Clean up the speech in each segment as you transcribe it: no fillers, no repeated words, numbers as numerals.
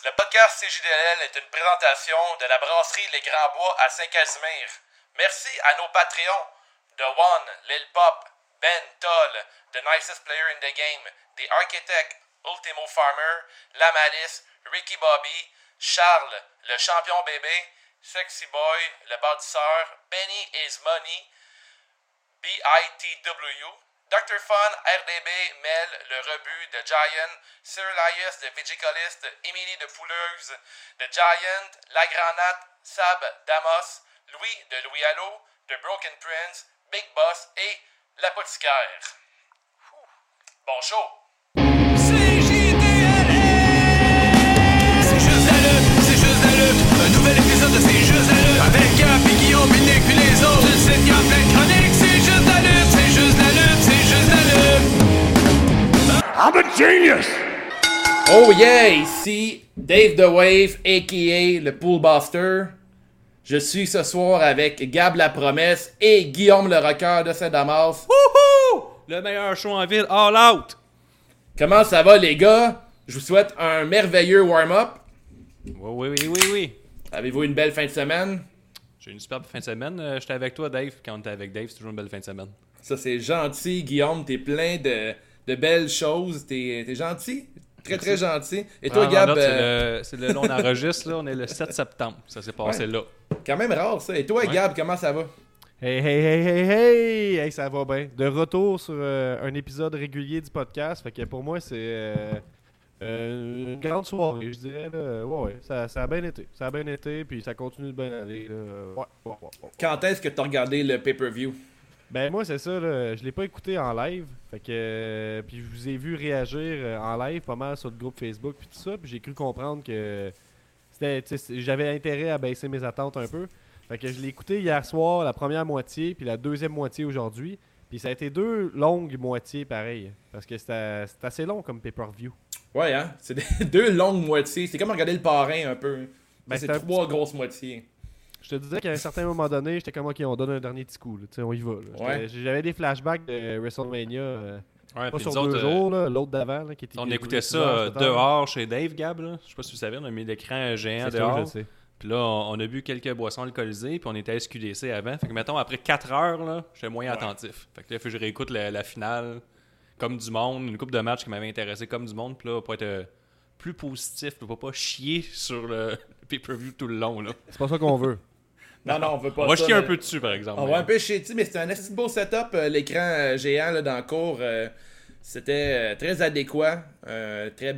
Le podcast CJDLL est une présentation de la brasserie Les Grands Bois à Saint-Casimir. Merci à nos Patreons, The One, Lil Pop, Ben Toll, The Nicest Player in the Game, The Architect, Ultimo Farmer, La Malice, Ricky Bobby, Charles, le champion bébé, Sexy Boy, le bâtisseur, Benny is Money, BITW, Dr. Fun, RDB, Mel, le rebut, The Giant, Cyrilius, The Vigicalist, Emily de Fouleuse, The Giant, La Granate, Sab, Damos, Louis de Louis Allo, The Broken Prince, Big Boss et l'apothicaire. Bon show! Un nouvel épisode de C'est juste la lutte avec Gab et Guillaume, Nick puis les autres. Tu le sais, il y a plein de chroniques. C'est juste la lutte, c'est juste la lutte, c'est juste la lutte. I'm a genius! Oh yeah, ici Dave the Wave, a.k.a. le Poolbuster. Je suis ce soir avec Gab la Promesse et Guillaume le Rocker de Saint-Damas. Wouhou! Le meilleur show en ville, all out! Comment ça va les gars? Je vous souhaite un merveilleux warm-up. Oui. Avez-vous une belle fin de semaine? J'ai une superbe fin de semaine. J'étais avec toi, Dave. Quand on était avec Dave, c'est toujours une belle fin de semaine. Ça c'est gentil Guillaume, t'es plein de belles choses, t'es gentil. Très gentil. Et toi Gab? C'est le long enregistre, là. On est le 7 septembre. Ça s'est passé là. Quand même rare ça. Et toi Gab, comment ça va? Hey, ça va bien. De retour sur un épisode régulier du podcast. Fait que pour moi, c'est une grande soirée, je dirais. Là. Ouais, ça a bien été. Ça a bien été, puis ça continue de bien aller. Là. Ouais. Quand est-ce que t'as regardé le pay-per-view? Ben moi, c'est ça. Là. Je l'ai pas écouté en live. Fait que puis je vous ai vu réagir en live pas mal sur le groupe Facebook puis tout ça. Puis j'ai cru comprendre que j'avais intérêt à baisser mes attentes un peu. Fait que je l'ai écouté hier soir, la première moitié, puis la deuxième moitié aujourd'hui. Puis ça a été deux longues moitiés pareil. Parce que c'est assez long comme pay-per-view. Ouais, hein? C'est deux longues moitiés. C'est comme regarder le parrain un peu. Ben, c'est c'est un trois grosses moitiés. Je te disais qu'à un certain moment donné, j'étais comme OK, on donne un dernier petit coup. On y va. Là. Ouais. J'avais des flashbacks de WrestleMania. Ouais, pas puis sur nous 2 autres, jours, là, l'autre d'avant. Là, qui était on qui écoutait était 6 heures, ça peut-être. dehors chez Dave, Gab. Là. Je sais pas si vous savez, on a mis l'écran géant C'est sûr, dehors. je sais. Puis là, on a bu quelques boissons alcoolisées, puis on était à SQDC avant. Fait que, mettons, après 4 heures, là, j'étais moyen attentif. Fait que là, il faut que je réécoute la finale comme du monde, une couple de matchs qui m'avait intéressé comme du monde. Puis là, pour être plus positif, pour pas chier sur le pay-per-view tout le long. Là. C'est pas ça qu'on veut. Non, on veut pas On va ça, chier un mais- peu dessus, par exemple. On va un peu chier dessus, mais c'était un assez beau setup. L'écran géant là, dans le cours, c'était très adéquat. Très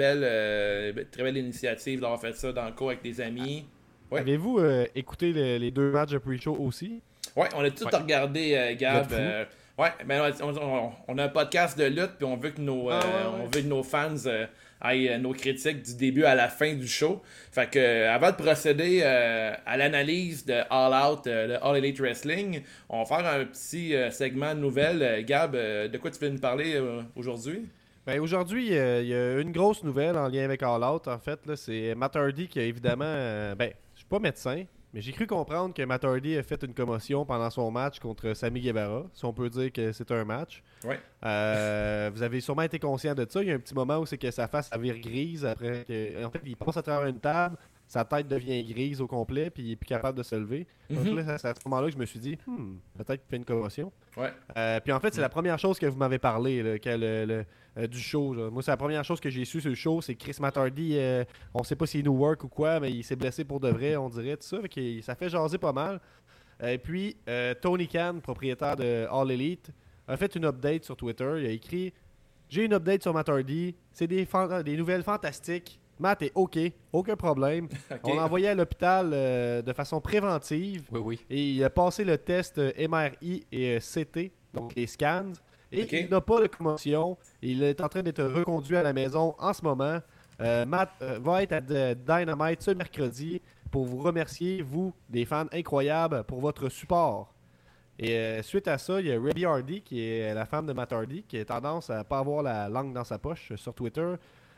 belle initiative d'avoir fait ça dans le cours avec des amis. Ouais. Avez-vous écouté les deux matchs de pre-show aussi? Ouais, on a tout regardé, Gab. Vous êtes Ouais, ben, on a un podcast de lutte, puis on veut que nos, ouais. on veut que nos fans aient nos critiques du début à la fin du show. Fait que, avant de procéder à l'analyse de All Out, le All Elite Wrestling, on va faire un petit segment de nouvelles. Gab, de quoi tu veux nous parler aujourd'hui? Ben aujourd'hui, il y a une grosse nouvelle en lien avec All Out. En fait, là, c'est Matt Hardy qui a évidemment... je suis pas médecin, mais j'ai cru comprendre que Matt Hardy a fait une commotion pendant son match contre Sammy Guevara, si on peut dire que c'est un match. Ouais. Vous avez sûrement été conscient de ça. Il y a un petit moment où c'est que sa face vire grise après que... En fait, il passe à travers une table, sa tête devient grise au complet, puis il est plus capable de se lever. Donc là, c'est à ce moment-là que je me suis dit, peut-être qu'il fait une commotion. Ouais. Puis en fait, c'est la première chose que vous m'avez parlé là, du show. Là. Moi, c'est la première chose que j'ai su sur le show, c'est que Chris Matt Hardy, on sait pas s'il nous work ou quoi, mais il s'est blessé pour de vrai, on dirait, tout ça. Fait que ça fait jaser pas mal. Et puis, Tony Khan, propriétaire de All Elite, a fait une update sur Twitter. Il a écrit « J'ai une update sur Matt Hardy. C'est des nouvelles fantastiques. Matt est OK, aucun problème. Ok. On l'a envoyé à l'hôpital de façon préventive. Oui. Et il a passé le test MRI et CT, donc les scans. Et Ok. il n'a pas de commotion. Il est en train d'être reconduit à la maison en ce moment. Matt va être à Dynamite ce mercredi pour vous remercier, vous, des fans incroyables, pour votre support. Et suite à ça, il y a Rebby Hardy, qui est la femme de Matt Hardy, qui a tendance à pas avoir la langue dans sa poche sur Twitter,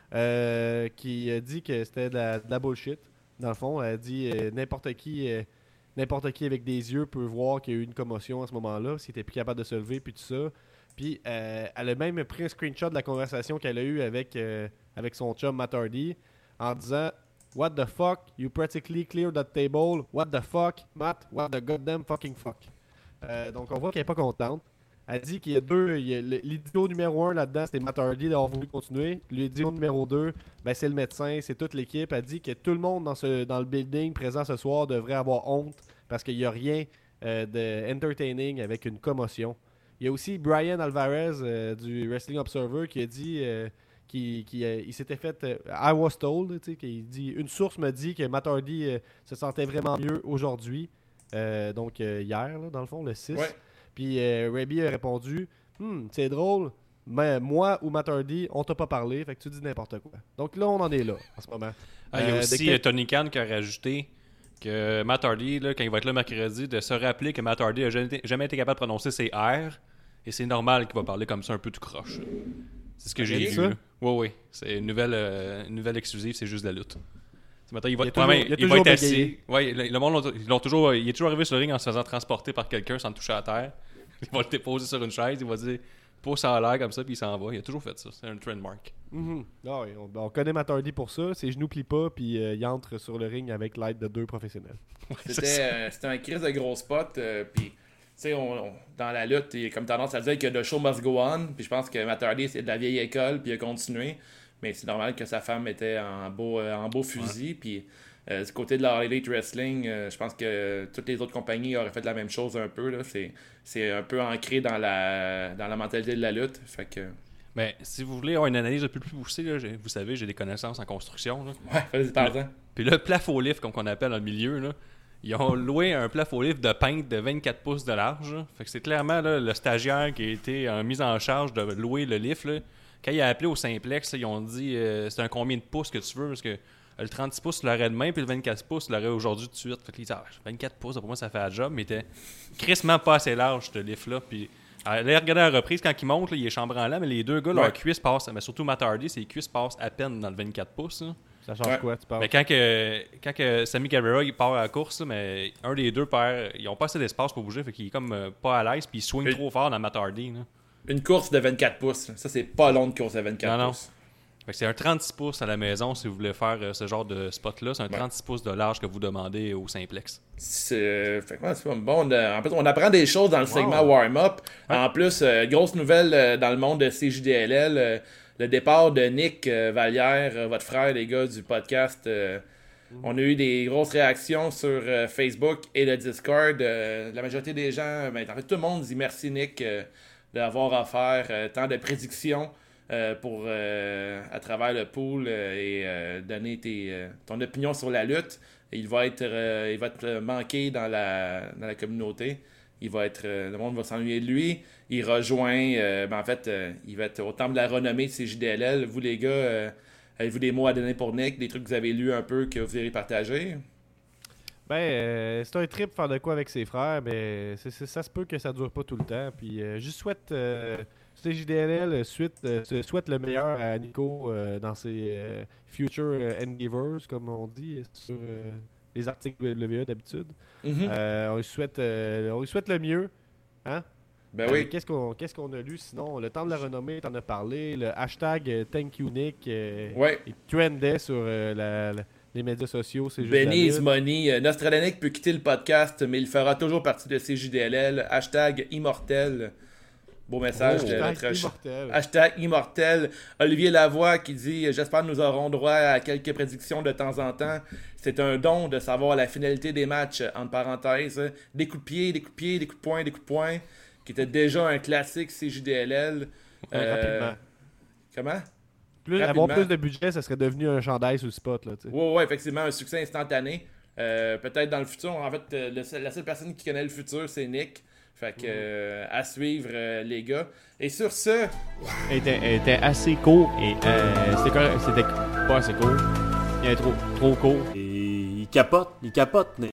qui dit que c'était de la bullshit. Dans le fond, elle dit n'importe qui avec des yeux peut voir qu'il y a eu une commotion à ce moment-là, s'il était plus capable de se lever, puis tout ça. Puis elle a même pris un screenshot de la conversation qu'elle a eue avec son chum Matt Hardy en disant What the fuck? You practically cleared that table. What the fuck? Matt, what the goddamn fucking fuck? Donc, on voit qu'elle n'est pas contente. Elle dit qu'il y a l'idiot numéro 1 là-dedans, c'était Matt Hardy d'avoir voulu continuer. L'idiot numéro 2, ben, c'est le médecin, c'est toute l'équipe. Elle dit que tout le monde dans le building présent ce soir devrait avoir honte parce qu'il n'y a rien de entertaining avec une commotion. Il y a aussi Brian Alvarez du Wrestling Observer qui a dit qu'il s'était fait I was told, qu'il dit une source me dit que Matt Hardy se sentait vraiment mieux aujourd'hui. Donc hier, là, dans le fond, le 6. Ouais. Puis Rebby a répondu c'est drôle, mais moi ou Matt Hardy, on t'a pas parlé, fait que tu dis n'importe quoi. Donc là, on en est là en ce moment. Il y a aussi Tony Khan qui a rajouté que Matt Hardy, là, quand il va être là mercredi, de se rappeler que Matt Hardy n'a jamais été capable de prononcer ses R et c'est normal qu'il va parler comme ça un peu tout croche. C'est ce que j'ai vu. Oui. C'est une nouvelle exclusive, c'est juste de la lutte. Il va être assis. Ouais, le monde, il est toujours arrivé sur le ring en se faisant transporter par quelqu'un sans toucher à terre. Il va le déposer sur une chaise, il va dire pouce en l'air comme ça, puis il s'en va. Il a toujours fait ça. C'est un trademark. Mm-hmm. Ah oui, on connaît Matt Hardy pour ça. Ses genoux plient pas, puis il entre sur le ring avec l'aide de 2 professionnels. C'était un crise de gros spot. Puis, tu sais, dans la lutte, il y a comme tendance à dire que the show must go on. Puis je pense que Matt Hardy, c'est de la vieille école, puis il a continué. Mais c'est normal que sa femme était en beau fusil. Puis du côté de la Elite Wrestling, je pense que toutes les autres compagnies auraient fait la même chose un peu. Là. C'est un peu ancré dans la mentalité de la lutte. Fait que... Ben, si vous voulez avoir une analyse un peu plus poussée, là, vous savez, j'ai des connaissances en construction. Là. Ouais, vas-y, par exemple. Puis le plafond lift, comme on appelle dans le milieu, là, ils ont loué un plafond lift de peintre de 24 pouces de large. Là. Fait que c'est clairement là, le stagiaire qui a été mis en charge de louer le lift. Là. Quand il a appelé au simplex, là, ils ont dit c'est un combien de pouces que tu veux, parce que le 36 pouces, tu l'aurais demain, puis le 24 pouces, tu l'aurais aujourd'hui tout de suite. Fait que, 24 pouces, pour moi, ça fait la job, mais il était crissement pas assez large, ce lift-là. Puis, allez regarder à la reprise, quand il monte, là, il est chambranlant, mais les deux gars, leurs cuisses passent, mais surtout Matt Hardy, ses cuisses passent à peine dans le 24 pouces. Là. Ça change quoi, tu parles? Mais quand que Sammy Guevara il part à la course, là, mais un des deux ils ont pas assez d'espace pour bouger, fait qu'il est comme pas à l'aise, puis il swing trop fort dans Matt Hardy. Là. Une course de 24 pouces. Ça, c'est pas long de course de 24 pouces. Fait que c'est un 36 pouces à la maison si vous voulez faire ce genre de spot-là. C'est un 36 pouces de large que vous demandez au simplex. C'est pas bon. En fait, on apprend des choses dans le segment warm-up. Ouais. En plus, grosse nouvelle dans le monde de CJDLL. Le départ de Nick Vallière, votre frère, les gars du podcast. On a eu des grosses réactions sur Facebook et le Discord. La majorité des gens, en fait, tout le monde dit merci Nick d'avoir offert tant de prédictions pour à travers le pool et donner ton opinion sur la lutte. Il va être manqué dans la communauté. Le monde va s'ennuyer de lui. Il rejoint, il va être au temple de la renommée de CJDLL. Vous les gars, avez-vous des mots à donner pour Nick, des trucs que vous avez lus un peu que vous irez partager? Ben, c'est un trip faire de quoi avec ses frères, mais ça se peut que ça dure pas tout le temps. Puis je souhaite CJDLL souhaite le meilleur à Nico dans ses future endeavors, comme on dit sur les articles WWE d'habitude. On lui souhaite le mieux, hein? Ben oui. Qu'est-ce qu'on a lu sinon? Le temps de la renommée, t'en as parlé. Le hashtag Thank You Nick il trendait sur les médias sociaux. C'est juste Benny is money. Nostradamus peut quitter le podcast, mais il fera toujours partie de CJDLL. Hashtag immortel. Beau message de notre hashtag immortel. Olivier Lavoie qui dit j'espère que nous aurons droit à quelques prédictions de temps en temps. C'est un don de savoir la finalité des matchs, entre parenthèses. Des coups de pied, des coups de pied, des coups de poing, qui était déjà un classique CJDLL. Rapidement. Comment? Avoir plus de budget, ça serait devenu un chandail sur le spot. Oui, effectivement, un succès instantané. Peut-être dans le futur. En fait, la seule personne qui connaît le futur, c'est Nick. Fait que, à suivre, les gars. Et sur ce... Elle était assez court et c'était pas assez court. Il est trop court. Et il capote. Mais...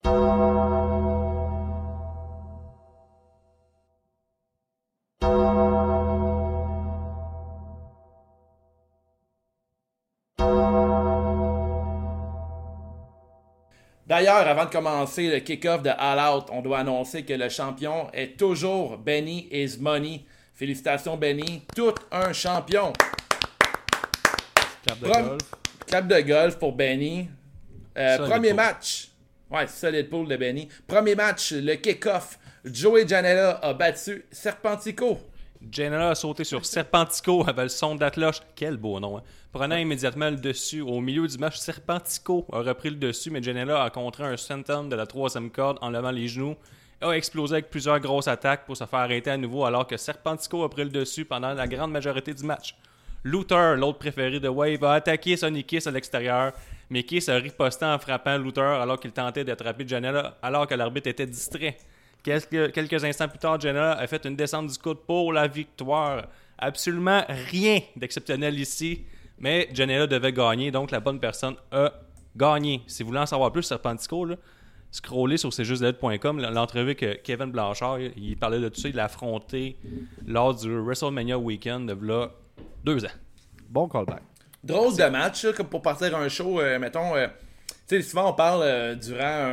D'ailleurs, avant de commencer le kick-off de All Out, on doit annoncer que le champion est toujours Benny is money. Félicitations Benny, tout un champion. Clap de golf. Clap de golf pour Benny. Premier match. Ouais, solide pool de Benny. Premier match, le kick-off. Joey Janela a battu Serpentico. Janela a sauté sur Serpentico avec le son de la cloche. Quel beau nom, hein? Prenant immédiatement le dessus. Au milieu du match, Serpentico a repris le dessus, mais Janela a contré un senton de la 3e corde en levant les genoux. A explosé avec plusieurs grosses attaques pour se faire arrêter à nouveau alors que Serpentico a pris le dessus pendant la grande majorité du match. Luther, l'autre préféré de Wave, a attaqué Sonny Kiss à l'extérieur, mais Kiss a riposté en frappant Luther alors qu'il tentait d'attraper Janela alors que l'arbitre était distrait. Quelques instants plus tard, Janela a fait une descente du coude pour la victoire. Absolument rien d'exceptionnel ici, mais Janela devait gagner, donc la bonne personne a gagné. Si vous voulez en savoir plus sur Serpentico, là, scrollez sur cjustdelutte.com, l'entrevue que Kevin Blanchard, il parlait de tout ça, il l'a affronté lors du WrestleMania Weekend de là 2 ans. Bon callback. Drôle de match, là, comme pour partir un show, mettons, tu sais, souvent on parle durant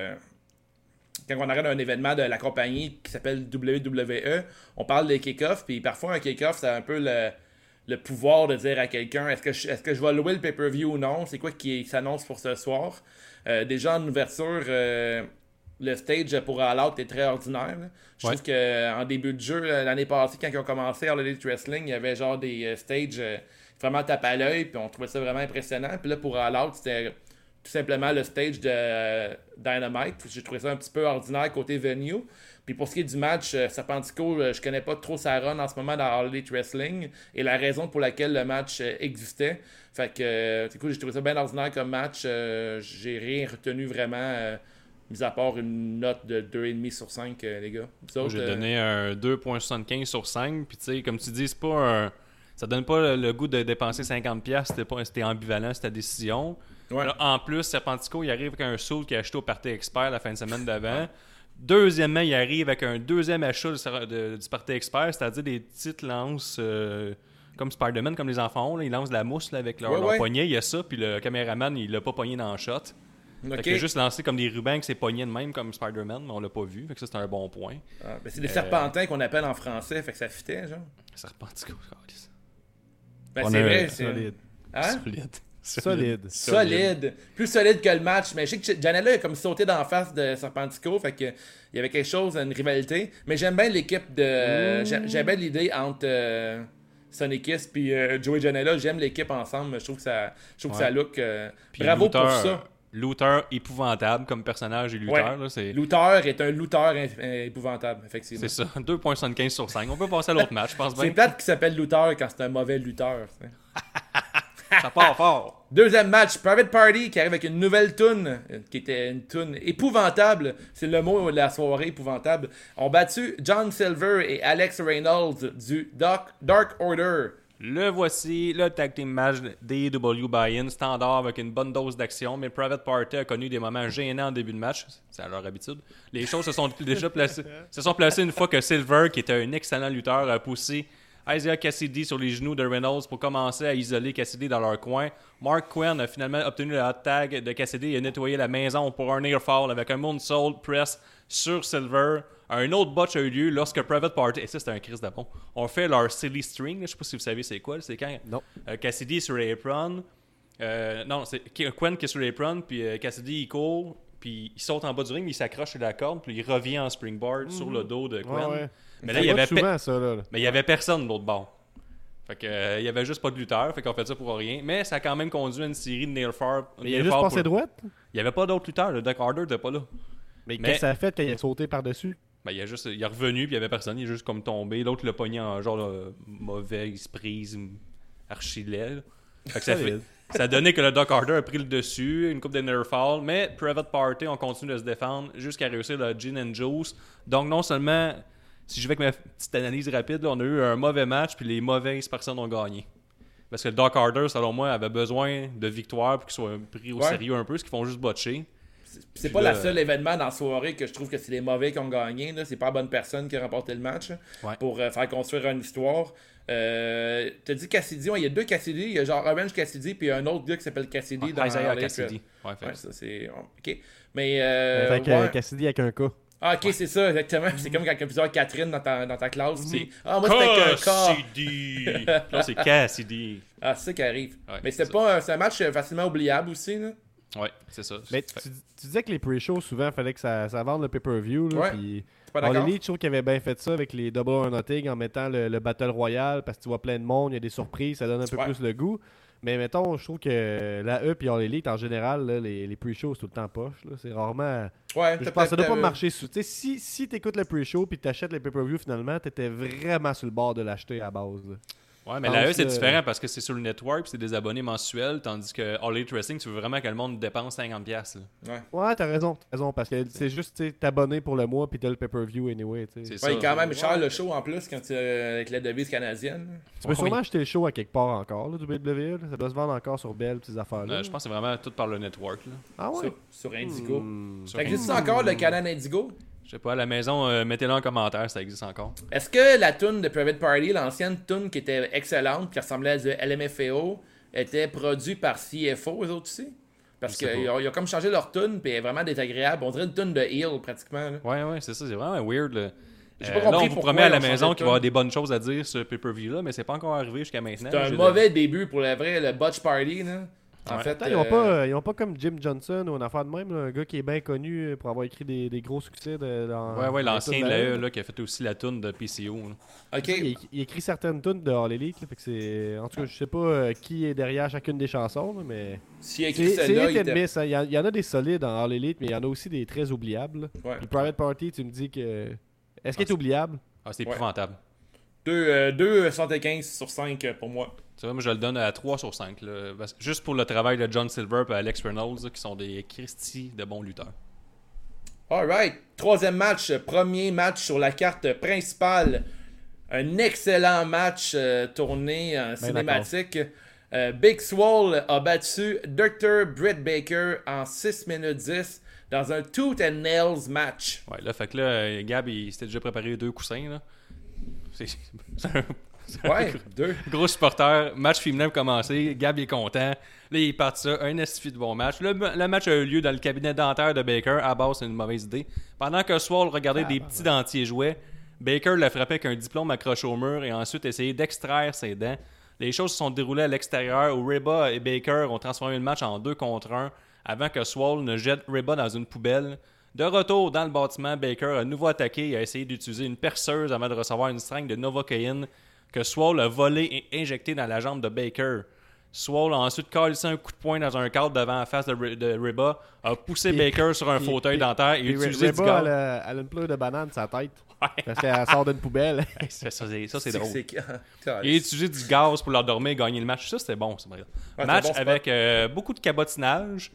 quand on arrête un événement de la compagnie qui s'appelle WWE, on parle des kick-offs, puis parfois un kick-off, c'est un peu le pouvoir de dire à quelqu'un est-ce que je vais louer le pay-per-view ou non, c'est quoi qui s'annonce pour ce soir. Déjà en ouverture, le stage pour All Out est très ordinaire. Là. Je trouve qu'en début de jeu, l'année passée, quand ils ont commencé All Elite Wrestling, il y avait genre des stages vraiment tape à l'œil, puis on trouvait ça vraiment impressionnant. Puis là, pour All Out, c'était tout simplement le stage de Dynamite. J'ai trouvé ça un petit peu ordinaire côté venue. Puis pour ce qui est du match, Serpentico, je connais pas trop sa run en ce moment dans All Elite Wrestling et la raison pour laquelle le match existait. Fait que, du coup, j'ai trouvé ça bien ordinaire comme match. J'ai rien retenu vraiment, mis à part une note de 2,5 sur 5, les gars. J'ai donné un 2,75 sur 5. Puis tu sais, comme tu dis, c'est pas un... ça donne pas le goût de dépenser 50$. C'était ambivalent, c'était ta décision. Ouais. Là, en plus, Serpentico, il arrive avec un soul qu'il a acheté au Party Expert la fin de semaine d'avant. Deuxièmement, il arrive avec un deuxième achat du Party Expert, c'est-à-dire des petites lances comme Spider-Man, comme les enfants ont. Là, ils lancent de la mousse là, avec leur poignet. Il y a ça, puis le caméraman, il l'a pas pogné dans le shot. Fait qu'il a juste lancé comme des rubans avec ses poignets de même comme Spider-Man, mais on l'a pas vu. Fait que ça, c'est un bon point. Ah, ben c'est des serpentins qu'on appelle en français, fait que ça fitait, genre. Serpentico, Ben c'est vrai, c'est... Solide. Hein? Solide. Plus solide que le match. Mais je sais que Janela a comme sauté d'en face de Serpentico. Fait que il y avait quelque chose, une rivalité. Mais j'aime bien l'équipe de... J'aime bien l'idée entre Sonny Kiss et Joey Janela. J'aime l'équipe ensemble. Je trouve que ça look... bravo Luther, pour ça. Luther épouvantable comme personnage et Luther. Là, c'est... Luther est un lutteur épouvantable, effectivement. C'est ça, 2,75 sur 5. On peut passer à l'autre match, je pense bien. C'est plate qu'il s'appelle Luther quand c'est un mauvais lutteur. Ça part fort. Deuxième match, Private Party qui arrive avec une nouvelle toune, qui était une toune épouvantable. C'est le mot de la soirée, épouvantable. On battu John Silver et Alex Reynolds du Dark Order. Le voici, le tag team match d'AEW Buy-In, standard avec une bonne dose d'action, mais Private Party a connu des moments gênants en début de match, c'est à leur habitude. Les choses se sont déjà placées une fois que Silver, qui était un excellent lutteur, a poussé Isaiah Cassidy sur les genoux de Reynolds pour commencer à isoler Cassidy dans leur coin. Mark Quinn a finalement obtenu le hot tag de Cassidy et a nettoyé la maison pour un near fall avec un moonsault press sur Silver. Un autre botch a eu lieu lorsque Private Party, et ça c'était un Chris d'apon, ont fait leur silly string. Je sais pas si vous savez c'est quoi. C'est quand Cassidy est sur l'apron. Non, c'est Quinn qui est sur l'apron, puis Cassidy il court, puis il saute en bas du ring, mais il s'accroche sur la corde, puis il revient en springboard sur le dos de Quinn. Ouais. Mais là, il y avait mais il y avait personne de l'autre bord. Fait que il y avait juste pas de lutteur, fait qu'on fait ça pour rien. Mais ça a quand même conduit à une série de nail fall. Mais il a juste passé droite. Il y avait pas d'autres lutteurs, le Dark Order n'était pas là. Mais qu'est-ce que ça a fait quand il a sauté par-dessus? Ben, il est revenu, puis il y avait personne, il est juste comme tombé. L'autre l'a pogné en genre mauvaise prise, archi-laid. Fait que ça a donné que le Dark Order a pris le dessus, une coupe de near fall, mais Private Party ont continué de se défendre jusqu'à réussir le Gin and Juice. Donc non seulement, si je vais avec ma petite analyse rapide, là, on a eu un mauvais match, puis les mauvaises personnes ont gagné. Parce que le Dark Order, selon moi, avait besoin de victoires pour qu'ils soient pris au sérieux un peu, ce qu'ils font juste botcher. C'est pas le seul événement dans la soirée que je trouve que c'est les mauvais qui ont gagné. Là. C'est pas la bonne personne qui a remporté le match pour faire construire une histoire. T'as dit Cassidy, il y a deux Cassidy. Il y a genre Orange Cassidy, puis un autre gars qui s'appelle Cassidy dans Isaiah Cassidy. Ouais, ça c'est. Ok. Mais. Cassidy avec un K. Ah, ok, c'est ça, exactement. C'est comme quand il y a plusieurs Catherine dans ta classe. Moi, c'était qu'un Cassidy. Là, c'est Cassidy. Ah, c'est ça qui arrive. Ouais, mais c'est un match facilement oubliable aussi, là. Ouais, c'est ça. Mais tu disais que les pre-shows, souvent, il fallait que ça vende le pay-per-view. Là, Ouais. puis Pas All d'accord? Elite, je trouve qu'ils avaient bien fait ça avec les Double or Nothing en mettant le Battle Royale parce que tu vois plein de monde, il y a des surprises, ça donne un peu Ouais. plus le goût. Mais mettons, je trouve que la E et All Elite, en général, là, les pre-shows, c'est tout le temps poche. Là. C'est rarement. Ouais, Je pense que ça doit pas marcher sous. Tu sais, si t'écoutes le pre-show puis t'achètes les pay-per-view finalement, t'étais vraiment sur le bord de l'acheter à base. Là. Ouais, mais pense la E, c'est que- différent parce que c'est sur le network, puis c'est des abonnés mensuels, tandis que All Elite Wrestling, tu veux vraiment que le monde dépense 50$. Là. Ouais, t'as raison, parce que c'est juste tu sais, t'abonner pour le mois puis t'as le pay-per-view anyway. Tu sais. C'est Ouais, ça. il est quand même cher le show en plus quand tu avec la devise canadienne. Tu peux sûrement acheter le show à quelque part encore, là, du WWE. Là. Ça doit se vendre encore sur Bell ces affaires-là. Je pense que c'est vraiment tout par le network. Là. Ah ouais? Sur Indigo. Hmm. Ça existe encore le Canon Indigo? Je sais pas, à la maison, mettez-le en commentaire si ça existe encore. Est-ce que la tune de Private Party, l'ancienne tune qui était excellente, qui ressemblait à du LMFAO, était produite par CFO, eux autres aussi? Parce Je sais qu'ils ont comme changé leur tune, puis elle est vraiment désagréable. On dirait une tune de Heel, pratiquement. Là. Ouais, c'est ça, c'est vraiment weird. Là. J'ai pas Là, compris on vous pourquoi promet à ils la ont changé maison de qu'il va y avoir tune. des bonnes choses à dire sur ce pay-per-view-là, mais c'est pas encore arrivé jusqu'à maintenant. C'est un J'ai- mauvais début pour le vrai, le Butch Party. Là. En Ouais. fait, Attends, ils ont pas comme Jim Johnson ou une affaire de même, là, un gars qui est bien connu pour avoir écrit des gros succès dans. Ouais, dans l'ancien les de la tunes E là, qui a fait aussi la tune de PCO. là. OK. Il écrit certaines tunes de All Elite, là, fait que c'est. En tout cas, je sais pas qui est derrière chacune des chansons, là, mais. S'il a écrit C'est celle-là, hit il and était... miss, hein. Il y en a des solides en All Elite, mais il y en a aussi des très oubliables. là. Ouais. Puis Private Party, tu me dis que. Est-ce qu'il est oubliable? Ah, c'est Ouais. épouvantable. 2,75 sur 5 pour moi. Tu vois, moi, je le donne à 3 sur 5. Là, juste pour le travail de John Silver et Alex Reynolds, là, qui sont des Christy de bons lutteurs. Alright, troisième match, premier match sur la carte principale. Un excellent match tourné en cinématique. Big Swole a battu Dr. Britt Baker en 6 minutes 10 dans un Tooth and Nails match. Ouais, là, fait que là, Gab, il s'était déjà préparé 2 coussins. Là. C'est un Ouais, 2. gros supporter. Match féminin a commencé. Gab il est content. Là, il part de ça. Un estifi de bon match. Le match a eu lieu dans le cabinet dentaire de Baker. À base, c'est une mauvaise idée. Pendant que Swole regardait des petits dentiers jouets, Baker l'a frappé avec un diplôme accroché au mur et ensuite essayé d'extraire ses dents. Les choses se sont déroulées à l'extérieur où Reba et Baker ont transformé le match en 2 contre 1 avant que Swole ne jette Reba dans une poubelle. De retour dans le bâtiment, Baker a à nouveau attaqué et a essayé d'utiliser une perceuse avant de recevoir une seringue de Novocaine que Swole a volé et injecté dans la jambe de Baker. Swole a ensuite calissé un coup de poing dans un cadre devant la face de Reba, a poussé Baker sur un fauteuil dentaire et Puis utilisé du Reba, gaz. elle a une pleure de banane sur sa tête. Ouais. Parce qu'elle sort d'une poubelle. Ça, c'est drôle. drôle. Il a utilisé du gaz pour l'endormir et gagner le match. Ça, c'était bon. C'est vrai. Ouais, Match c'est bon spot. avec beaucoup de cabotinage.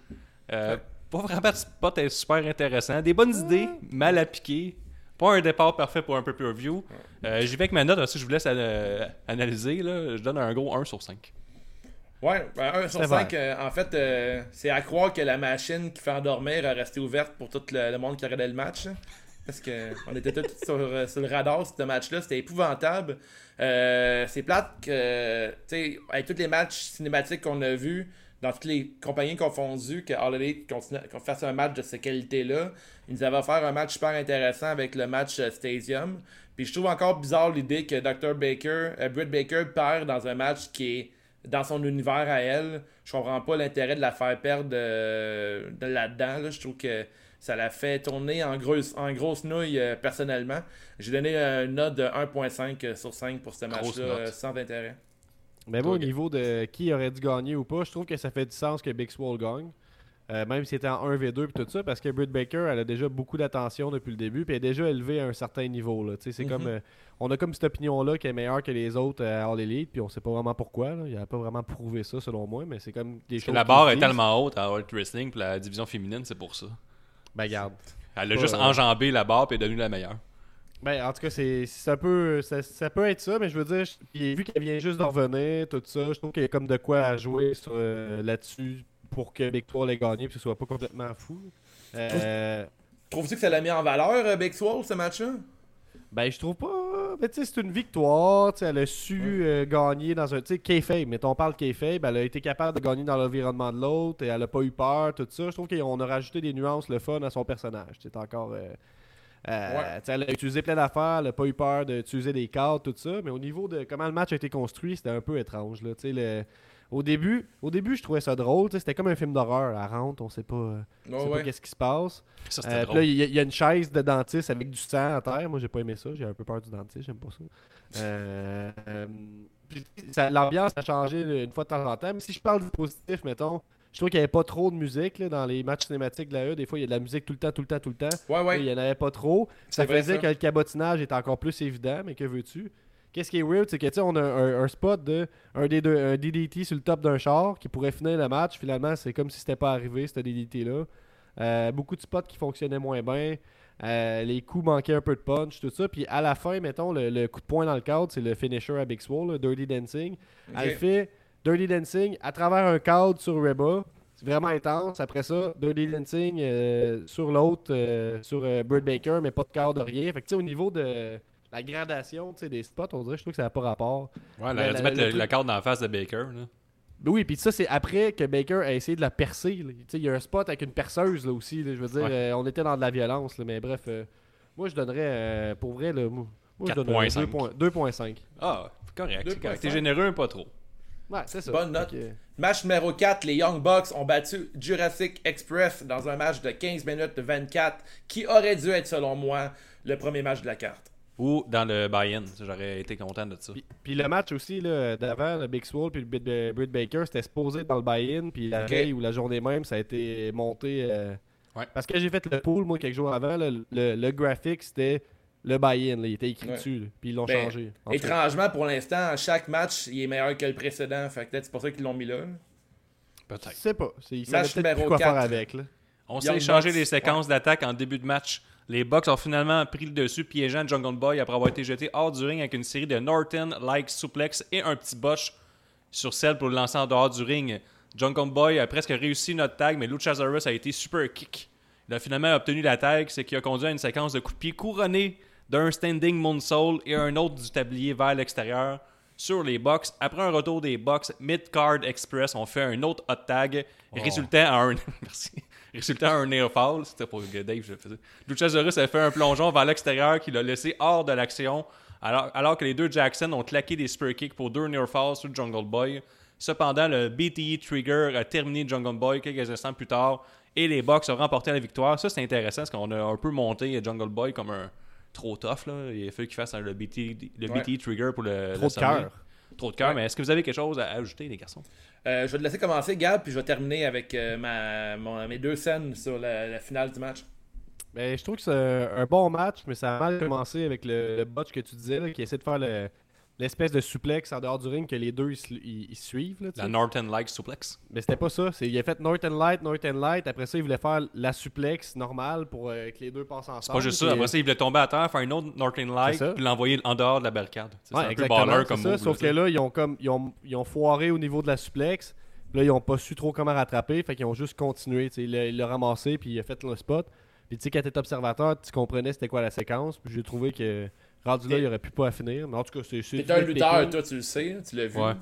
Pas vraiment de spot super intéressant. Des bonnes idées, mal appliquées. Pas un départ parfait pour un pay-per-view. J'y vais avec ma note. Si je vous laisse analyser, là, je donne un gros 1 sur 5. Ouais, 1 sur C'est 5, en fait, c'est à croire que la machine qui fait endormir a resté ouverte pour tout le monde qui regardait le match. Là. Parce qu'on était tous sur le radar, ce match-là. C'était épouvantable. C'est plate que, tu sais, avec tous les matchs cinématiques qu'on a vus, dans toutes les compagnies confondues, que All Elite qu'on fasse un match de cette qualité-là. Ils nous avaient offert un match super intéressant avec le match Stadium. Puis je trouve encore bizarre l'idée que Britt Baker perd dans un match qui est dans son univers à elle. Je comprends pas l'intérêt de la faire perdre de là-dedans. Là. Je trouve que ça la fait tourner en grosse nouille personnellement. J'ai donné une note de 1.5 sur 5 pour ce Grosse match-là, note. sans intérêt. Mais moi, au Ok. niveau de qui aurait dû gagner ou pas, je trouve que ça fait du sens que Big Swole gagne. Même si c'était en 1v2 et tout ça, parce que Britt Baker, elle a déjà beaucoup d'attention depuis le début, puis elle est déjà élevée à un certain niveau. Là. Tu sais, c'est comme, on a comme cette opinion-là qui est meilleure que les autres à All Elite, puis on sait pas vraiment pourquoi. Là. Il n'a pas vraiment prouvé ça, selon moi, mais c'est comme des choses. La qui barre se est disent. tellement haute à World Wrestling pour la division féminine, c'est pour ça. Ben, garde. Elle a Pas, juste enjambé la barre et est devenue la meilleure. Ben, en tout cas, ça peut être ça, mais je veux dire, vu qu'elle vient juste d'en revenir, tout ça, je trouve qu'il y a comme de quoi à jouer là-dessus pour que Big Swole ait gagné et que ce soit pas complètement fou. Trouves-tu que ça l'a mis en valeur, Big Swole, ce match-là? Ben, je trouve pas. Mais tu sais, c'est une victoire. Tu sais, elle a su gagner dans un. Tu sais, kayfabe. Mettons, on parle kayfabe. Elle a été capable de gagner dans l'environnement de l'autre et elle a pas eu peur, tout ça. Je trouve qu'on a rajouté des nuances, le fun à son personnage. C'est encore. Tu sais, elle a utilisé plein d'affaires. Elle a pas eu peur d'utiliser des cartes, tout ça. Mais au niveau de comment le match a été construit, c'était un peu étrange. Là. Tu sais, Au début, je trouvais ça drôle. C'était comme un film d'horreur. Elle rentre, on sait pas, pas qu'est-ce qui se passe. Ça, c'était Puis drôle. là, il y a une chaise de dentiste avec du sang à terre. Moi, j'ai pas aimé ça. J'ai un peu peur du dentiste. J'aime pas ça. Puis l'ambiance a changé une fois de temps en temps. Mais si je parle du positif, mettons, je trouve qu'il n'y avait pas trop de musique là, dans les matchs cinématiques de la E. Des fois, il y a de la musique tout le temps. Ouais. Là, il n'y en avait pas trop. Ça C'est vrai, faisait ça. que le cabotinage était encore plus évident. Mais que veux-tu? Qu'est-ce qui est weird, c'est que tu sais, on a un spot de un DDT sur le top d'un char qui pourrait finir le match. Finalement, c'est comme si c'était pas arrivé, ce DDT-là. Beaucoup de spots qui fonctionnaient moins bien. Les coups manquaient un peu de punch, tout ça. Puis à la fin, mettons, le coup de poing dans le cadre, c'est le finisher à Big Swole, le Dirty Dancing. Ok. Elle fait Dirty Dancing à travers un cadre sur Reba. C'est vraiment intense. Après ça, Dirty Dancing sur l'autre, sur Britt Baker, mais pas de cadre, rien. Fait que tu sais, au niveau de la gradation des spots, on dirait, je trouve que ça n'a pas rapport. Ouais, elle aurait dû mettre le le truc- cadre dans la face de Baker. Là. Oui, puis ça, c'est après que Baker a essayé de la percer. là. Tu sais, il y a un spot avec une perceuse là, aussi. là. Je veux dire, Ouais. on était dans de la violence. Là, mais bref, moi, je donnerais, pour vrai, là, moi, je donnerais 4.5. 2.5. Ah, correct. C'est 2.5. correct. T'es généreux, mais pas trop. Ouais, c'est ça. Bonne note. Fait que, Match numéro 4, les Young Bucks ont battu Jurassic Express dans un match de 15 minutes de 24 qui aurait dû être, selon moi, le premier match de la carte. Ou dans le buy-in. J'aurais été content de ça. Puis le match aussi là, d'avant, le Big Swole puis le Britt Baker, c'était supposé être dans le buy-in. Puis la veille ou la journée même, ça a été monté. Ouais. Parce que j'ai fait le pool, moi, quelques jours avant. Là, le graphic, c'était le buy-in. là. Il était écrit Ouais. dessus. là. Puis ils l'ont Ben, changé. En tout cas. Étrangement, pour l'instant, chaque match, il est meilleur que le précédent. Fait que peut-être c'est pour ça qu'ils l'ont mis là. Peut-être. Je sais pas. Ils savaient Match peut-être plus numéro quoi faire 4. avec. Là. On Young s'est échangé Bucks, les séquences d'attaque en début de match. Les Bucks ont finalement pris le dessus, piégeant Jungle Boy après avoir été jeté hors du ring avec une série de Norton-like suplex et un petit botch sur celle pour le lancer en dehors du ring. Jungle Boy a presque réussi notre tag, mais Luchasaurus a été super kick. Il a finalement obtenu la tag, ce qui a conduit à une séquence de coups de pied couronnés d'un standing moonsault et un autre du tablier vers l'extérieur sur les Bucks. Après un retour des Bucks, Mid-Card Express ont fait un autre hot tag, résultant à un... Merci. Résultant à un near fall. C'était pour Dave, je le faisais. Luchasaurus a fait un plongeon vers l'extérieur qui l'a laissé hors de l'action, alors que les deux Jackson ont claqué des spear kicks pour deux near falls sur Jungle Boy. Cependant, le BTE Trigger a terminé Jungle Boy quelques instants plus tard et les Bucks ont remporté la victoire. Ça, c'est intéressant parce qu'on a un peu monté Jungle Boy comme un trop tough. Là. Il a fallu qu'il fasse le BTE Trigger pour le Trop de sommer. cœur. Trop de cœur, mais est-ce que vous avez quelque chose à ajouter, les garçons? Je vais te laisser commencer, Gab, puis je vais terminer avec mes deux scènes sur la finale du match. Ben, je trouve que c'est un bon match, mais ça a mal commencé avec le botch que tu disais, là, qui essaie de faire l'espèce de suplex en dehors du ring que les deux ils suivent. Là, tu La sais. Norton-like suplex. Mais c'était pas ça. Il a fait Norton Light. Après ça, il voulait faire la suplex normale pour que les deux passent ensemble. C'est pas juste ça. Puis, Après ça, il voulait tomber à terre, faire une autre Norton-like, C'est ça. puis l'envoyer en dehors de la barricade. C'est Ouais, un peu exactement, baller c'est comme ça, move. sauf que là, ils ont foiré au niveau de la suplex. Puis là, ils ont pas su trop comment rattraper. Fait qu'ils ont juste continué. Tu sais, il l'a ramassé, puis il a fait le spot. Puis tu sais, quand t'es observateur, tu comprenais c'était quoi la séquence. Puis j'ai trouvé que rendu là, il aurait pu pas à finir. Mais en tout cas, c'est T'es un du lutteur, nitpicking. toi, tu le sais, tu l'as vu. Ouais.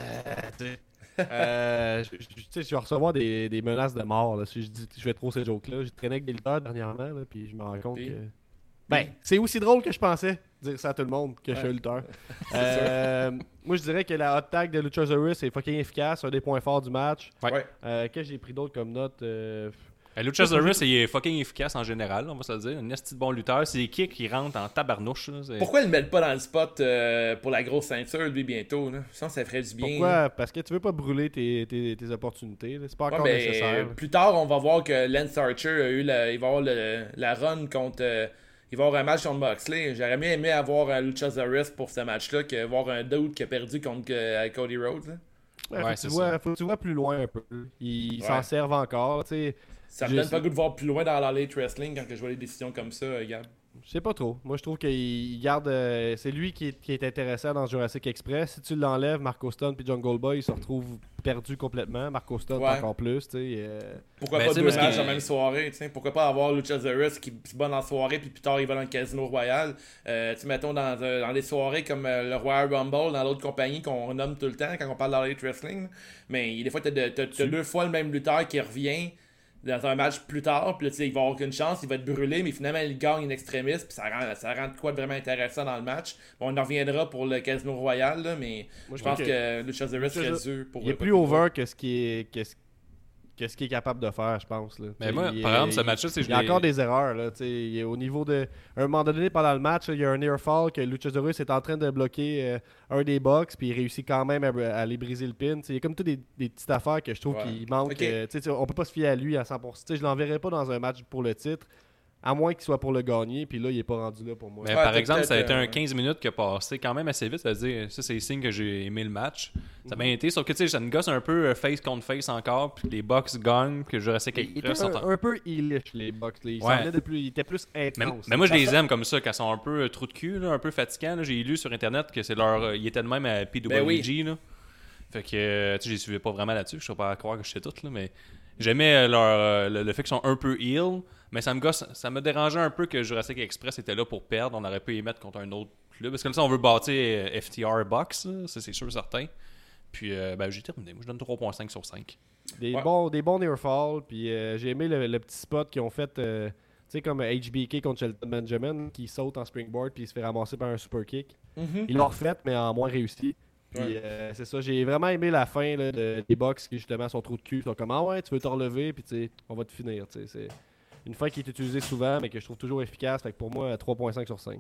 Tu sais, je vais recevoir des menaces de mort là, si je dis je fais trop ces jokes-là. J'ai traîné avec des lutteurs dernièrement, là, puis je me rends compte Puis? que. Ben, c'est aussi drôle que je pensais dire ça à tout le monde que je suis un lutteur. Moi, je dirais que la hot tag de Luchasaurus est fucking efficace, un des points forts du match. Ouais. Ouais. Que j'ai pris d'autres comme note. Luchasaurus, il est fucking efficace en général, on va se le dire. Un esti de bon lutteur. C'est les kicks qui rentrent en tabarnouche. Là. Pourquoi ils le mettent pas dans le spot pour la grosse ceinture, lui, bientôt? Là? Je sens que ça ferait du bien. Pourquoi? Parce que tu veux pas brûler tes opportunités. Là. C'est pas Ouais, encore mais nécessaire. plus tard, on va voir que Lance Archer a eu il va avoir la run contre. Il va avoir un match contre Moxley. J'aurais mieux aimé avoir un Luchasaurus pour ce match-là que voir un dude qui a perdu contre Cody Rhodes. Là. Ouais, Ouais, faut que tu vois plus loin un peu. Ils Ouais. s'en servent encore. Tu sais. Ça me Je donne sais- pas le goût de voir plus loin dans la late wrestling quand que je vois des décisions comme ça, Gab. Je sais pas trop. Moi, je trouve qu'il garde. C'est lui qui est intéressant dans Jurassic Express. Si tu l'enlèves, Marco Stunt puis Jungle Boy, ils se retrouvent perdus complètement. Marco Stunt Ouais. encore plus. Tu sais. Pourquoi Ben, pas tu sais, deux parce matchs qu'il- dans la même soirée, tu sais? Pourquoi pas avoir Luchasaurus qui se bat dans la soirée puis plus tard il va dans le Casino Royal. Tu sais, mettons dans des soirées comme le Royal Rumble, dans l'autre compagnie qu'on nomme tout le temps quand on parle de la late wrestling. Mais des fois, t'as deux fois le même lutteur qui revient dans un match plus tard, puis là, il va avoir aucune chance, il va être brûlé, mais finalement, il gagne in extremis, puis ça rend de quoi de vraiment intéressant dans le match. Bon, on en reviendra pour le Casino Royal, là, mais je pense que Luchasaurus serait dur pour... Il est plus over que ce qui est capable de faire, je pense. Là. Mais moi, par exemple, ce match-là, il y a encore des erreurs. Là, au niveau de... À un moment donné, pendant le match, il y a un near fall que Luchasaurus est en train de bloquer un des box, puis il réussit quand même à aller briser le pin. Il y a comme toutes des petites affaires que je trouve qu'il manque. Okay. On peut pas se fier à lui à 100%. Je l'enverrai pas dans un match pour le titre, à moins qu'il soit pour le gagner, puis là, il est pas rendu là pour moi. Mais par exemple, ça a été un 15 minutes qui a passé quand même assez vite. C'est-à-dire, ça, c'est le signe que j'ai aimé le match. Ça a bien été, sauf que ça me gosse un peu face contre face encore, puis les Bucks gagnent, que Jurassic Express sont un peu heelish, les Bucks. Ils étaient plus intenses. Mais moi, je les aime comme ça, quand ils sont un peu trou de cul, là, un peu fatigants. Là. J'ai lu sur Internet que c'est leur... Ils étaient de même à PWG. Là. Fait que, je les suivais pas vraiment là-dessus. Je ne sais pas à croire que je sais tout, là, mais... J'aimais le fait qu'ils sont un peu heel, mais ça me dérangeait un peu que Jurassic Express était là pour perdre. On aurait pu y mettre contre un autre club. Parce que comme ça, on veut bâtir FTR Box, là, ça c'est sûr certain. Puis j'ai terminé. Moi, je donne 3.5 sur 5. Des bons near fall. Puis j'ai aimé le petit spot qu'ils ont fait, tu sais, comme HBK contre Shelton Benjamin, qui saute en springboard puis il se fait ramasser par un super kick. Ils l'ont refait, mais en moins réussi. Puis c'est ça, j'ai vraiment aimé la fin là, des box qui justement sont trop de cul. Ils sont comme tu veux te relever, puis on va te finir. C'est une fin qui est utilisée souvent, mais que je trouve toujours efficace. Fait que pour moi, 3.5 sur 5.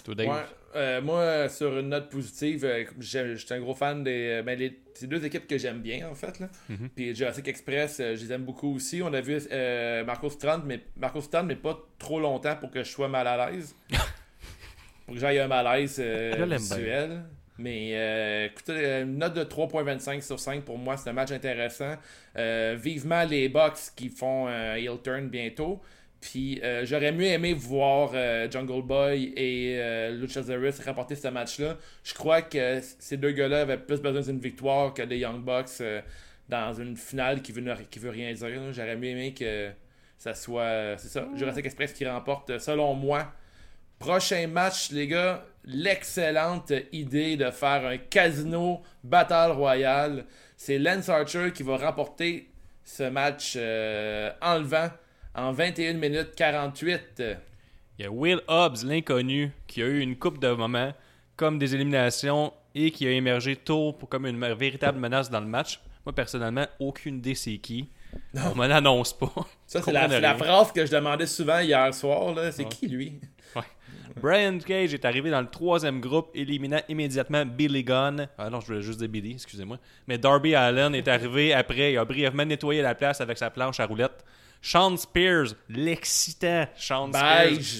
Moi, sur une note positive, je suis un gros fan des. C'est deux équipes que j'aime bien, en fait. Là. Puis Jurassic Express, je les aime beaucoup aussi. On a vu Marco Stunt, mais pas trop longtemps pour que je sois mal à l'aise. Pour que j'aille un malaise visuel. Mais écoutez, une note de 3.25 sur 5 pour moi, c'est un match intéressant. Vivement les Bucks qui font un heel turn bientôt. Puis j'aurais mieux aimé voir Jungle Boy et Luchasaurus remporter ce match-là. Je crois que ces deux gars-là avaient plus besoin d'une victoire que les Young Bucks dans une finale qui veut rien dire. Là. J'aurais mieux aimé que ça soit Jurassic Express qui remporte, selon moi. Prochain match, les gars, l'excellente idée de faire un casino Battle Royale. C'est Lance Archer qui va remporter ce match enlevant en 21 minutes 48. Il y a Will Hobbs, l'inconnu, qui a eu une coupe de moments comme des éliminations et qui a émergé tôt comme une véritable menace dans le match. Moi, personnellement, aucune idée c'est qui. On m'en annonce pas. Ça, c'est la phrase que je demandais souvent hier soir. Là. C'est qui, lui? Ouais. Brian Cage est arrivé dans le 3e groupe, éliminant immédiatement Billy Gunn. Ah non, je voulais juste dire Billy, excusez-moi. Mais Darby Allin est arrivé après. Il a brièvement nettoyé la place avec sa planche à roulettes. Sean Spears, l'excitant Sean Spears.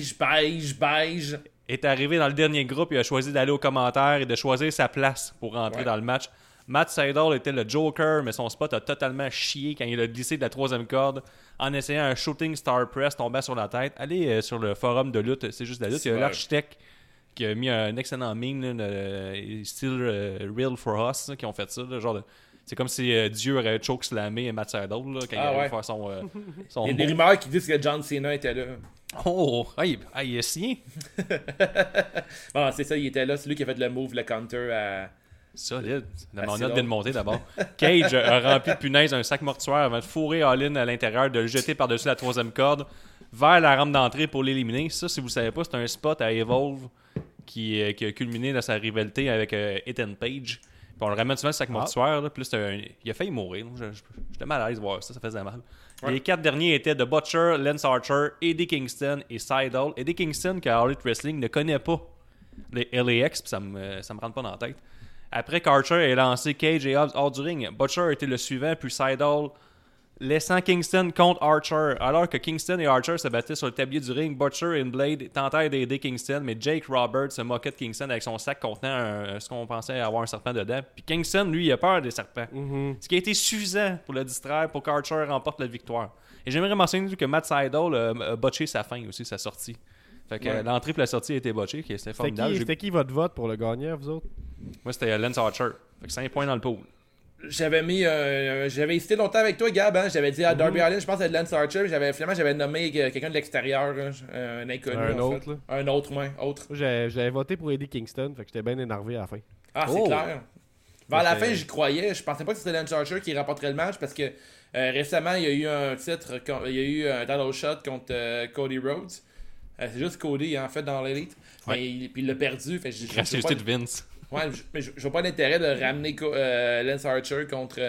Beige. Est arrivé dans le dernier groupe. Il a choisi d'aller aux commentaires et de choisir sa place pour rentrer dans le match. Matt Sydal était le Joker, mais son spot a totalement chié quand il a glissé de la 3e corde en essayant un shooting star press tombant sur la tête. Allez sur le forum de lutte, c'est juste la lutte. Il y a l'architecte qui a mis un excellent meme, style Real for Us, qui ont fait ça. Là, genre c'est comme si Dieu aurait chokeslamé Matt Sydal quand il allait faire son il y a des rumeurs qui disent que John Cena était là. Oh, il a signé. Bon, c'est ça, il était là. C'est lui qui a fait le move, le counter à... Solide. Mon note vient de monter d'abord. Cage a rempli de punaise un sac mortuaire avant de fourrer All-In à l'intérieur, de le jeter par-dessus la 3e corde vers la rampe d'entrée pour l'éliminer. Ça, si vous ne savez pas, c'est un spot à Evolve qui a culminé dans sa rivalité avec Ethan Page. Puis on le ramène souvent le sac mortuaire. Là, puis là, il a failli mourir. J'étais mal à l'aise de voir ça faisait mal. Ouais. Les 4 derniers étaient The Butcher, Lance Archer, Eddie Kingston et Sydal. Eddie Kingston, que All Elite Wrestling ne connaît pas les LAX, puis ça me rentre pas dans la tête. Après qu'Archer ait lancé Cage et Hobbs hors du ring, Butcher a été le suivant, puis Sydal, laissant Kingston contre Archer. Alors que Kingston et Archer se battaient sur le tablier du ring, Butcher et Blade tentèrent d'aider Kingston, mais Jake Roberts se moquait de Kingston avec son sac contenant ce qu'on pensait avoir un serpent dedans. Puis Kingston, lui, il a peur des serpents. Ce qui a été suffisant pour le distraire, pour qu'Archer remporte la victoire. Et j'aimerais mentionner que Matt Sydal a botché sa fin aussi, sa sortie. Fait que l'entrée et la sortie a été botchée, c'était formidable. C'était qui votre vote pour le gagnant, vous autres? Moi, c'était Lance Archer. Fait que 5 points dans le pool. J'avais hésité longtemps avec toi, Gab. Hein? J'avais dit à Darby Allin, je pense à Lance Archer. Finalement, j'avais nommé quelqu'un de l'extérieur, un inconnu. Un autre. J'avais voté pour Eddie Kingston, fait que j'étais bien énervé à la fin. Ah, c'est clair. Vers la fin, j'y croyais. Je pensais pas que c'était Lance Archer qui remporterait le match parce que Récemment, il y a eu un titre, il y a eu un title shot contre Cody Rhodes. C'est juste Cody, en fait, dans l'Elite. Ouais. Puis il l'a perdu. Fait, Gracieuseté de Vince. Ouais, mais je vois pas l'intérêt de ramener Lance Archer contre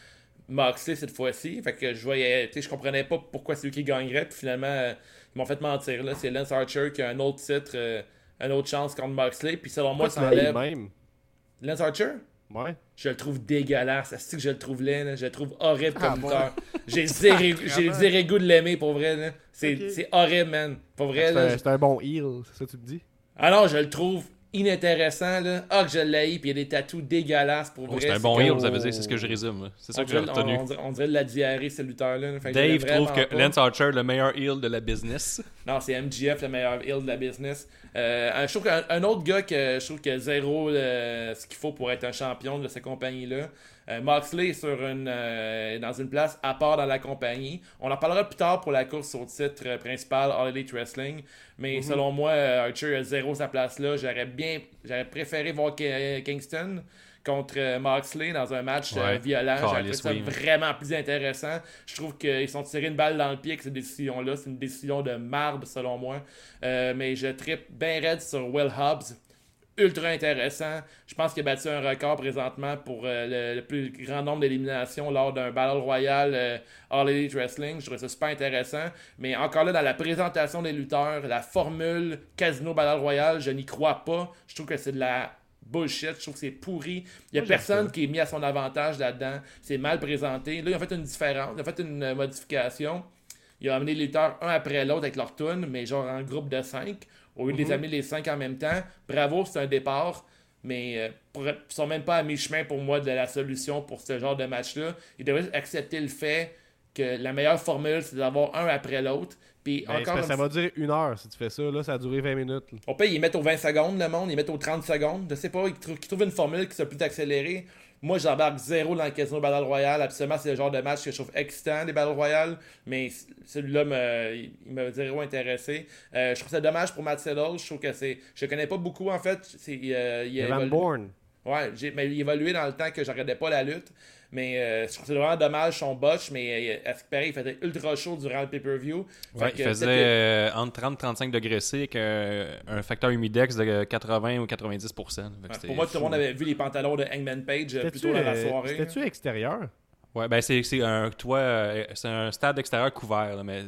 Moxley cette fois-ci. Fait que je comprenais pas pourquoi c'est lui qui gagnerait. Puis finalement, ils m'ont fait mentir. Là. C'est Lance Archer qui a un autre titre, une autre chance contre Moxley. Puis selon moi, ça enlève. Même. Lance Archer? Ouais. Je le trouve dégueulasse. C'est que je le trouve laid. Là. Je le trouve horrible comme lutteur. J'ai zéro goût de l'aimer pour vrai. Là. C'est horrible, man. Pour vrai. C'est un bon heel, c'est ça que tu me dis? Ah non, je le trouve inintéressant. Là. Ah, que je l'haïs. Puis il y a des tatous dégueulasses pour vrai. C'est un bon heel, vous avez dit. C'est ce que je résume. Là. C'est ça que j'ai retenu. On dirait de la diarrhée, ce lutteur-là. Fait que Dave trouve que pas. Lance Archer le meilleur heel de la business. Non, c'est MJF le meilleur heel de la business. Je trouve qu'un autre gars que je trouve qu'il a zéro ce qu'il faut pour être un champion de cette compagnie-là. Moxley est dans une place à part dans la compagnie. On en parlera plus tard pour la course au titre principal All Elite Wrestling. Mais selon moi, Archer a zéro sa place là. J'aurais préféré voir Kingston contre Moxley dans un match violent. J'aurais trouvé ça vraiment plus intéressant. Je trouve qu'ils sont tirés une balle dans le pied avec cette décision-là. C'est une décision de marde selon moi. Mais je trippe bien raide sur Will Hobbs. Ultra intéressant. Je pense qu'il a battu un record présentement pour le plus grand nombre d'éliminations lors d'un Battle Royale All Elite Wrestling. Je trouvais ça super intéressant. Mais encore là, dans la présentation des lutteurs, la formule Casino Battle Royale, je n'y crois pas. Je trouve que c'est de la bullshit. Je trouve que c'est pourri. Il n'y a personne qui est mis à son avantage là-dedans. C'est mal présenté. Là, ils ont fait une différence. Ils ont fait une modification. Ils ont amené les lutteurs un après l'autre avec leur tune, mais genre en groupe de 5. Au lieu de les amener les 5 en même temps. Bravo, c'est un départ. Mais ils sont même pas à mi-chemin pour moi de la solution pour ce genre de match-là. Ils devraient accepter le fait que la meilleure formule, c'est d'avoir un après l'autre. Puis encore ça va durer 1 heure si tu fais ça. Là, ça a duré 20 minutes. Là. On peut ils mettent aux 20 secondes le monde, ils mettent aux 30 secondes. Je sais pas, ils trouvent une formule qui soit plus accélérée. Moi, j'embarque zéro dans le Casino Battle Royale. Absolument, c'est le genre de match que je trouve excitant, des Battle Royale. Mais celui-là, il m'a zéro intéressé. Je trouve ça dommage pour Matt Sydal. Je trouve que je le connais pas beaucoup, en fait. Evan Bourne. Ouais, mais il évoluait dans le temps que je regardais pas la lutte. Mais je trouve que c'est vraiment dommage son botch. Mais à ce qui paraît, il faisait ultra chaud durant le pay-per-view. Ouais, il faisait entre 30 et 35 degrés C avec un facteur humidex de 80 ou 90%. Pour moi, tout le monde avait vu les pantalons de Hangman Page plus tôt dans la soirée. C'était-tu extérieur? Ouais, ben c'est un toit, c'est un stade extérieur couvert. Là, mais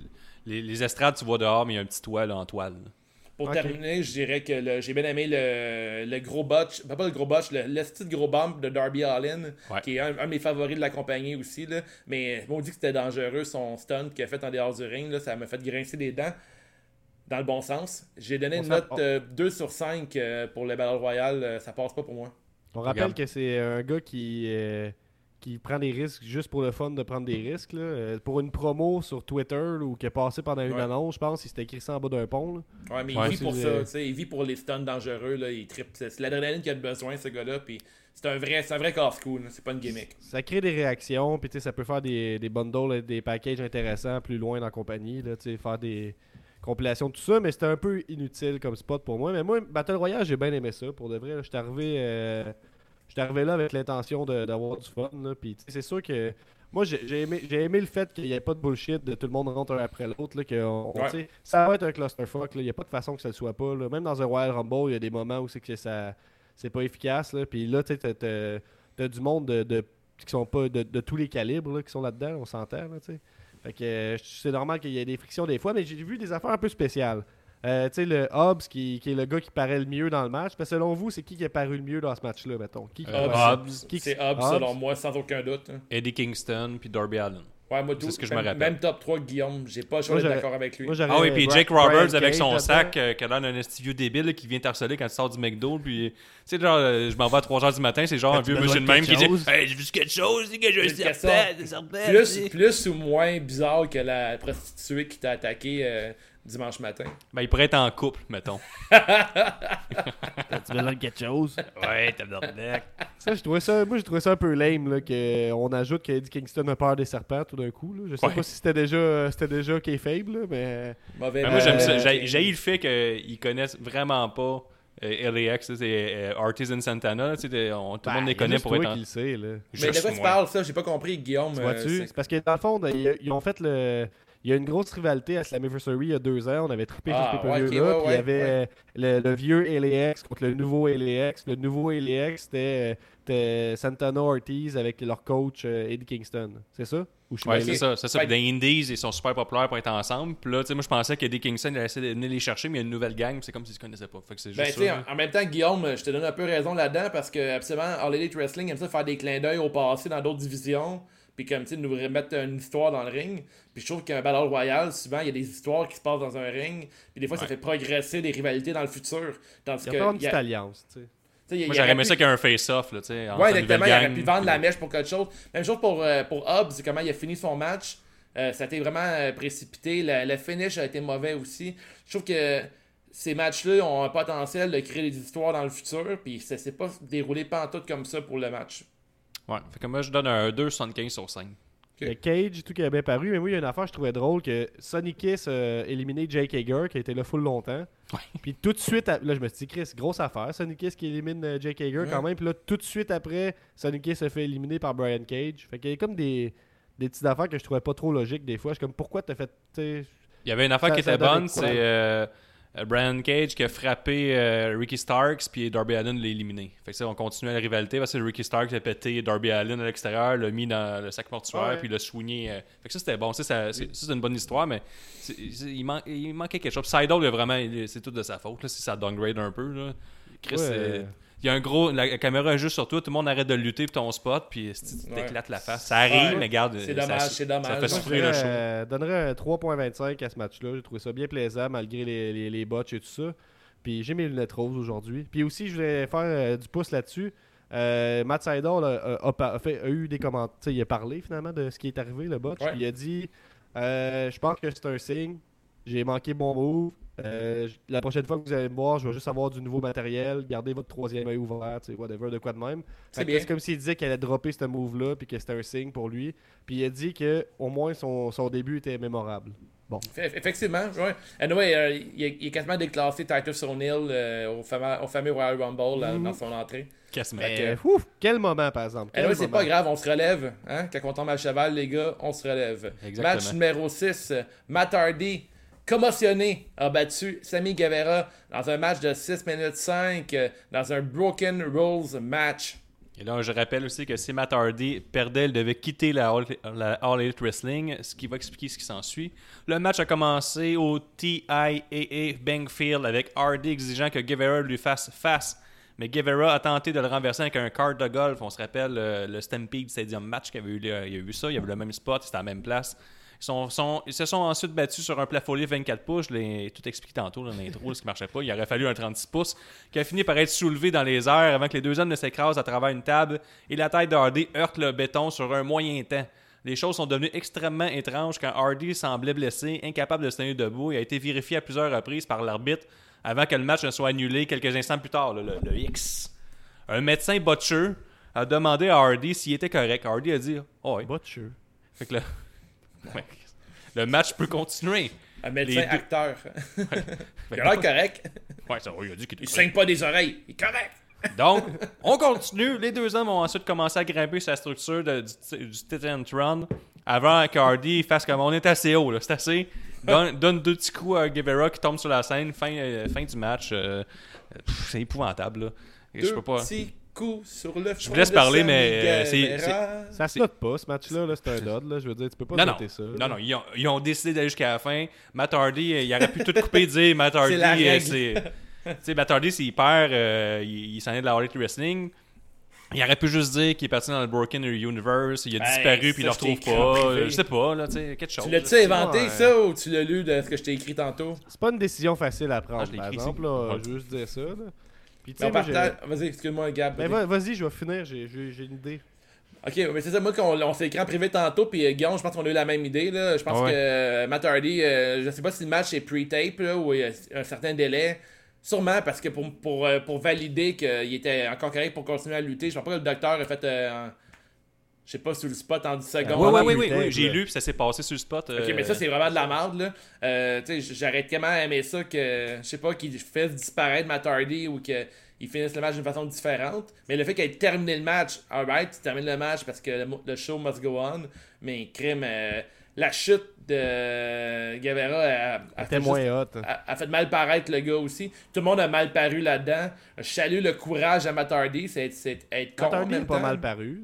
les estrades, tu vois dehors, mais il y a un petit toit là, en toile. Là. Pour terminer, je dirais que j'ai bien aimé le gros botch, pas le gros botch, le style gros bump de Darby Allin, qui est un de mes favoris de la compagnie aussi. Là. Mais on dit que c'était dangereux son stunt qu'il a fait en dehors du ring. Là, ça m'a fait grincer des dents dans le bon sens. J'ai donné une note 2 sur 5 pour le Battle Royale. Ça passe pas pour moi. On rappelle que c'est un gars qui prend des risques juste pour le fun de prendre des risques. Là. Pour une promo sur Twitter ou qui est passé pendant une annonce, je pense qu'il s'était écrit ça en bas d'un pont. Là. Ouais, mais il vit pour ça. Il vit pour les stuns dangereux. Là. Il trippe. C'est l'adrénaline qu'il a besoin, ce gars-là. Puis c'est un vrai casse-cou. C'est pas une gimmick. Ça crée des réactions. Puis ça peut faire des bundles, des packages intéressants plus loin dans la compagnie. Là, faire des compilations de tout ça. Mais c'était un peu inutile comme spot pour moi. Mais moi, Battle Royale, j'ai bien aimé ça. Pour de vrai, je suis arrivé là avec l'intention d'avoir du fun. Là. Puis c'est sûr que moi j'ai aimé le fait qu'il n'y ait pas de bullshit, de tout le monde rentre un après l'autre. Là, ça va être un clusterfuck. Il n'y a pas de façon que ça ne le soit pas. Là. Même dans un Royal Rumble, il y a des moments où c'est que c'est pas efficace. Là. Puis là, t'as du monde qui sont pas de tous les calibres là, qui sont là-dedans, on s'entend. Là, fait que c'est normal qu'il y ait des frictions des fois, mais j'ai vu des affaires un peu spéciales. Le Hobbs qui est le gars qui paraît le mieux dans le match. Mais selon vous, c'est qui a paru le mieux dans ce match-là, mettons? Hobbs. C'est Hobbs, selon moi, sans aucun doute. Hein. Eddie Kingston puis Darby Allin. Ouais, moi, c'est ce que je me rappelle. Même top 3 Guillaume, j'ai pas le choix d'être d'accord avec lui. Oui, puis Jake Roberts avec son sac qui a l'air d'un vieux débile qui vient t'harceler quand tu sors du McDo. Puis, tu sais, genre, je m'en vais à 3h du matin, c'est genre un vieux monsieur de même qui dit hey, j'ai vu quelque chose, c'est que j'ai un serpent. Plus ou moins bizarre que la prostituée qui t'a attaqué dimanche matin. Ben, il pourrait être en couple, mettons. Tu besoin de quelque chose? Ouais, t'as besoin de deck. J'ai trouvé ça un peu lame là, qu'on ajoute qu'Eddie Kingston a peur des serpents tout d'un coup. Là. Je sais pas si c'était déjà kayfabe, là, mais... Mauvais. Moi, j'aime ça. J'ai le fait qu'ils connaissent vraiment pas LAX, c'est Artisan Santana. Tout le monde les Il y a connaît juste pour toi être. qui le sais, là. Mais de quoi tu parles, ça? J'ai pas compris, Guillaume. Vois-tu? C'est parce que dans le fond, ils ont fait le. Il y a une grosse rivalité à Slammiversary il y a 2 ans. On avait trippé sur ce pay-per-view-là. Puis il y avait le vieux LAX contre le nouveau LAX. Le nouveau LAX, c'était Santana Ortiz avec leur coach Eddie Kingston. C'est ça? Ou je suis Ouais, mêlé? c'est ça. C'est ça. Puis dans les Indies, ils sont super populaires pour être ensemble. Puis là, tu sais, moi, je pensais qu'Eddie Kingston allait essayer de venir les chercher, mais il y a une nouvelle gang. Puis c'est comme s'ils se connaissaient pas. Fait que c'est juste Ben, tu sais, ça. en même temps, Guillaume, je te donne un peu raison là-dedans parce que, absolument, All Elite Wrestling aime ça faire des clins d'œil au passé dans d'autres divisions. Puis, comme tu sais, nous remettre une histoire dans le ring. Puis, je trouve qu'un Battle Royale, souvent, il y a des histoires qui se passent dans un ring. Puis, des fois, ça fait progresser des rivalités dans le futur. Tandis Il y que. a pas une petite alliance, tu sais. Moi, j'aurais aimé ça qu'il y ait un face-off, là, tu sais. Ouais, exactement. Il aurait pu vendre la mèche pour quelque chose. Même chose pour Hobbs, comment il a fini son match. Ça a été vraiment précipité. Le finish a été mauvais aussi. Je trouve que ces matchs-là ont un potentiel de créer des histoires dans le futur. Puis ça s'est pas déroulé pantoute comme ça pour le match. Ouais, fait que moi, je donne un 2,75 sur 5. Le Cage, tout qui a bien paru. Mais moi, il y a une affaire que je trouvais drôle que Sonny Kiss a éliminé Jake Hager, qui a été là full longtemps. Ouais. Puis tout de suite, là, je me suis dit, Chris, grosse affaire. Sonny Kiss qui élimine Jake Hager quand même. Puis là, tout de suite après, Sonny Kiss se fait éliminer par Brian Cage. Fait qu'il y a comme des petites affaires que je trouvais pas trop logiques des fois. Je suis comme, pourquoi t'as fait. Il y avait une affaire Ça- qui ça était donne bonne, quoi? c'est Brian Cage qui a frappé Ricky Starks, puis Darby Allin l'a éliminé. Fait que ça, on continue la rivalité parce que Ricky Starks a pété Darby Allin à l'extérieur, l'a mis dans le sac mortuaire, puis l'a soigné. Fait que ça, c'était bon. Ça, c'est une bonne histoire, mais il manquait quelque chose. Seidel, c'est tout de sa faute. Là, si ça downgrade un peu. Là. Chris, il y a un gros. La caméra est juste sur toi, tout le monde arrête de lutter, puis ton spot, puis tu t'éclates la face. Ça arrive, mais regarde. C'est dommage, c'est dommage. Ça fait Moi, souffrir le show. Je donnerais un 3.25 à ce match-là. J'ai trouvé ça bien plaisant malgré les botches et tout ça. Puis j'ai mes lunettes roses aujourd'hui. Puis aussi, je voulais faire du pouce là-dessus. Matt Sydal a eu des commentaires. Il a parlé finalement de ce qui est arrivé, le botch. Ouais. Puis il a dit je pense que c'est un signe. J'ai manqué mon move. La prochaine fois que vous allez me voir, je vais juste avoir du nouveau matériel. Gardez votre troisième œil ouvert, whatever, de quoi de même. C'est Fait que bien. c'est comme s'il disait qu'il allait dropper ce move-là, puis que c'était un signe pour lui. Puis il a dit que au moins son début était mémorable. Bon. Effectivement, ouais. Anyway, il est quasiment déclassé Titus O'Neil au fameux Royal Rumble dans son entrée. Quasiment. Ouf, quel moment, par exemple. Quel Anyway, c'est moment. pas grave, on se relève. Hein? Quand on tombe à cheval, les gars, on se relève. Exactement. Match numéro 6, Matt Hardy, commotionné, a battu Sammy Guevara dans un match de 6 minutes 5, dans un Broken Rules match. Et là, je rappelle aussi que si Matt Hardy perdait, il devait quitter la All Elite Wrestling, ce qui va expliquer ce qui s'ensuit. Le match a commencé au TIAA Bankfield avec Hardy exigeant que Guevara lui fasse face. Mais Guevara a tenté de le renverser avec un cart de golf. On se rappelle le Stampede Stadium match qu'il y avait eu. Il y a eu ça, il y avait le même spot, c'était à la même place. Ils se sont ensuite battus sur un plafonnier 24 pouces. Je l'ai tout expliqué tantôt dans l'intro, ce qui marchait pas. Il aurait fallu un 36 pouces qui a fini par être soulevé dans les airs avant que les deux hommes ne s'écrasent à travers une table et la tête de Hardy heurte le béton sur un moyen temps. Les choses sont devenues extrêmement étranges quand Hardy semblait blessé, incapable de se tenir debout et a été vérifié à plusieurs reprises par l'arbitre avant que le match ne soit annulé quelques instants plus tard, le X. Un médecin butcher a demandé à Hardy s'il était correct. Hardy a dit « Oh oui ». Butcher. Fait que le match peut continuer. Un médecin Les deux- acteur. Il a l'air correct. Ouais, ça, il a dit qu'il était Il correct. saigne pas des oreilles. Il est correct. Donc, on continue. Les deux hommes ont ensuite commencé à grimper sur la structure du Titan Tron avant que Hardy fasse comme on est assez haut. Là. C'est assez. Donne deux petits coups à Guevara qui tombe sur la scène. Fin du match. C'est épouvantable. Là. Et je Deux peux pas. petits coups sur le front. vous laisse de parler, Sammy mais, Guevara. Ça se note pas, ce match-là. Là, c'est un dud. Là. Je veux dire, tu peux pas Non, noter ça. non, ils ont décidé d'aller jusqu'à la fin. Matt Hardy, il aurait pu tout couper et dire Matt Hardy, la règle. c'est. Tu sais, Matt Hardy, s'il perd, il s'en est de la All Elite Wrestling. Il aurait pu juste dire qu'il est parti dans le Broken Universe, il a disparu puis il le ça, je t'ai retrouve écrit en pas. privé. Je sais pas, là, tu sais, quelque chose. Tu l'as-tu là. inventé, Ouais. ça, ou tu l'as lu de ce que je t'ai écrit tantôt? C'est pas une décision facile à prendre, Ah, je l'ai par écrit exemple. ici. Là, Ouais. je veux juste dire ça. Là. Puis, tu Mais sais, on moi, partage... Vas-y, excuse-moi, Gab. Ben, vas-y. vas-y, je vais finir. J'ai une idée. Ok, mais c'est ça, moi, on s'est écrit en privé tantôt, puis Guillaume, je pense qu'on a eu la même idée, là. Je pense Ouais. que Matt Hardy, je sais pas si le match est pre-tape, là, ou il y a un certain délai. Sûrement, parce que pour valider qu'il était encore correct pour continuer à lutter, je pense pas que le docteur a fait... Je sais pas, sur le spot en 10 secondes. Oui, j'ai lu, puis ça s'est passé sur le spot. Ok, mais ça, c'est vraiment de la merde, là. Tu sais, j'aurais tellement aimé ça que, je sais pas, qu'il fasse disparaître Matt Hardy ou qu'il finisse le match d'une façon différente. Mais le fait qu'il ait terminé le match, alright, tu termines le match parce que le show must go on. Mais crime, la chute de Guevara a fait mal paraître le gars aussi. Tout le monde a mal paru là-dedans. Je salue le courage à Matt Hardy, c'est être con. Matt Hardy n'a pas mal paru.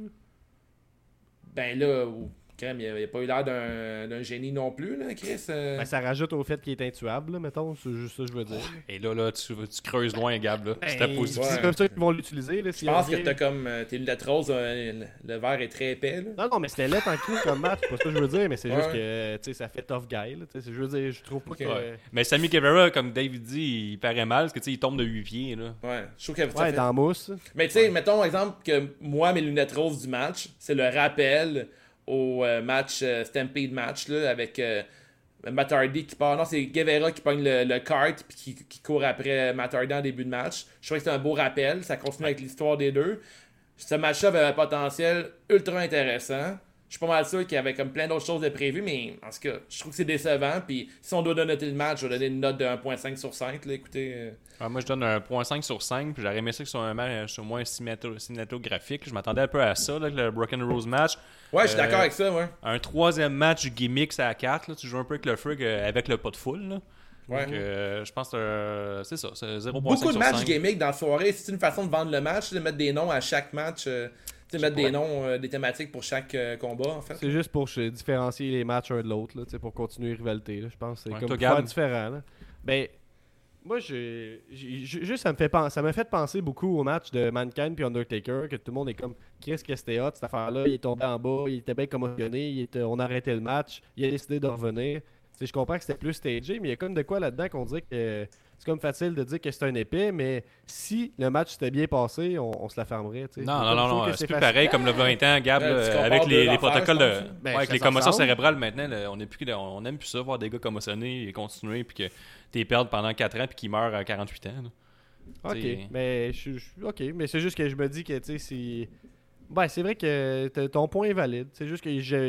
Ben là, crème, il n'a pas eu l'air d'un génie non plus, là, Chris. Ben, ça rajoute au fait qu'il est intuable, là, mettons. C'est juste ça que je veux dire. Et là, tu creuses loin, Gab. Là. C'était positif. C'est comme ça qu'ils vont l'utiliser. Là, je pense que t'as comme tes lunettes roses, le verre est très épais. Là. Non, mais c'était laid en clou comme match. C'est pas ça que je veux dire, mais c'est juste que ça fait tough guy. Là, je veux dire, je trouve pas que. Mais Sammy Guevara, comme David dit, il paraît mal parce que il tombe de 8 pieds. Là. Ouais, je trouve que ça fait... dans la mousse. Mais tu sais, mettons par exemple que moi, mes lunettes roses du match, c'est le rappel au match Stampede match là, avec Matt Hardy qui part. Non, c'est Guevara qui pogne le kart puis qui court après Matt Hardy en début de match. Je trouvais que c'est un beau rappel. Ça continue avec l'histoire des deux. Ce match-là avait un potentiel ultra intéressant. Je suis pas mal sûr qu'il y avait comme plein d'autres choses de prévues, mais en tout cas, je trouve que c'est décevant. Puis si on doit noter le match, je vais donner une note de 1.5 sur 5. Là, écoutez, moi, je donne un 1.5 sur 5. Puis j'aurais aimé ça que ce soit un match au moins cinématographique. Je m'attendais un peu à ça, là, le Broken Rose match. Ouais, je suis d'accord avec ça. Ouais. Un troisième match gimmick, c'est à 4. Là, tu joues un peu avec le frig avec le pas de full. Là. Ouais. Donc, je pense que c'est ça. C'est 0.5 beaucoup de matchs 5. gimmick dans la soirée. C'est une façon de vendre le match, de mettre des noms à chaque match. Mettre des noms, des thématiques pour chaque combat, en fait. C'est juste pour différencier les matchs un de l'autre, là, pour continuer la rivalité. Là. Je pense que c'est comme faire différent. Là. Ben, moi, juste ça m'a fait penser beaucoup au match de Mankind puis Undertaker, que tout le monde est comme, qu'est-ce que c'était hot, cette affaire-là. Il est tombé en bas, il était bien commotionné, on a arrêté le match, il a décidé de revenir. Je comprends que c'était plus stagé, mais il y a comme de quoi là-dedans qu'on dirait que c'est comme facile de dire que c'est un épée, mais si le match s'était bien passé, on se la fermerait. T'sais. Non, c'est plus pareil comme le 20 ans, Gab, avec les protocoles avec les commotions cérébrales maintenant, on n'aime plus ça, voir des gars commotionnés et continuer, puis que t'es perdu pendant 4 ans, puis qu'ils meurent à 48 ans. Là. Ok, mais mais c'est juste que je me dis que c'est vrai que ton point est valide. C'est juste que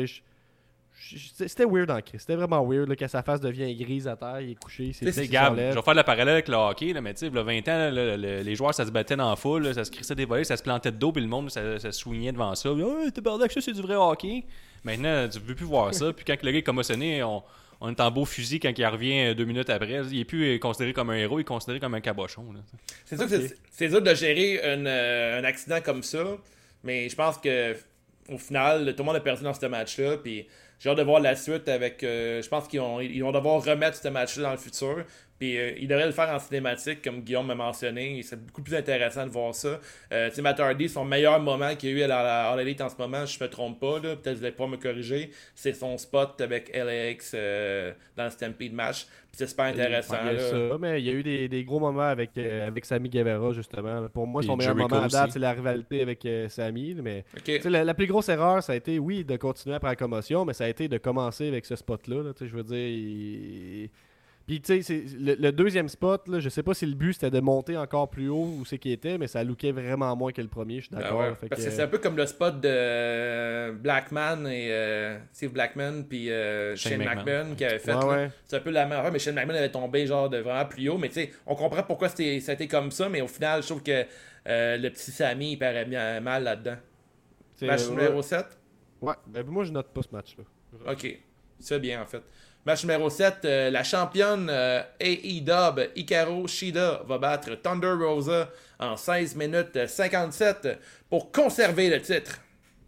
c'était weird en Christ. C'était vraiment weird là, que sa face devient grise à terre, il est couché. C'est Gab, je vais faire le parallèle avec le hockey, là, mais tu sais, il y a 20 ans, là, les joueurs, ça se battait dans la foule, là, ça se crissait des volets, ça se plantait de dos, puis le monde, ça se soulignait devant ça. Oh, t'es bardac, ça, c'est du vrai hockey. Maintenant, tu veux plus voir ça. Puis quand le gars est commotionné, on est en beau fusil quand il revient 2 minutes après. Il est plus considéré comme un héros, il est considéré comme un cabochon. Là. C'est sûr que c'est dur de gérer un accident comme ça, mais je pense que au final, tout le monde a perdu dans ce match-là, puis j'ai hâte de voir la suite avec... je pense qu'ils vont devoir remettre ce match-là dans le futur. Puis ils devraient le faire en cinématique, comme Guillaume m'a mentionné. C'est beaucoup plus intéressant de voir ça. Tu sais, Matt Hardy, son meilleur moment qu'il y a eu à la All Elite en ce moment, je me trompe pas, là, peut-être que vous allez pas me corriger, c'est son spot avec LAX dans le Stampede match. Puis c'est super intéressant. Il y a ça, mais il y a eu des gros moments avec Sammy Guevara, justement. Pour moi, son meilleur moment à date, c'est la rivalité avec Sammy. Mais la plus grosse erreur, ça a été, oui, de continuer après la commotion, mais ça a été de commencer avec ce spot-là. Là, je veux dire... Puis, tu sais, le deuxième spot, là, je sais pas si le but c'était de monter encore plus haut où c'est qu'il était, mais ça lookait vraiment moins que le premier, je suis d'accord. Parce que c'est un peu comme le spot de Blackman et Steve Blackman puis Shane McMahon qui avait fait. Ouais. C'est un peu la même affaire, mais Shane McMahon avait tombé genre de vraiment plus haut. Mais tu sais, on comprend pourquoi ça a été comme ça, mais au final, je trouve que le petit Sammy, il paraît bien mal là-dedans. Match numéro 7? Ouais, ben moi je note pas ce match-là. Ok, c'est bien en fait. Match numéro 7, la championne AEW Hikaru Shida va battre Thunder Rosa en 16 minutes 57 pour conserver le titre.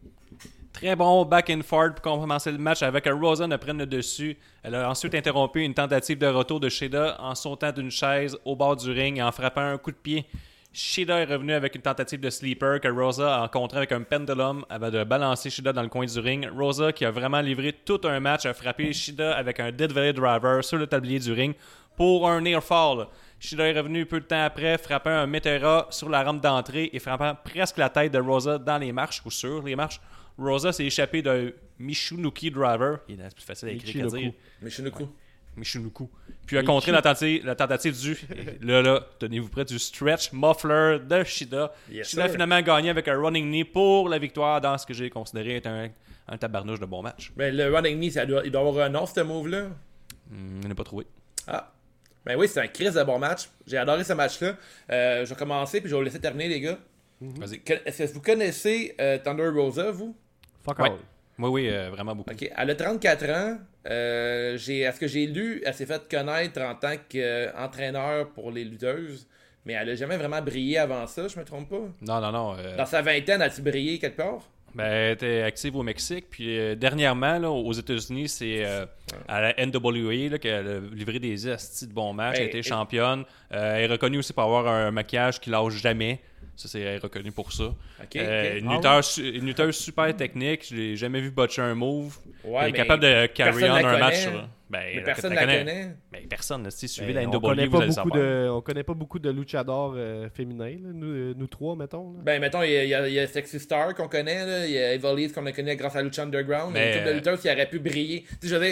Très bon back and forth pour commencer le match avec Rosa ne prenne le dessus. Elle a ensuite interrompu une tentative de retour de Shida en sautant d'une chaise au bord du ring et en frappant un coup de pied. Shida est revenu avec une tentative de sleeper que Rosa a contré avec un pendulum avant de balancer Shida dans le coin du ring. Rosa, qui a vraiment livré tout un match, a frappé Shida avec un Death Valley Driver sur le tablier du ring pour un near fall. Shida est revenu peu de temps après, frappant un Meteora sur la rampe d'entrée et frappant presque la tête de Rosa dans les marches ou sur les marches. Rosa s'est échappé d'un Michinoku Driver. Il est plus facile à écrire qu'à dire. Michinoku. Michinoku. Puis a contré la tentative du, là, tenez-vous prêts, du stretch muffler de Shida. Yes, Shida a sir. finalement gagné avec un running knee pour la victoire dans ce que j'ai considéré être un tabarnouche de bon match. Ben, le running knee, il doit avoir un nom, ce move-là. Je n'ai pas trouvé. Ah. Ben oui, c'est un crise de bon match. J'ai adoré ce match-là. Je vais commencer, puis je vais vous laisser terminer, les gars. Vas-y. Est-ce que vous connaissez Thunder Rosa, vous? Fuck Ouais. all. Oui, vraiment beaucoup. Ok, elle a 34 ans. À ce que j'ai lu, elle s'est fait connaître en tant qu'entraîneur pour les lutteuses. Mais elle a jamais vraiment brillé avant ça, je me trompe pas. Non. Dans sa vingtaine, a-t-il brillé quelque part? Ben, elle était active au Mexique. Puis dernièrement, là, aux États-Unis, c'est à la NWA là, qu'elle a livré des estis de bons matchs. Ben, Elle a été championne. Elle est reconnue aussi pour avoir un maquillage qui lâche jamais. Ça, elle est reconnue pour ça. Ok, Une lutteuse super technique. Je l'ai jamais vu botcher un move. Ouais, Elle est mais capable de carry personne on la un match. connaît. Là. Ben, Mais personne la connaît. Ben, personne. là. Si suivez Ben, la on NWA, connaît vous pas allez le beaucoup savoir. on connaît pas beaucoup de luchadors féminins, là, nous trois, mettons. Là. Ben, mettons, il y a Sexy Star qu'on connaît, là. Il y a Evilise qu'on a connu grâce à Lucha Underground. Il y a une couple de lutteuses qui auraient pu briller. Tu sais, je veux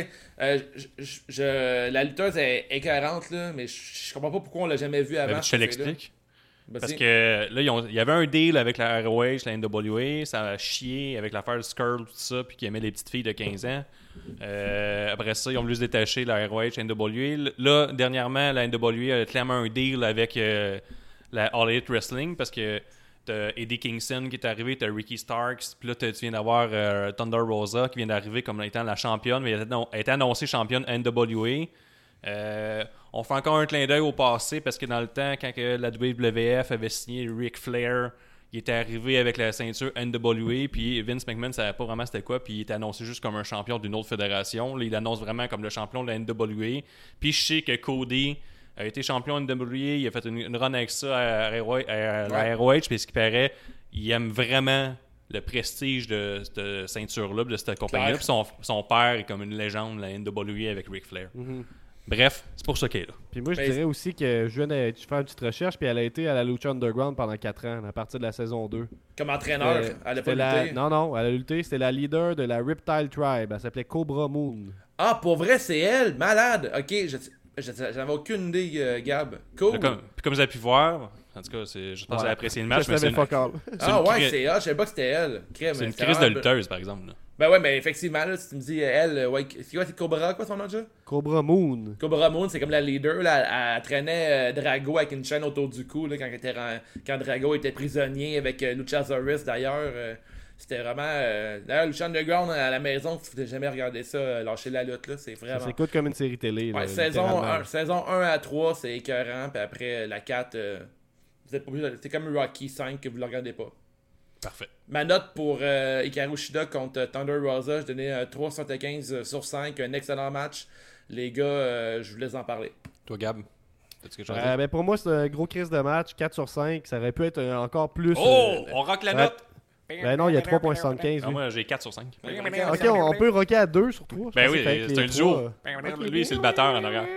dire, la lutteuse est écœurante, là, mais je comprends pas pourquoi on l'a jamais vue avant. Ben, je te l'explique. Vas-y. Parce que là, il y avait un deal avec la ROH, la NWA, ça a chié avec l'affaire de Skrull, tout ça, puis qui aimait les petites filles de 15 ans. Après ça, ils ont voulu se détacher, la ROH, la NWA. Là, dernièrement, la NWA a clairement un deal avec la All Elite Wrestling, parce que t'as Eddie Kingston qui est arrivé, t'as Ricky Starks, puis là, tu viens d'avoir Thunder Rosa qui vient d'arriver comme étant la championne, mais elle a été annoncée championne NWA. On fait encore un clin d'œil au passé parce que dans le temps, quand que la WWF avait signé Ric Flair, il était arrivé avec la ceinture NWA, puis Vince McMahon ne savait pas vraiment c'était quoi, puis il était annoncé juste comme un champion d'une autre fédération. Là, il annonce vraiment comme le champion de la NWA. Puis je sais que Cody a été champion NWA, il a fait une run avec ça à la ROH, puis ce qui paraît, il aime vraiment le prestige de cette ceinture-là, de cette compagnie-là. Puis son père est comme une légende de la NWA avec Ric Flair. Bref, c'est pour ça qu'elle est là. Puis moi, je dirais aussi que je viens de faire une petite recherche, puis elle a été à la Lucha Underground pendant 4 ans, à partir de la saison 2. Comme entraîneur, elle a pas lutté. Non, elle a lutté. C'était la leader de la Riptile Tribe. Elle s'appelait Cobra Moon. Ah, pour vrai, c'est elle, malade. Ok, j'avais aucune idée, Gab. Cool. Puis comme vous avez pu voir, en tout cas, je pense que vous avez apprécié le match, Je mais savais fuck all. Ah ouais, c'est elle. Je savais pas que c'était elle. c'est une crise de lutteuse, par exemple. Là. Ben ouais, mais effectivement, là, si tu me dis elle, ouais, c'est quoi, c'est Cobra, quoi son nom déjà? Cobra Moon. Cobra Moon, c'est comme la leader, là, elle traînait Drago avec une chaîne autour du cou, là, quand Drago était prisonnier avec Luchasaurus, d'ailleurs. C'était vraiment... D'ailleurs, Lucha Underground à la maison, si vous n'avez jamais regardé ça, lâchez la lutte, là, c'est vraiment... Ça s'écoute comme une série télé. Ouais, là, saison 1 à 3, c'est écœurant, puis après, la 4, vous êtes pas obligé c'est comme Rocky 5 que vous le regardez pas. Parfait. Ma note pour Hikaru Shida contre Thunder Rosa, je donnais 3,75 sur 5, un excellent match. Les gars, je vous laisse en parler. Toi, Gab, t'as-tu quelque chose à dire? Ben pour moi, c'est un gros crise de match, 4 sur 5. Ça aurait pu être encore plus. Oh! On rock la ouais. note! Ben non, il y a 3,75. Ah, moi, j'ai 4 sur 5. Ok, on peut rocker à 2 sur 3. Ben oui, c'est un duo. Lui, c'est le batteur en arrière.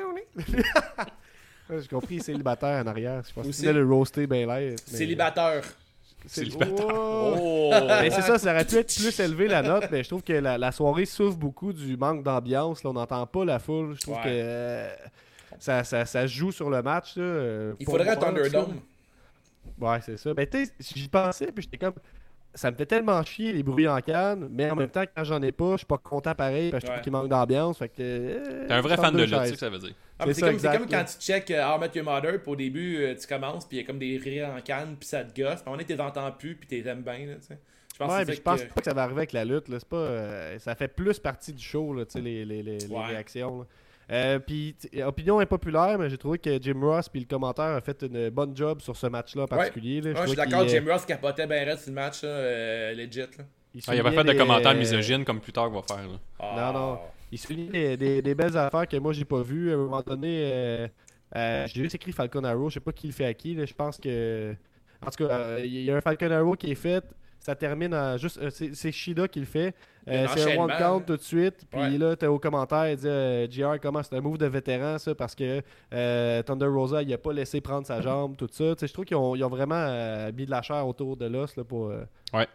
J'ai compris, il est célibataire en arrière. Je pense que Aussi. c'était le roasté ben l'air. Célibataire. Célibataire. Oh! Mais c'est ça aurait pu être plus élevé la note, mais je trouve que la soirée souffre beaucoup du manque d'ambiance. Là, on n'entend pas la foule. Je trouve que ça se joue sur le match. Là, Il faudrait un Thunderdome. Ouais, c'est ça. Ben, tu sais, j'y pensais, puis j'étais comme. Ça me fait tellement chier les bruits en canne, mais en même temps, quand j'en ai pas, je suis pas content pareil, parce que je trouve qu'il manque d'ambiance. Fait que. T'es un vrai fan de lutte, c'est ce que ça veut dire. Ah, C'est ça, c'est comme exact, quand tu check How I Met Your Mother, puis au début, tu commences, puis il y a comme des rires en canne, puis ça te gosse. Puis à un moment donné, t'es entends plus, puis t'es aimes bien. Là, tu sais. Je pense Ouais, que mais je pense pas que ça va arriver avec la lutte. Là. C'est pas, ça fait plus partie du show, là, les réactions. Là. Puis, opinion impopulaire, mais j'ai trouvé que Jim Ross puis le commentaire a fait une bonne job sur ce match-là en particulier. Là. Je suis d'accord, Jim Ross capotait bien raide sur le match, legit. Là. Il va faire des commentaires misogynes comme plus tard va faire. Là. Non. Il soulignait des belles affaires que moi j'ai pas vues. À un moment donné, j'ai juste écrit Falcon Arrow. Je sais pas qui le fait à qui. Là. Je pense que. En tout cas, il y a un Falcon Arrow qui est fait. Ça termine en juste. C'est Shida qui le fait. C'est un one count tout de suite. Puis là, t'es au commentaire, il dit JR, comment c'est un move de vétéran, ça, parce que Thunder Rosa, il a pas laissé prendre sa jambe, tout ça. Je trouve qu'ils ont vraiment mis de la chair autour de l'os là, pour.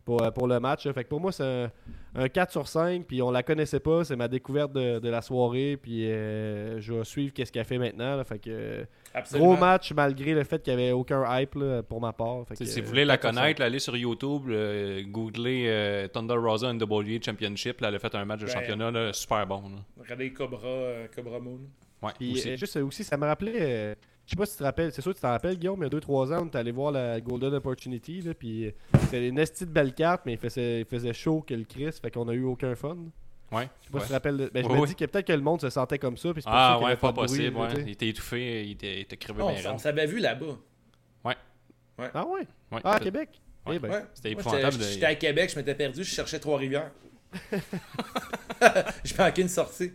pour le match. Fait que pour moi, c'est un 4 sur 5, puis on la connaissait pas. C'est ma découverte de la soirée, puis je vais suivre qu'est-ce qu'elle fait maintenant. Là. Fait que Absolument. gros match, malgré le fait qu'il n'y avait aucun hype là, pour ma part. Fait que, Si vous voulez la 4 sur 5. connaître, là, allez sur YouTube, googlez Thunder Rosa NWA Championship. Là, elle a fait un match de Ouais. championnat là, super bon. Là. Regardez Cobra Moon. Ouais, Puis aussi. juste aussi, ça me rappelait, je sais pas si tu te rappelles, c'est sûr que tu t'en rappelles, Guillaume, il y a 2-3 ans, on est allé voir la Golden Opportunity, là, puis c'était une esti de belle carte, mais il faisait chaud que le Chris, fait qu'on a eu aucun fun. Ouais. Je sais pas Ouais. si tu te rappelles, je Ouais, me ouais. dis que peut-être que le monde se sentait comme ça, puis c'est pour ça Ah qu'il y ouais, avait pas de bruit, possible. là, Ouais. tu sais. Il était étouffé, il était crevé On bien raide. s'avait vu là-bas. Ah ouais? Ouais. Ah, à Québec? Ouais. Eh ben, Ouais. C'était Moi, épouvantable. J'étais à Québec, je m'étais perdu, je cherchais Trois-Rivières. Je manquais une sortie.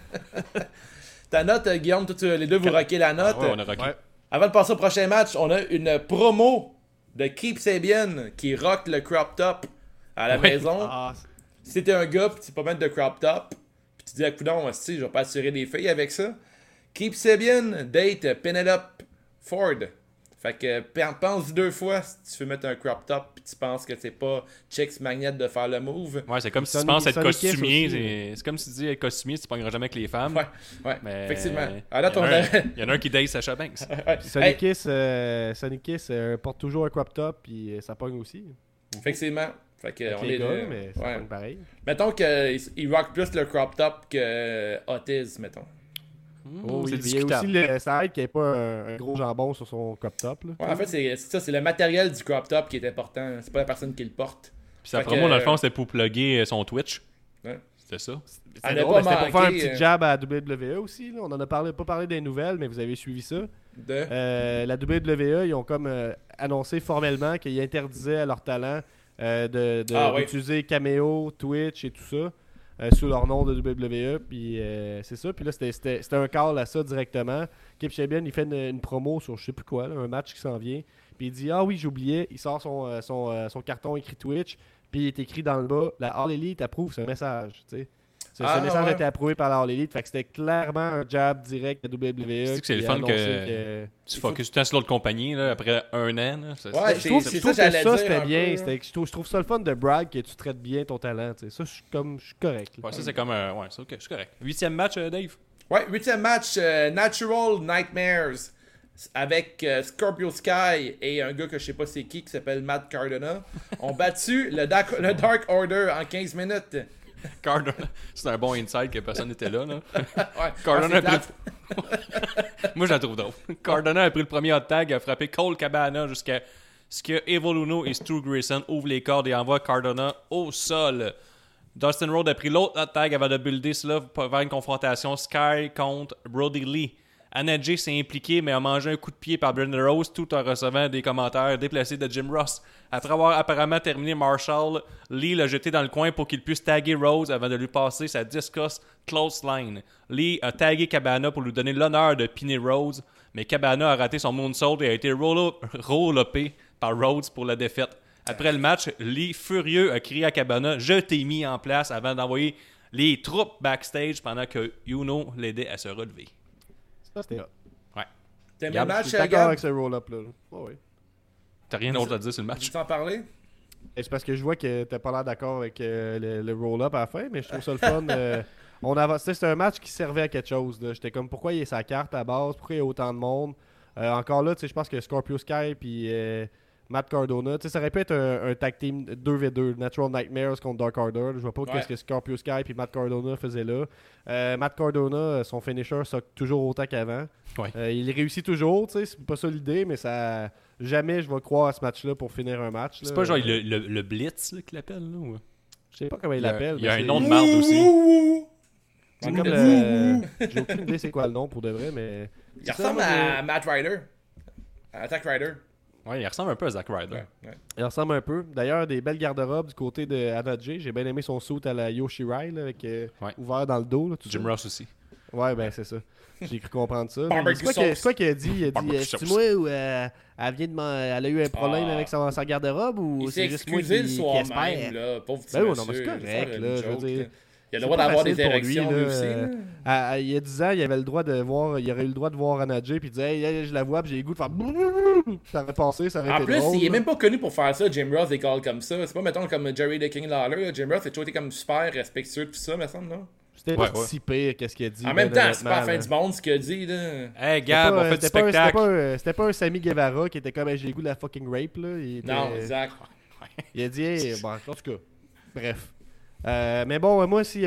Ta note, Guillaume, les deux, vous rockez la note. Ah ouais, on a rocké. Ouais. Avant de passer au prochain match, on a une promo de Keep Sabian qui rock le crop top à la Ouais. maison. Ah, Si t'es un gars pis tu sais pas mettre de crop top, pis tu dis à coudonc, si je vais pas assurer des filles avec ça. Keep Sabian date Penelope Ford. Fait que pense 2 fois si tu veux mettre un crop top pis tu penses que c'est pas Chicks Magnet de faire le move. Ouais, c'est comme si tu Sonny- penses être Sonny Kiss costumier. aussi. C'est comme si tu dis être costumier, tu pogneras jamais avec les femmes. Ouais, Mais effectivement. Ah, là, il y en a ton- un- il y en a un qui date Sasha Banks. Ouais. Sonic Hey, Kiss porte toujours un crop top, puis ça pogne aussi. effectivement. Fait que Avec on les est gars, là. mais ça Ouais. pogne pareil. Mettons qu'il rock plus le crop top que Otis, mettons. Oh, c'est oui, il y a aussi discutable. ça aide qu'il n'y ait pas un gros jambon sur son crop top. Là. Ouais, en fait, c'est ça, c'est le matériel du crop top qui est important. C'est pas la personne qui le porte. Puis sa Fait promo, que- dans le fond, c'était pour plugger son Twitch. Ouais. C'était ça. C'est Elle a drôle, pas mais c'était pour faire un manqué, petit jab à la WWE aussi. Là. On en a pas parlé des nouvelles, mais vous avez suivi ça. La WWE, ils ont comme annoncé formellement qu'ils interdisaient à leur talent d'utiliser Cameo, Twitch et tout ça sous leur nom de WWE. Puis c'est ça. Puis là, c'était un call à ça directement. Kip Sabian, il fait une promo sur je sais plus quoi, là, un match qui s'en vient. Puis il dit ah oui, j'oubliais. Il sort son carton écrit Twitch. Puis il est écrit dans le bas la All Elite approuve ce message. Tu sais. Ce message a été approuvé par la All Elite. Fait que c'était clairement un jab direct de WWE. C'est que c'est le qui fun annonçait Tu focuses tout le temps sur l'autre compagnie là, après un an. Là. Ouais, Je trouve, c'est je trouve ça, que j'allais ça dire c'était un bien. peu, Je trouve ça le fun de brag que tu traites bien ton talent. Tu sais. Ça, je suis correct. là. Ouais, ça, c'est comme un. Ouais, c'est correct. 8e match, Dave. Ouais, 8e match, Natural Nightmares, avec Scorpio Sky et un gars que je sais pas c'est qui s'appelle Matt Cardona, ont battu le Dark Order en 15 minutes. Cardona. C'est un bon insight que personne n'était là. là. Ouais, Cardona ah, c'est a pris... Moi, je la trouve drôle. Cardona a pris le premier hot tag, a frappé Cole Cabana jusqu'à ce que Evil Uno et Stu Grayson ouvrent les cordes et envoient Cardona au sol. Dustin Rhodes a pris l'autre hot tag avant de builder cela vers une confrontation Sky contre Brody Lee. Anna Jay s'est impliquée mais a mangé un coup de pied par Brandon Rose tout en recevant des commentaires déplacés de Jim Ross. Après avoir apparemment terminé Marshall, Lee l'a jeté dans le coin pour qu'il puisse taguer Rose avant de lui passer sa discus close line. Lee a tagué Cabana pour lui donner l'honneur de piner Rose, mais Cabana a raté son moonsault et a été roll-upé par Rhodes pour la défaite. Après le match, Lee, furieux, a crié à Cabana « Je t'ai mis en place » avant d'envoyer les troupes backstage pendant que Uno l'aidait à se relever. Ça, c'était hot. Ouais. T'aimes le Gab, match, Je suis d'accord Gab? avec ce roll-up là. Oh, oui. T'as rien d'autre à dire sur le Tu match? t'en parler? Et c'est parce que je vois que t'as pas l'air d'accord avec le roll-up à la fin, mais je trouve ça le fun. On avance. C'était un match qui servait à quelque chose. Là. J'étais comme pourquoi il y a sa carte à base, pourquoi il y a autant de monde. Encore là, je pense que Scorpio Sky et Matt Cardona, ça aurait pu être un tag team 2v2, Natural Nightmares contre Dark Order. Je vois pas qu'est-ce que Scorpio Sky et Matt Cardona faisaient là. Matt Cardona, son finisher soque toujours autant qu'avant. Ouais. Il réussit toujours, c'est pas ça l'idée, mais ça jamais je vais croire à ce match-là pour finir un match. C'est là. pas genre le Blitz là, qu'il appelle là, ou... Je sais pas comment il l'appelle. Il y a mais un c'est- nom de marde aussi. C'est comme le... J'ai aucune idée c'est quoi le nom pour de vrai, mais... Il C'est ça, ressemble moi, à Matt Ryder. À Attack Rider. Ouais, il ressemble un peu à Zack Ryder. Ouais. Il ressemble un peu. D'ailleurs, des belles garde-robes du côté de Anna Jay. J'ai bien aimé son suit à la Yoshirai, là, avec ouvert dans le dos. Là, tout Jim ça. Ross aussi. Ouais, ben c'est ça. J'ai cru comprendre ça. Barbecue C'est quoi qu'il a dit? Il a Barbecue dit, sauce. c'est moi ou elle vient de elle a eu un problème avec sa garde-robe ou Il s'est c'est juste moi excusé le qui soir espère? même, là. Pauvre petit Ben oui, non, mais monsieur. c'est correct, une là, je veux joke, dire. Il a le droit d'avoir des érections lui là, aussi. il y a 10 ans, il avait le droit de voir, il aurait eu le droit de voir Anna Jay puis de dire hey, je la vois puis j'ai le goût de faire ça aurait passé, ça aurait En été plus, drôle, il est là. même pas connu pour faire ça, Jim Ross des calls comme ça. C'est pas, mettons, comme Jerry the King Lawler. Là. Jim Ross a toujours été comme super respectueux de tout ça, me semble, non? C'était Ouais, pas si pire qu'est-ce qu'il a dit. En même temps, c'est pas la honnêtement, fin là. du monde ce qu'il a dit, là. Hey, Gab, on fait du C'était pas spectacle. c'était pas un Sammy Guevara qui était comme hey, j'ai le goût de la fucking rape là. Non, exact. Il a dit hey, bon, en tout cas, bref. Mais bon, moi, si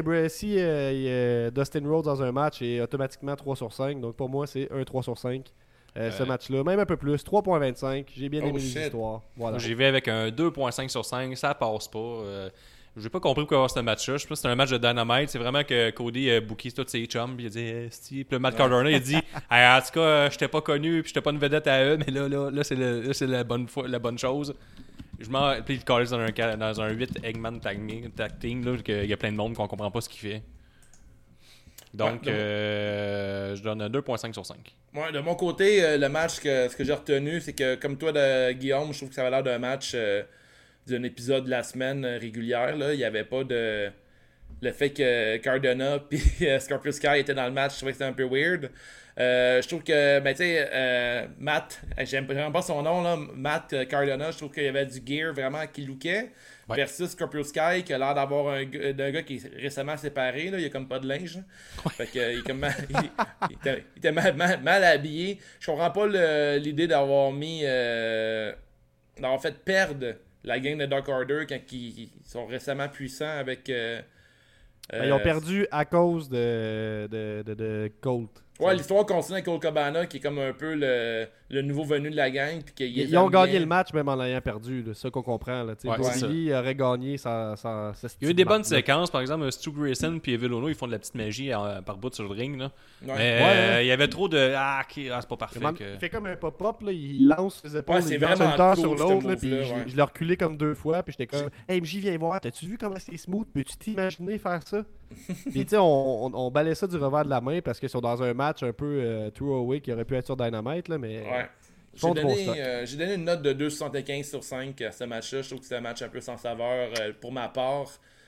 Dustin Rhodes dans un match est automatiquement 3 sur 5, donc pour moi, c'est un 3 sur 5. Ce match-là, même un peu plus, 3.25. J'ai bien aimé les histoires. Voilà. J'y vais avec un 2.5 sur 5, ça passe pas. J'ai pas compris pourquoi avoir ce match-là. Je pense que c'est un match de Dynamite. C'est vraiment que Cody a booké tous ses chums. Puis il a dit Esti. Puis le Matt Cardona, il a dit hey, en tout cas, j'étais pas connu. Puis j'étais pas une vedette à eux. Mais là c'est la bonne chose. Puis il calisse dans un 8 Eggman tag team. Là, il y a plein de monde qu'on comprend pas ce qu'il fait. Donc, je donne un 2.5 sur 5. Ouais, de mon côté, le match, ce que j'ai retenu, c'est que, comme toi, Guillaume, je trouve que ça avait l'air d'un match d'un épisode de la semaine régulière. Là. Il n'y avait pas de... Le fait que Cardona et Scorpio Sky étaient dans le match, je trouvais que c'était un peu weird. Je trouve que, ben, tu sais, Matt, j'aime vraiment pas son nom, là, Matt Cardona, je trouve qu'il y avait du gear vraiment qui lookait. Ouais. Versus Scorpio Sky, qui a l'air d'avoir d'un gars qui est récemment séparé, là, il a comme pas de linge. Fait que, il est comme il était mal habillé. Je comprends pas l'idée d'avoir mis. D'avoir fait perdre la gang de Dark Order quand ils sont récemment puissants avec. Ils ont perdu à cause de Colt. Ouais, l'histoire continue avec Colt Cabana qui est comme un peu le nouveau venu de la gang. Puis Ils ont gagné le match même en l'ayant perdu, c'est ça qu'on comprend. Là, Ouais, Brody aurait gagné sans il y a eu des bonnes séquences, par exemple, Stu Grayson et Evil Uno, ils font de la petite magie par bout sur le ring. Là. Ouais. Mais il y avait trop de c'est pas parfait. Il fait comme un pop-up, là, il lance ses épaules, Ouais, c'est il lance vraiment un temps cool, sur ce l'autre, là, move-là, puis ouais. je l'ai reculé comme 2 fois, puis j'étais comme hey MJ, viens voir, t'as-tu vu comment c'est smooth, peux-tu t'imaginer faire ça? Puis tu sais, on balait ça du revers de la main parce qu'ils sont dans un match un peu throwaway qui aurait pu être sur Dynamite, là, mais Ouais. ils font du bon stock. J'ai donné une note de 2,75 sur 5 à ce match-là. Je trouve que c'est un match un peu sans saveur pour ma part.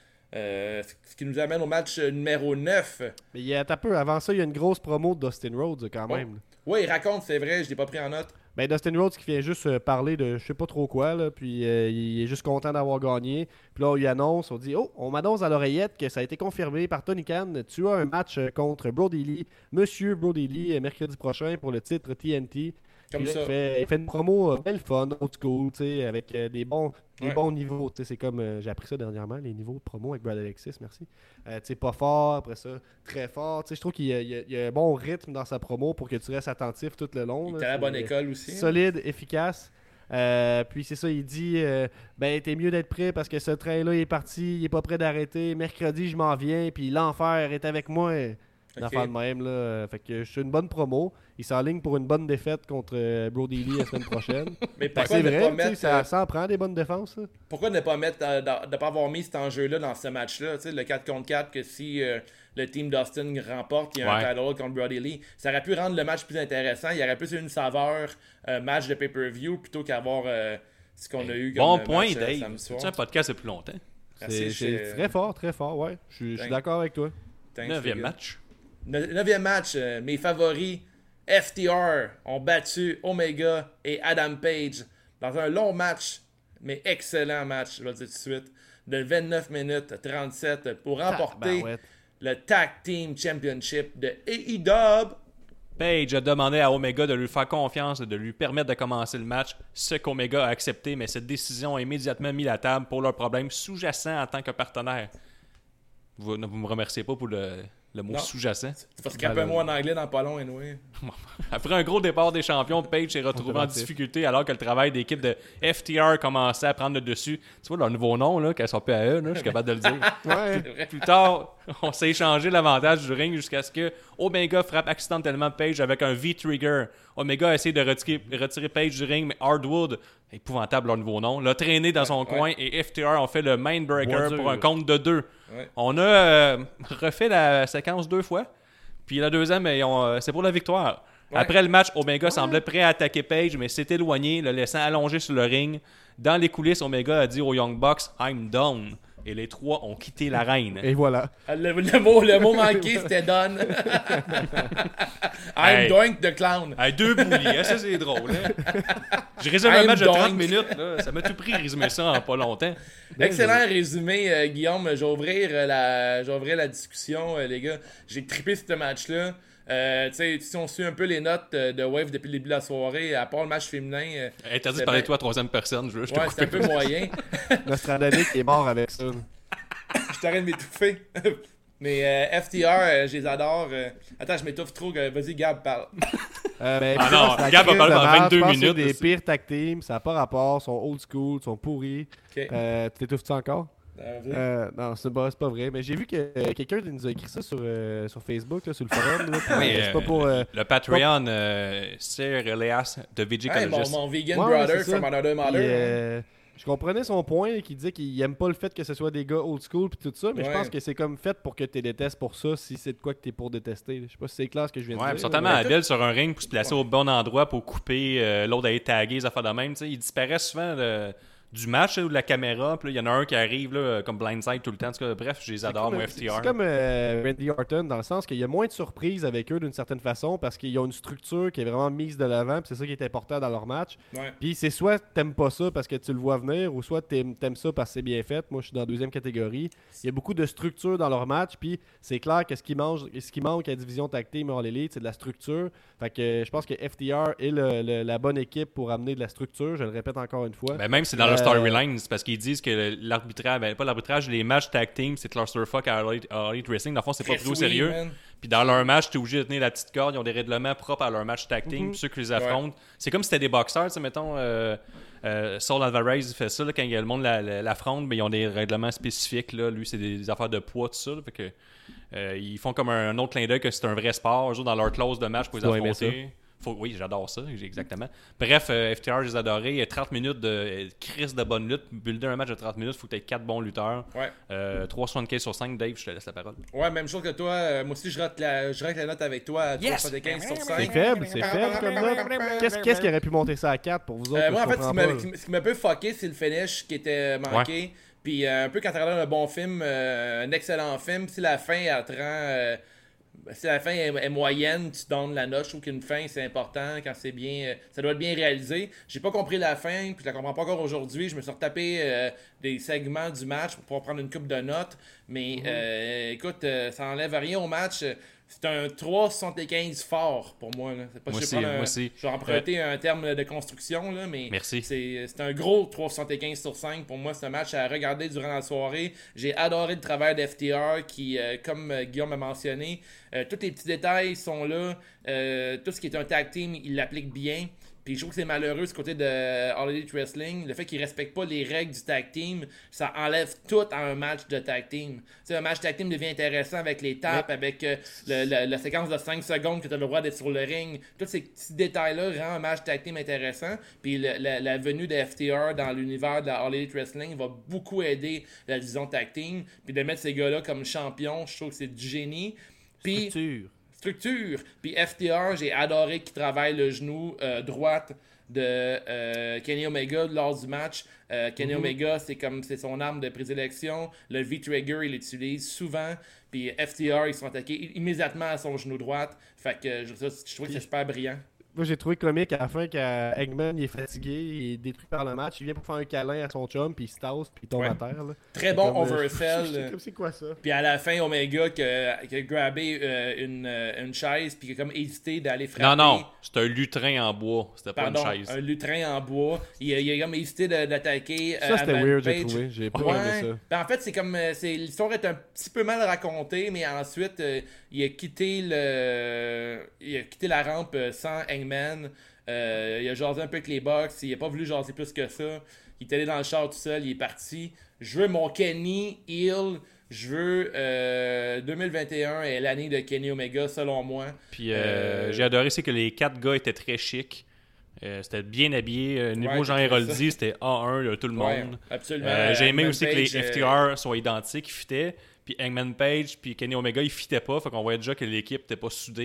Ce qui nous amène au match numéro 9. Mais t'as peu, avant ça, il y a une grosse promo de Dustin Rhodes quand Oh. même. Ouais, il raconte, c'est vrai, je l'ai pas pris en note. Ben Dustin Rhodes qui vient juste parler de je sais pas trop quoi, là, puis il est juste content d'avoir gagné. Puis là, on lui annonce, on m'annonce à l'oreillette que ça a été confirmé par Tony Khan. Tu as un match contre Brody Lee, Monsieur Brody Lee, mercredi prochain pour le titre TNT. Comme Puis là, ça. il fait une promo belle fun, old school, tu sais, avec des bons niveaux. Tu sais, c'est comme, j'ai appris ça dernièrement, les niveaux de promo avec Brad Alexis, merci. Tu sais, pas fort, après ça, très fort. Tu sais, je trouve qu'il y a un bon rythme dans sa promo pour que tu restes attentif tout le long. Il là. était à la bonne C'est école aussi. hein. solide, efficace. Puis c'est ça, il dit ben t'es mieux d'être prêt parce que ce train-là est parti, il est pas prêt d'arrêter. Mercredi, je m'en viens, puis l'enfer est avec moi. Une Ok. affaire de même, là. Fait que je suis une bonne promo. Il s'enligne pour une bonne défaite contre Brody Lee la semaine prochaine. Mais Fait que pourquoi c'est ne vrai, pas tu sais, mettre, ça en prend des bonnes défenses. là. pourquoi ne pas mettre de pas avoir mis cet enjeu-là dans ce match-là, tu sais, le 4 contre 4, que si le team d'Austin remporte, il y a un Ouais. title contre Brody Lee, ça aurait pu rendre le match plus intéressant. Il y aurait plus une saveur match de pay-per-view plutôt qu'avoir ce qu'on a eu comme Bon match, point, samedi Dave. soir. C'est un podcast depuis longtemps. Merci, C'est très fort, ouais. Je suis d'accord avec toi. Thanks, 9e les gars. match. 9e match, mes favoris, FTR, ont battu Omega et Adam Page dans un long match, mais excellent match, je vais le dire tout de suite, de 29 minutes 37 pour remporter Tabarouette. le Tag Team Championship de AEW. Page a demandé à Omega de lui faire confiance et de lui permettre de commencer le match, ce qu'Omega a accepté, mais cette décision a immédiatement mis la table pour leurs problèmes sous-jacents en tant que partenaire. Vous ne me remerciez pas pour le mot Non. sous-jacent. Tu vas scraper un mot en anglais dans pas long, anyway. Après un gros départ des champions, Page s'est retrouvé en Conservatif. difficulté alors que le travail d'équipe de FTR commençait à prendre le dessus. Tu vois leur nouveau nom, là, qu'elles sont plus à eux, là, je suis capable de le dire. Ouais. Plus tard, on s'est échangé l'avantage du ring jusqu'à ce que Omega frappe accidentellement Page avec un V-Trigger. Omega a essayé de retirer Page du ring, mais Hardwood, épouvantable leur nouveau nom, l'a traîné dans son coin et FTR ont fait le Mindbreaker Bois dur. pour un compte de 2. Ouais. On a refait la séquence 2 fois. Puis la deuxième, c'est pour la victoire. Ouais. Après le match, Omega semblait prêt à attaquer Page, mais s'est éloigné, le laissant allonger sur le ring. Dans les coulisses, Omega a dit aux Young Bucks « I'm down ». et les 3 ont quitté l'arène. Et voilà. Le mot manqué, c'était done. I'm Hey. doink the clown. Hey, 2 bouliers, hein, ça c'est drôle. Hein? Je résume un I'm match de 30 doink. minutes. Là. Ça m'a tout pris résumer ça en pas longtemps. Excellent résumé, Guillaume. Je vais ouvrir la discussion, les gars. J'ai trippé ce match-là. Tu sais, si on suit un peu les notes de Wave depuis le début de la soirée, à part le match féminin. Interdit de c'est parler de bien- toi à troisième personne. Je te Ouais, coupe. c'est un peu moyen. Nostradamus est mort avec ça. Je t'arrête de m'étouffer. Mais FTR, je les adore. Attends, je m'étouffe trop. Vas-y, Gab, parle. Ben, Ah non, c'est la Gab va crise parler de pendant marde. 22 Je pense que minutes, c'est des c'est- pires tag teams, ça n'a pas rapport, sont old school, sont pourris. Ok. Tu t'étouffes-tu encore? Non, c'est pas vrai. Mais j'ai vu que quelqu'un nous a écrit ça sur Facebook, là, sur le forum. Là, puis, Oui, c'est pas pour... le Patreon, Sir Elias de VG Hey, Colleges. mon vegan Ouais, brother c'est ça. from another Puis, mother. je comprenais son point, qui disait qu'il aime pas le fait que ce soit des gars old school puis tout ça, mais je Ouais. pense que c'est comme fait pour que tu détestes pour ça, si c'est de quoi que t'es pour détester. Je sais pas si c'est clair ce que je viens de Ouais, dire. ils sont là, tellement mais- habiles sur un ring pour se placer au bon endroit pour couper l'autre d'aller taguer, les affaires de même. Tu sais, ils disparaissent souvent du match là, ou de la caméra. Puis là, il y en a un qui arrive là, comme blindside tout le temps. En tout cas, bref, je les adore, moi, FTR. C'est comme Randy Orton dans le sens qu'il y a moins de surprises avec eux d'une certaine façon parce qu'ils ont une structure qui est vraiment mise de l'avant, puis c'est ça qui est important dans leur match. Ouais. Puis c'est soit t'aimes pas ça parce que tu le vois venir, ou soit t'aimes ça parce que c'est bien fait. Moi, je suis dans la deuxième catégorie. Il y a beaucoup de structure dans leur match, puis c'est clair que ce qui manque à la division tag team All Elite, c'est de la structure. Fait que je pense que FTR est la bonne équipe pour amener de la structure. Je le répète encore une fois. Ben, même c'est dans leur storyline, c'est parce qu'ils disent que l'arbitrage, ben pas l'arbitrage, les matchs tag team, c'est clusterfuck à All Elite Wrestling. Dans le fond, c'est pas Très pris au sweet, sérieux. man. Puis dans leur match, t'es obligé de tenir la petite corde. Ils ont des règlements propres à leur match tag team. Puis ceux qui les affrontent, c'est comme si c'était des boxeurs. Tu sais, mettons, Saul Alvarez il fait ça là, quand le monde l'affronte, mais ils ont des règlements spécifiques. Là. Lui, c'est des affaires de poids, tout ça. Là. Fait que, ils font comme un autre clin d'œil que c'est un vrai sport. Eux autres, dans leur clause de match pour les Tu dois aimer affronter. Oui, j'adore ça, exactement. Bref, FTR, je les adorais. 30 minutes de crise de bonne lutte. Builder un match de 30 minutes, il faut que tu aies 4 bons lutteurs. Ouais. 3,75 sur 5. Dave, je te laisse la parole. Ouais, même chose que toi. Moi aussi, je rate la note avec toi à 3,75 sur 5. C'est faible comme note. Qu'est-ce qui aurait pu monter ça à 4 pour vous autres? Moi, en Je fait, comprends pas, ce qui m'a un peu fucké, c'est le finish qui était manqué. Puis un peu quand tu regardes un bon film, un excellent film, si la fin, elle te rend. Si la fin est moyenne, tu donnes la note. Je trouve qu'une fin, c'est important quand c'est bien. Ça doit être bien réalisé. J'ai pas compris la fin, puis je la comprends pas encore aujourd'hui. Je me suis retapé des segments du match pour pouvoir prendre une coupe de notes. Mais écoute, ça enlève rien au match. C'est un 3,75 fort pour moi. Là. C'est pas, Moi je aussi, sais pas, moi aussi. Je vais emprunter un terme de construction, là, mais Merci. c'est un gros 3,75 sur 5 pour moi. C'est un match à regarder durant la soirée. J'ai adoré le travail d'FTR qui, comme Guillaume a mentionné, tous les petits détails sont là. Tout ce qui est un tag team, il l'applique bien. Puis je trouve que c'est malheureux ce côté de All Elite Wrestling. Le fait qu'ils respectent pas les règles du tag team, ça enlève tout à un match de tag team. Un match tag team devient intéressant avec les tapes, avec la séquence de 5 secondes que tu as le droit d'être sur le ring. Tous ces petits détails-là rendent un match tag team intéressant. Puis la venue de FTR dans l'univers de la All Elite Wrestling va beaucoup aider la division tag team. Puis de mettre ces gars-là comme champions, je trouve que c'est du génie. Puis structure. Puis FTR, j'ai adoré qu'il travaille le genou droite de Kenny Omega lors du match. Kenny Omega, c'est son arme de prédilection. Le V-Trigger, il l'utilise souvent. Puis FTR, ils sont attaqués immédiatement à son genou droite. Fait que je trouve que c'est super brillant. Moi, j'ai trouvé comique à la fin qu'Eggman il est fatigué, il est détruit par le match, il vient pour faire un câlin à son chum, puis il se tasse, puis il tombe à terre. Là. Très bon Comme, oversell. c'est quoi ça? Puis à la fin, Omega qui a grabé une chaise, puis qui a comme hésité d'aller frapper. Non, c'est un lutrin en bois. C'était pas Pardon, une chaise. un lutrin en bois. Il a comme hésité d'attaquer. Ça, c'était Adam weird, j'ai Page. trouvé. J'ai pas Ouais. aimé ça. Ben, en fait, c'est comme l'histoire est un petit peu mal racontée, mais ensuite il a quitté la rampe sans Hangman. Il a jasé un peu avec les Bucks. Il a pas voulu jaser plus que ça. Il est allé dans le char tout seul. Il est parti. Je veux mon Kenny Hill. Je veux 2021 est l'année de Kenny Omega selon moi. Puis j'ai adoré, c'est que les 4 gars étaient très chics. C'était bien habillé. Niveau Ouais, Jean c'est Héroldi, c'était A1, là, tout le Ouais, monde. absolument. J'ai aimé Hangman aussi que les Page, FTR soient identiques, ils fitaient. Puis Hangman Page, puis Kenny Omega, ils fitaient pas. Fait qu'on voyait déjà que l'équipe n'était pas soudée.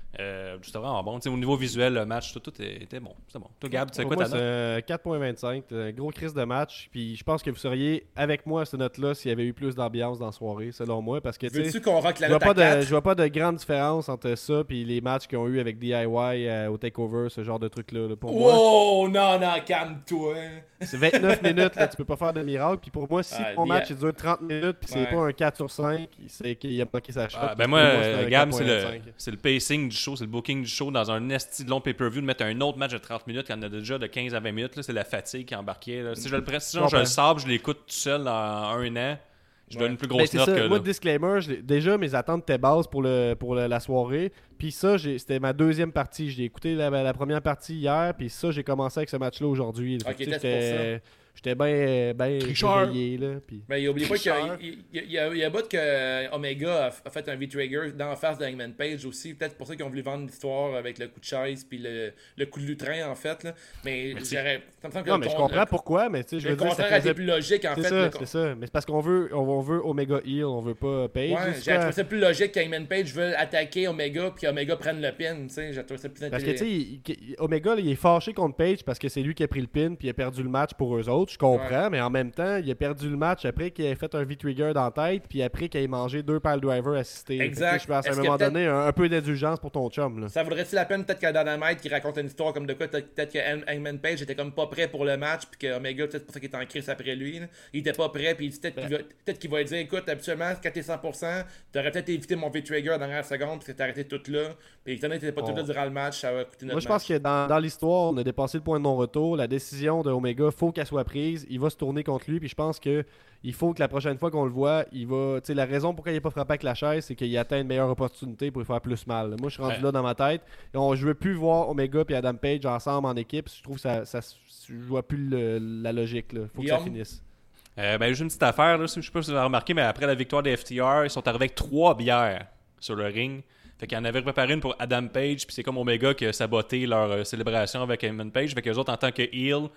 C'était vraiment bon. T'sais, au niveau visuel, le match, tout était bon. C'était bon. Toi, Gab, tu sais Pour quoi moi, ta note? c'est 4.25. Un gros crise de match. Puis je pense que vous seriez avec moi à cette note-là s'il y avait eu plus d'ambiance dans la soirée, selon moi. Parce que, tu sais, Veux-tu qu'on rock la je vois note à 4? je vois pas de grande différence entre ça et les matchs qu'ils ont eu avec DIY au TakeOver, ce genre de trucs-là. Là, pour moi, Wow, non, calme-toi. c'est 29 minutes, là, tu peux pas faire de miracle. Puis pour moi, si ton match il dure 30 minutes puis c'est Ouais. pas un 4 sur 5, c'est qu'il a manqué sa shot. Ah, Puis moi, pour c'est un Gab, 4.25. c'est le pacing du show, c'est le booking du show dans un esti de long pay-per-view, de mettre un autre match de 30 minutes quand on a déjà de 15 à 20 minutes. Là, c'est la fatigue qui embarquait. Là. Si je le presse, je le sable, je l'écoute tout seul dans un an. Je donne une plus Ben, grosse c'est note ça. que Moi, là. disclaimer, déjà mes attentes étaient basses pour la soirée. Puis ça, c'était ma deuxième partie. J'ai écouté la première partie hier, puis ça, j'ai commencé avec ce match-là aujourd'hui. Fait Ok, que, tu sais, c'est j'étais bien Tricheur. réveillé, là. Puis... Mais n'oubliez pas Tricheur. qu'il y a bout que Omega a fait un V-Trigger dans la face de Hangman Page aussi. Peut-être pour ça qu'ils ont voulu vendre l'histoire avec le coup de chaise puis le coup de lutrin, en fait. Là. Mais ça me semble que Non, mais je comprends pourquoi, mais tu sais, je le veux dire, ça contraire a été faisait... plus logique, en C'est fait. ça, c'est ça. Mais c'est parce qu'on veut Omega Heel, on veut pas Page. Ouais, C'est j'ai quoi? trouvé ça plus logique qu'Hangman Page veut attaquer Omega puis Omega prenne le pin. J'ai trouvé ça plus Parce que, intelligent. tu sais, Omega, là, il est fâché contre Page parce que c'est lui qui a pris le pin puis il a perdu le match pour eux autres. Je comprends, mais en même temps, il a perdu le match après qu'il ait fait un V-Trigger dans la tête puis après qu'il ait mangé 2 pile drivers assistés. Exact. Fait que, tu sais, je pense à un Est-ce moment que peut-être- donné, un peu d'indulgence pour ton chum. Là. Ça vaudrait-tu la peine peut-être que Dynamite qui raconte une histoire comme de quoi peut-être que Hangman Page était comme pas prêt pour le match puis que Omega peut-être pour ça qu'il était en crise après lui. Là. Il était pas prêt puis il dit peut-être qu'il va dire écoute habituellement quand t'es 100% t'aurais peut-être évité mon V-Trigger dans la dernière seconde parce que t'as arrêté tout là puis étant donné que t'étais pas tout là durant le match ça va coûter notre Moi, je pense que dans l'histoire, on a dépassé le point de non-retour. La décision de Omega, faut qu'elle soit prise. Il va se tourner contre lui. Puis je pense que il faut que la prochaine fois qu'on le voit, il va. Tu sais, la raison pourquoi il n'est pas frappé avec la chaise, c'est qu'il atteint une meilleure opportunité pour lui faire plus mal. Moi, je suis rendu là dans ma tête. Je veux plus voir Omega et Adam Page ensemble en équipe. Je trouve que je vois plus la logique. Là. Faut que ça Guillaume? finisse. Juste une petite affaire, là, je sais pas si vous avez remarqué, mais après la victoire des FTR, ils sont arrivés avec 3 bières sur le ring. Fait qu'ils en avaient préparé une pour Adam Page, puis c'est comme Omega qui a saboté leur célébration avec Hangman Page. Fait qu'eux autres, en tant que heel,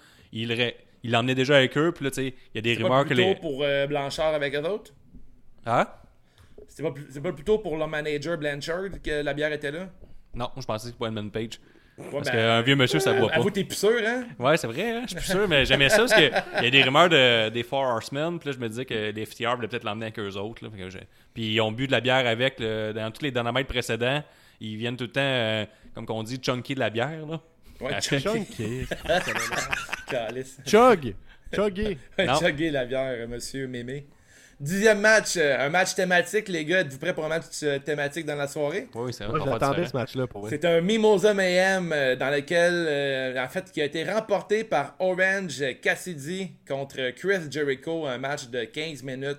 ils l'emmenaient déjà avec eux. Puis là, tu sais, il y a des c'est rumeurs pas que plutôt les. pour Blanchard avec eux autres. Hein? C'est pas plutôt pour le manager Blanchard que la bière était là. Non, je pensais que c'était pour Hangman Page. Ouais, Parce qu'un vieux monsieur, ça boit pas. Avoue, t'es plus sûr, hein? Ouais, c'est vrai, hein? Je suis plus sûr, mais j'aimais ça parce qu'il y a des rumeurs des Four Horsemen. Puis là, je me disais que les FTR voulaient peut-être l'emmener avec eux autres. Là, puis ils ont bu de la bière avec. Dans tous les dynamites précédents, ils viennent tout le temps, comme qu'on dit, chunky de la bière. Là. Ouais, Ah, Chunky. Calice. Chug. Chuggy. Non. Chugger la bière, monsieur Mémé. 10e match, un match thématique, les gars. Êtes-vous prêts pour un match thématique dans la soirée? Oui, c'est Moi, vrai. je l'attendais ce match-là pour vrai. C'est un Mimosa Mayhem dans lequel, en fait, qui a été remporté par Orange Cassidy contre Chris Jericho, un match de 15 minutes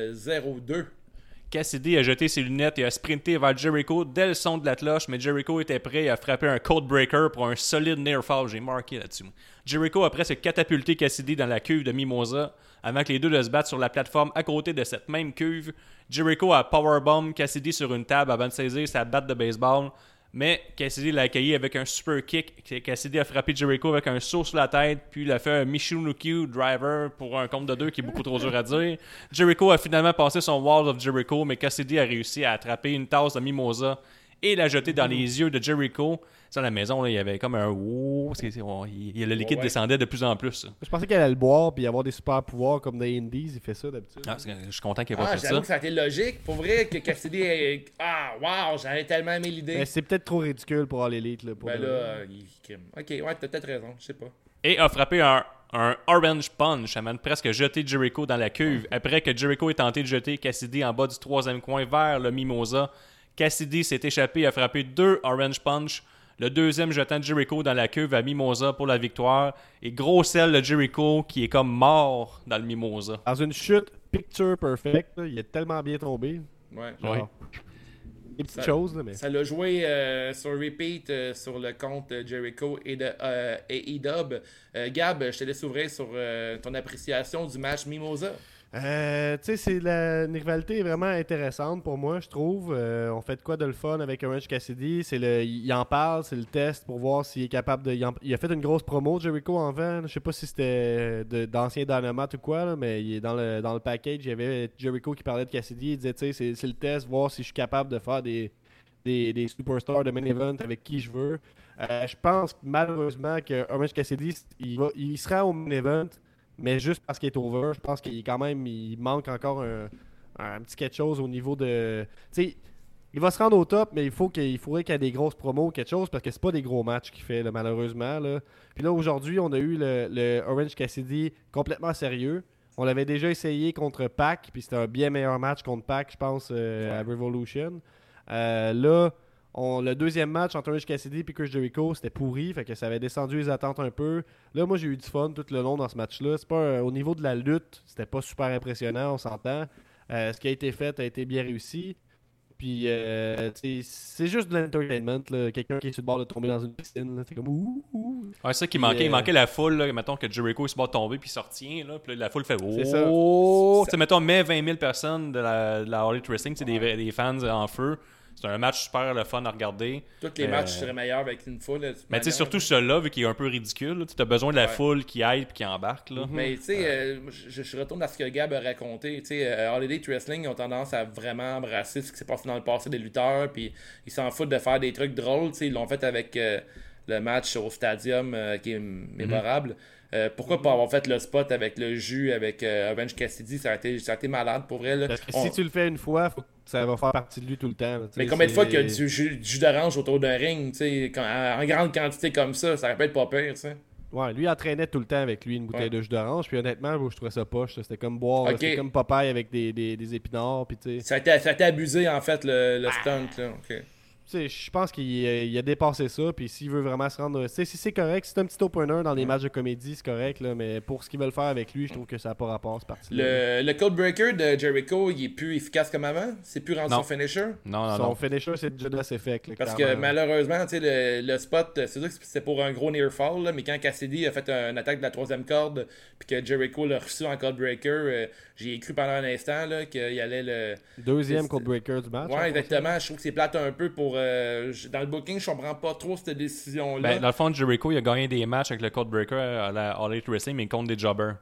0-2. Cassidy a jeté ses lunettes et a sprinté vers Jericho dès le son de la cloche, mais Jericho était prêt à frapper un code breaker pour un solide near fall. J'ai marqué là-dessus. Jericho a presque catapulté Cassidy dans la cuve de Mimosa avant que les deux de se battre sur la plateforme à côté de cette même cuve. Jericho a powerbomb Cassidy sur une table avant de saisir sa batte de baseball, mais Cassidy l'a accueilli avec un super kick. Cassidy a frappé Jericho avec un saut sur la tête, puis il a fait un Michinoku driver pour un compte de 2 qui est beaucoup trop dur à dire. Jericho a finalement passé son Wall of Jericho, mais Cassidy a réussi à attraper une tasse de Mimosa et la jeter dans les yeux de Jericho. Ça, à la maison, là, il y avait comme un ouh, parce que le liquide descendait de plus en plus. Je pensais qu'elle allait le boire puis avoir des super pouvoirs comme dans les Indies. Il fait ça d'habitude. Je suis content qu'il ait pas fait J'avoue ça. que ça a été logique. Pour vrai, que Cassidy est... Ah, wow, j'avais tellement aimé l'idée. Mais c'est peut-être trop ridicule pour All Elite. Là, pour Ben là, il crime. Ok, ouais, t'as peut-être raison, je sais pas. Et a frappé un Orange Punch avant de presque jeter Jericho dans la cuve. Après que Jericho ait tenté de jeter Cassidy en bas du troisième coin vers le Mimosa, Cassidy s'est échappé et a frappé 2 Orange Punch. Le deuxième jetant Jericho dans la cuve à Mimosa pour la victoire. Et gros sel de Jericho qui est comme mort dans le Mimosa. Dans une chute picture perfect, là, il est tellement bien tombé. Ouais. Ouais. Des petites Ça- choses, là, mais. Ça l'a joué sur repeat sur le compte Jericho et de AEW. Gab, je te laisse ouvrir sur ton appréciation du match Mimosa. Tu sais, une rivalité vraiment intéressante pour moi, je trouve. On fait de quoi de le fun avec Orange Cassidy. Il en parle, c'est le test pour voir s'il est capable de. Il a fait une grosse promo, Jericho, en vent. Je sais pas si c'était d'ancien Dynamite ou quoi, là, mais il est dans le package. Il y avait Jericho qui parlait de Cassidy. Il disait, tu sais, c'est le test, voir si je suis capable de faire des des superstars de main event avec qui je veux. Je pense malheureusement que Orange Cassidy, il sera au main event, mais juste parce qu'il est over. Je pense qu'il manque encore un petit quelque chose au niveau de... Tu sais, il va se rendre au top, mais il faudrait qu'il y ait des grosses promos ou quelque chose, parce que c'est pas des gros matchs qu'il fait, là, malheureusement. Là. Puis là, aujourd'hui, on a eu le Orange Cassidy complètement sérieux. On l'avait déjà essayé contre Pac, puis c'était un bien meilleur match contre Pac, je pense, à Revolution. Là, le deuxième match entre Orange Cassidy et Chris Jericho, c'était pourri, fait que ça avait descendu les attentes un peu. Là, moi, j'ai eu du fun tout le long dans ce match-là. C'est pas au niveau de la lutte, c'était pas super impressionnant, on s'entend. Ce qui a été fait a été bien réussi. Puis, c'est juste de l'entertainment, là. Quelqu'un qui est sur le bord de tomber dans une piscine. Là. C'est comme ouh. Ouais, c'est ça qui manquait. Il manquait la foule. Là. Mettons que Jericho est sur le bord de tomber puis il sortient. Là, puis là, la foule fait oh. C'est ça. Tu sais, mettons, mets 20 000 personnes de la All Elite Wrestling, des fans en feu. C'est un match super le fun à regarder. Tous les matchs seraient meilleurs avec une foule. Mais tu sais, surtout celui-là, vu qu'il est un peu ridicule, tu as besoin de la foule qui aide et qui embarque. Là. Mais tu sais, je retourne à ce que Gab a raconté. Tu sais, All Elite Wrestling, ils ont tendance à vraiment embrasser ce qui s'est passé dans le passé des lutteurs. Puis ils s'en foutent de faire des trucs drôles. Tu sais, ils l'ont fait avec le match au Stadium qui est mémorable. Pourquoi pas avoir fait le spot avec le jus, avec Orange Cassidy, ça a été malade pour vrai. Là. Parce que si tu le fais une fois, ça va faire partie de lui tout le temps. Là, mais combien de fois qu'il y a du jus d'orange autour d'un ring, en grande quantité comme ça aurait pu être pas pire, tu sais. Ouais, lui il entraînait tout le temps avec lui une bouteille de jus d'orange, puis honnêtement, je trouvais ça poche. C'était comme boire, c'était comme Popeye avec des épinards, puis tu sais. Ça a été abusé en fait le stunt là. Okay. Je pense qu'il a dépassé ça, puis s'il veut vraiment se rendre... Si c'est correct, c'est un petit opener dans les matchs de comédie, c'est correct, là, mais pour ce qu'ils veulent faire avec lui, je trouve que ça n'a pas rapport, cette partie-là. Le Code Breaker de Jericho, il est plus efficace comme avant? C'est plus rendu son finisher? Non. Son finisher, c'est déjà Judas Effect. Là, parce que malheureusement, le spot, c'est sûr que c'est pour un gros near fall, là, mais quand Cassidy a fait une attaque de la troisième corde, puis que Jericho l'a reçu en Code Breaker, j'y ai cru pendant un instant qu'il allait le... Deuxième Code Breaker du match. Ouais, exactement. Je trouve que c'est plate un peu pour... dans le booking, je comprends pas trop cette décision-là. Dans le fond, Jericho, il a gagné des matchs avec le Code Breaker à la All Elite Wrestling, mais contre des jobbers.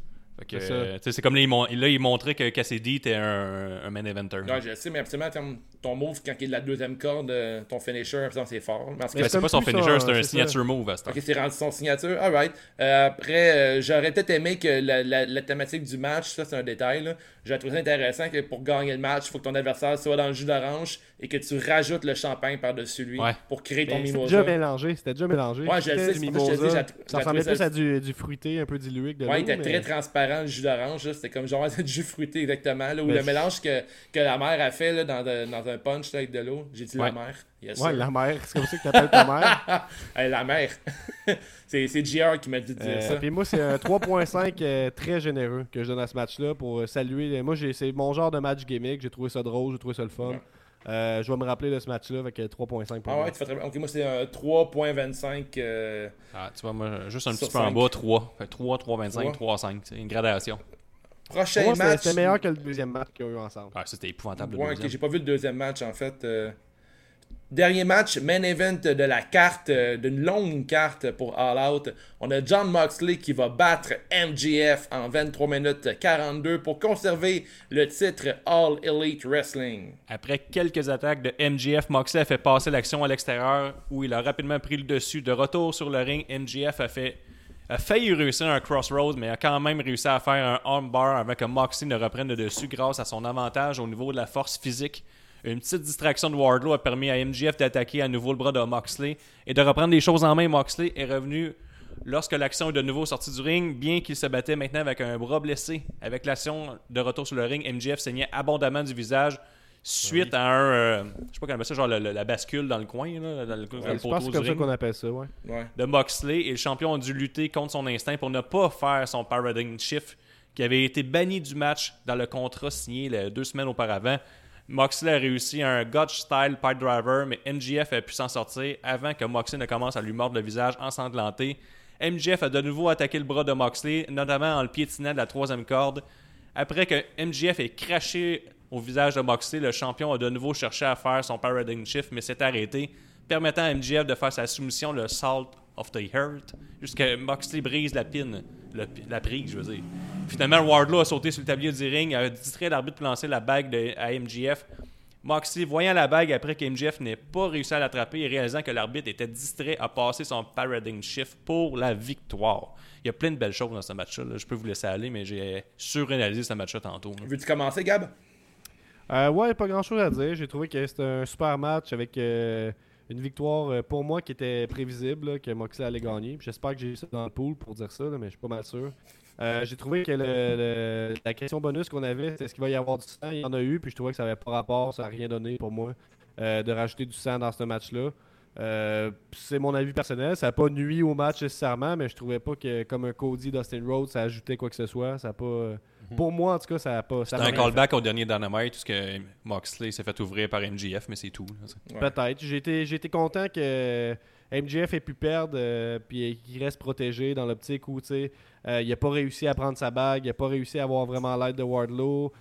C'est comme là, il montrait que Cassidy était un main eventer. Ouais, je sais, mais absolument, ton move, quand il est de la deuxième corde, ton finisher, c'est fort. Mais c'est pas son finisher, c'est un signature move. Ok, c'est rendu son signature. Alright. Après, j'aurais peut-être aimé que la thématique du match, ça c'est un détail, là. J'ai trouvé intéressant que pour gagner le match, il faut que ton adversaire soit dans le jus d'orange et que tu rajoutes le champagne par-dessus lui pour créer ton mimosa. C'était déjà mélangé. Ouais, je sais, ça ressemblait plus à du fruité, un peu dilué que de l'eau. Ouais, il était très transparent, le jus d'orange. Là. C'était comme genre du jus fruité, exactement. Là, ou le mélange que la mère a fait là, dans un punch là, avec de l'eau. J'ai dit la mère. La mère. C'est comme ça que tu appelles ta mère. La mère. c'est JR qui m'a dit de dire ça. Puis moi, c'est un 3.5 très généreux que je donne à ce match-là pour saluer. Moi, c'est mon genre de match gimmick. J'ai trouvé ça drôle, j'ai trouvé ça le fun. Je vais me rappeler de ce match-là avec 3.5 pour moi. Ouais, tu fais très bien. Ok, moi, c'est un 3.25. Tu vois, moi, juste un petit peu en bas, 3. 3, 3.25, 3.5. C'est une gradation. Prochain match. C'était meilleur que le deuxième match qu'ils ont eu ensemble. C'était épouvantable. Ok, j'ai pas vu le deuxième match, en fait. Dernier match, main event de la carte, d'une longue carte pour All Out. On a Jon Moxley qui va battre MJF en 23 minutes 42 pour conserver le titre All Elite Wrestling. Après quelques attaques de MJF, Moxley a fait passer l'action à l'extérieur où il a rapidement pris le dessus. De retour sur le ring, MJF a failli réussir un crossroads, mais a quand même réussi à faire un armbar avant que Moxley ne reprenne le dessus grâce à son avantage au niveau de la force physique. Une petite distraction de Wardlow a permis à MJF d'attaquer à nouveau le bras de Moxley et de reprendre les choses en main. Moxley est revenu lorsque l'action est de nouveau sortie du ring, bien qu'il se battait maintenant avec un bras blessé. Avec l'action de retour sur le ring, MJF saignait abondamment du visage suite à un... je sais pas comment on appelle ça, genre la bascule dans le coin, là, dans le poteau du ring. Je pense que c'est comme ça qu'on appelle ça, de Moxley, et le champion a dû lutter contre son instinct pour ne pas faire son paradigm shift qui avait été banni du match dans le contrat signé 2 semaines auparavant. Moxley a réussi un Gotch-style pipe driver, mais MJF a pu s'en sortir avant que Moxley ne commence à lui mordre le visage ensanglanté. MJF a de nouveau attaqué le bras de Moxley, notamment en le piétinant de la 3e corde. Après que MJF ait craché au visage de Moxley, le champion a de nouveau cherché à faire son paradigm shift, mais s'est arrêté, permettant à MJF de faire sa soumission, le Salt of the Heart, jusqu'à Moxley brise la pine. La prise, je veux dire. Finalement, Wardlow a sauté sur le tablier du ring, a distrait l'arbitre pour lancer la bague à MJF. Moxley, voyant la bague après que MJF n'ait pas réussi à l'attraper et réalisant que l'arbitre était distrait, a passé son paradigm shift pour la victoire. Il y a plein de belles choses dans ce match-là. Là. Je peux vous laisser aller, mais j'ai surréalisé ce match-là tantôt. Là. Veux-tu commencer, Gab? Ouais, pas grand-chose à dire. J'ai trouvé que c'était un super match avec une victoire pour moi qui était prévisible, là, que Moxley allait gagner. Puis j'espère que j'ai eu ça dans le pool pour dire ça, là, mais je suis pas mal sûr. J'ai trouvé que la question bonus qu'on avait, c'était est-ce qu'il va y avoir du sang? Il y en a eu, puis je trouvais que ça n'avait pas rapport, ça n'a rien donné pour moi de rajouter du sang dans ce match-là. C'est mon avis personnel, ça n'a pas nuit au match nécessairement, mais je trouvais pas que comme un Cody Dustin Rhodes, ça ajoutait quoi que ce soit. Ça a pas, pour moi, en tout cas, ça n'a pas. C'est un callback au dernier Dynamite, parce que Moxley s'est fait ouvrir par MJF, mais c'est tout. Là. Ouais. Peut-être. J'ai été content que MJF ait pu perdre puis qu'il reste protégé dans l'optique où il n'a pas réussi à prendre sa bague, il n'a pas réussi à avoir vraiment l'aide de Wardlow.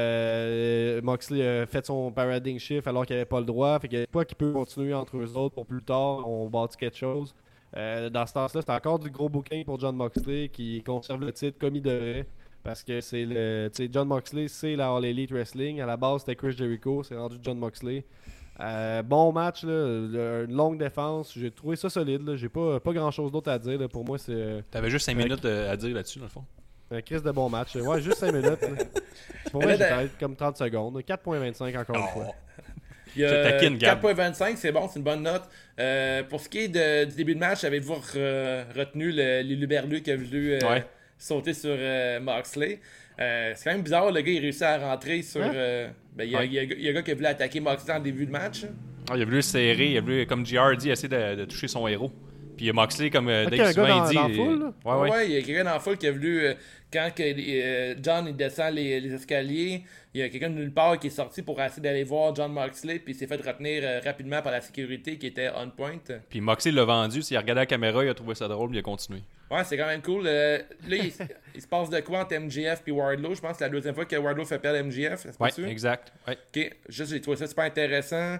Moxley a fait son paradigm shift alors qu'il n'avait pas le droit. Fait qu'il y a pas qui peut continuer entre eux autres pour plus tard, on bâtit quelque chose. Dans ce sens-là, c'est encore du gros booking pour John Moxley qui conserve le titre comme il devrait. Parce que c'est John Moxley, c'est la All Elite Wrestling. À la base, c'était Chris Jericho, c'est rendu John Moxley. Bon match, là, une longue défense. J'ai trouvé ça solide. Là. J'ai pas grand-chose d'autre à dire. Là. Pour moi, c'est... T'avais juste 5 minutes à dire là-dessus, dans le fond. Un Chris de bon match. Ouais, juste 5 minutes. Là. Pour moi, j'ai parlé comme 30 secondes. 4.25 encore une fois. Il y a taquine, Gab. 4.25, c'est bon, c'est une bonne note. Pour ce qui est du début de match, avez-vous retenu l'Uluberlu qui a voulu sauter sur Moxley? C'est quand même bizarre, le gars il réussit à rentrer sur... il y a un gars qui a voulu attaquer Moxley en début de match. Il a voulu le serrer, il a voulu, comme JR dit, essayer de toucher son héros. Puis Moxley, comme Dave souvent il dit... Dans la foule, là? Ouais, il y a quelqu'un dans la foule qui a voulu... quand John il descend les escaliers, il y a quelqu'un de nulle part qui est sorti pour essayer d'aller voir John Moxley, puis il s'est fait retenir rapidement par la sécurité qui était on point. Puis Moxley l'a vendu, s'il a regardé la caméra, il a trouvé ça drôle, puis il a continué. Ouais, c'est quand même cool. Là, il se passe de quoi entre MJF et Wardlow? Je pense que c'est la deuxième fois que Wardlow fait perdre MJF. Ouais, exact. Ouais. Ok, juste j'ai trouvé ça super intéressant.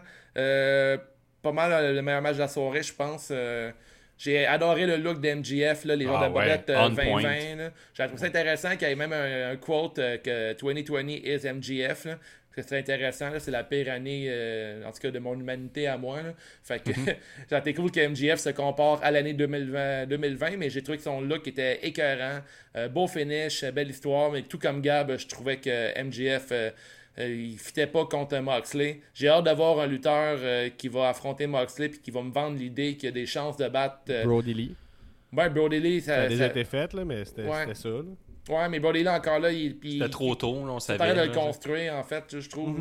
Pas mal le meilleur match de la soirée, je pense. J'ai adoré le look d'MJF, les genres de bobettes 2020. J'ai trouvé ça intéressant qu'il y ait même un quote que 2020 is MJF. Là. Parce que c'est intéressant, là, c'est la pire année, en tout cas de mon humanité à moi. Là. Fait que j'ai été cool que MJF se compare à l'année 2020, mais j'ai trouvé que son look était écœurant. Beau finish, belle histoire, mais tout comme Gab, je trouvais que MJF... il fitait pas contre Moxley. J'ai hâte d'avoir un lutteur qui va affronter Moxley puis qui va me vendre l'idée qu'il y a des chances de battre Brody Lee. Ouais, Brody Lee, ça a déjà été fait, là, mais c'était ça. Là. Ouais, mais Brody Lee encore là, c'était trop tôt, là, on savait. C'est pareil de le construire, en fait, je trouve.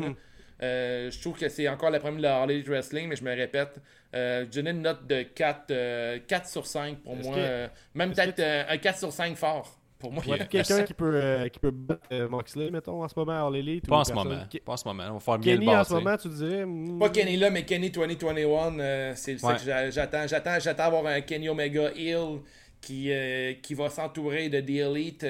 Je trouve que c'est encore la première de la All Elite Wrestling, mais je me répète. Je donnais une note de 4 sur 5 pour moi. Même peut-être un 4 sur 5 fort. Pour moi, il y a quelqu'un qui peut battre Moxley, mettons, en ce moment, All Elite. Pas en ce moment. Pas en ce moment. On va faire bien Kenny, le bâtir. en ce moment, tu dirais. Pas Kenny là, mais Kenny 2021. C'est ça que j'attends avoir un Kenny Omega Hill qui va s'entourer de The Elite.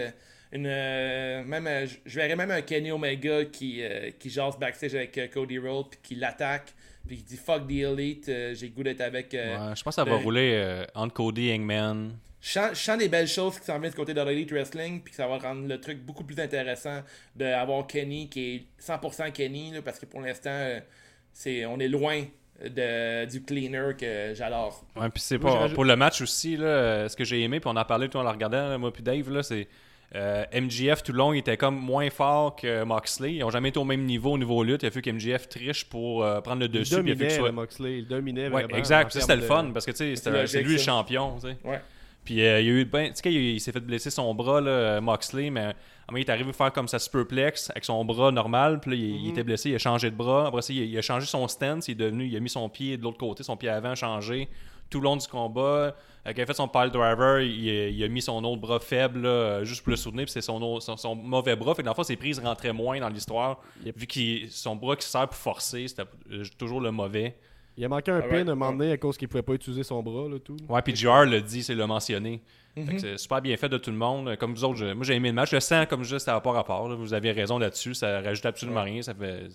Je verrais même un Kenny Omega qui jase backstage avec Cody Rhodes puis qui l'attaque puis qui dit fuck The Elite, j'ai le goût d'être avec. Je pense que ça va rouler entre Cody et Hangman. Je sens des belles choses qui s'en viennent du côté de l'Elite Wrestling, puis que ça va rendre le truc beaucoup plus intéressant d'avoir Kenny qui est 100% Kenny, là, parce que pour l'instant, on est loin du cleaner que j'adore. Ouais, puis c'est pas pour le match aussi, là, ce que j'ai aimé, puis on en a parlé tout en le regardant, là, moi puis Dave, là, c'est MJF tout le long, il était comme moins fort que Moxley. Ils n'ont jamais été au même niveau lutte. Il a fallu que MJF triche pour prendre le dessus. Il dominait Moxley, il dominait vraiment. Exact, c'était le fun, parce que c'est lui le champion. T'sais. Ouais. Puis il y a eu il s'est fait blesser son bras, là, Moxley, mais il est arrivé à faire comme sa superplex avec son bras normal. Puis là, il était blessé, il a changé de bras. Après ça, il a changé son stance, il a mis son pied de l'autre côté, son pied avant changé tout le long du combat. Quand il a fait son pile driver, il a mis son autre bras faible là, juste pour le soutenir, puis c'est son mauvais bras. Fait que dans le fond, ses prises rentraient moins dans l'histoire, vu que son bras qui sert pour forcer, c'était toujours le mauvais. Il a manqué un pin à un moment donné à cause qu'il pouvait pas utiliser son bras. Là, tout. Ouais, puis JR l'a dit, c'est le mentionné. C'est super bien fait de tout le monde. Comme vous autres, moi j'ai aimé le match. Je sens comme juste ça n'a pas rapport. Là. Vous avez raison là-dessus. Ça rajoute absolument rien. Ça fait...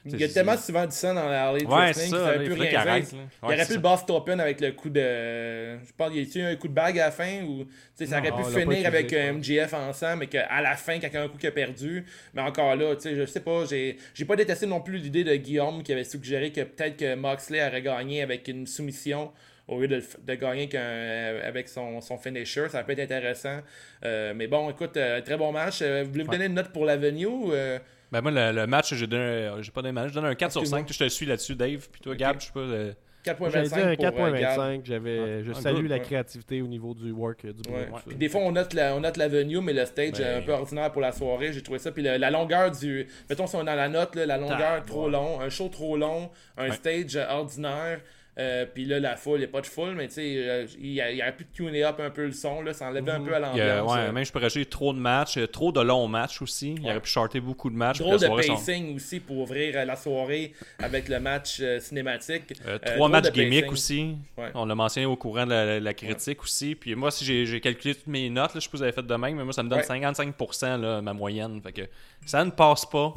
Il y a tellement souvent du sang dans la Harley Ouais, Wrestling c'est qu'il ça, savait là, plus il faudrait rien qu'il arrête, dire. là. Il Ouais, aurait c'est pu le ça. boss open avec le coup de... Je pense qu'il y a eu un coup de bague à la fin ou... Tu sais, ça Non, aurait pu on l'a pas finir avec utilisé, MJF ensemble, mais qu'à la fin, quand il y a un coup qu'il a perdu, mais encore là, tu sais, je sais pas, j'ai pas détesté non plus l'idée de Guillaume qui avait suggéré que peut-être que Moxley aurait gagné avec une soumission au lieu de gagner avec son finisher. Ça peut être intéressant. Mais bon, écoute, très bon match. Vous voulez me donner une note pour l'avenue ou... Ben moi, le match, j'ai pas donné mal. Je donne un 4 sur 5. Excuse-moi. Je te suis là-dessus, Dave. Puis toi, Gab, je sais pas. J'avais dit un 4.25 pour Gab. 4.25. Je salue good, la ouais. créativité au niveau du work du bout. Ouais. Puis des fois, on note l'avenue, mais le stage est un peu ordinaire pour la soirée. J'ai trouvé ça. Puis la longueur du... Mettons, si on est dans la note, là, la longueur trop long, un show trop long, un stage ordinaire. Puis là, la foule, il n'y a pas de foule, mais tu sais, il y a pu tuner up un peu le son, là, ça enlevait un peu à l'ambiance. Même je pourrais rajouter trop de matchs, trop de longs matchs aussi. Il aurait pu shorter beaucoup de matchs. Drôle de pacing aussi pour ouvrir la soirée avec le match cinématique. 3 matchs gimmicks aussi. Ouais. On l'a mentionné au courant de la critique aussi. Puis moi, si j'ai calculé toutes mes notes, là, je sais pas si vous avez fait de même, mais moi, ça me donne 55% là, ma moyenne. Fait que ça ne passe pas.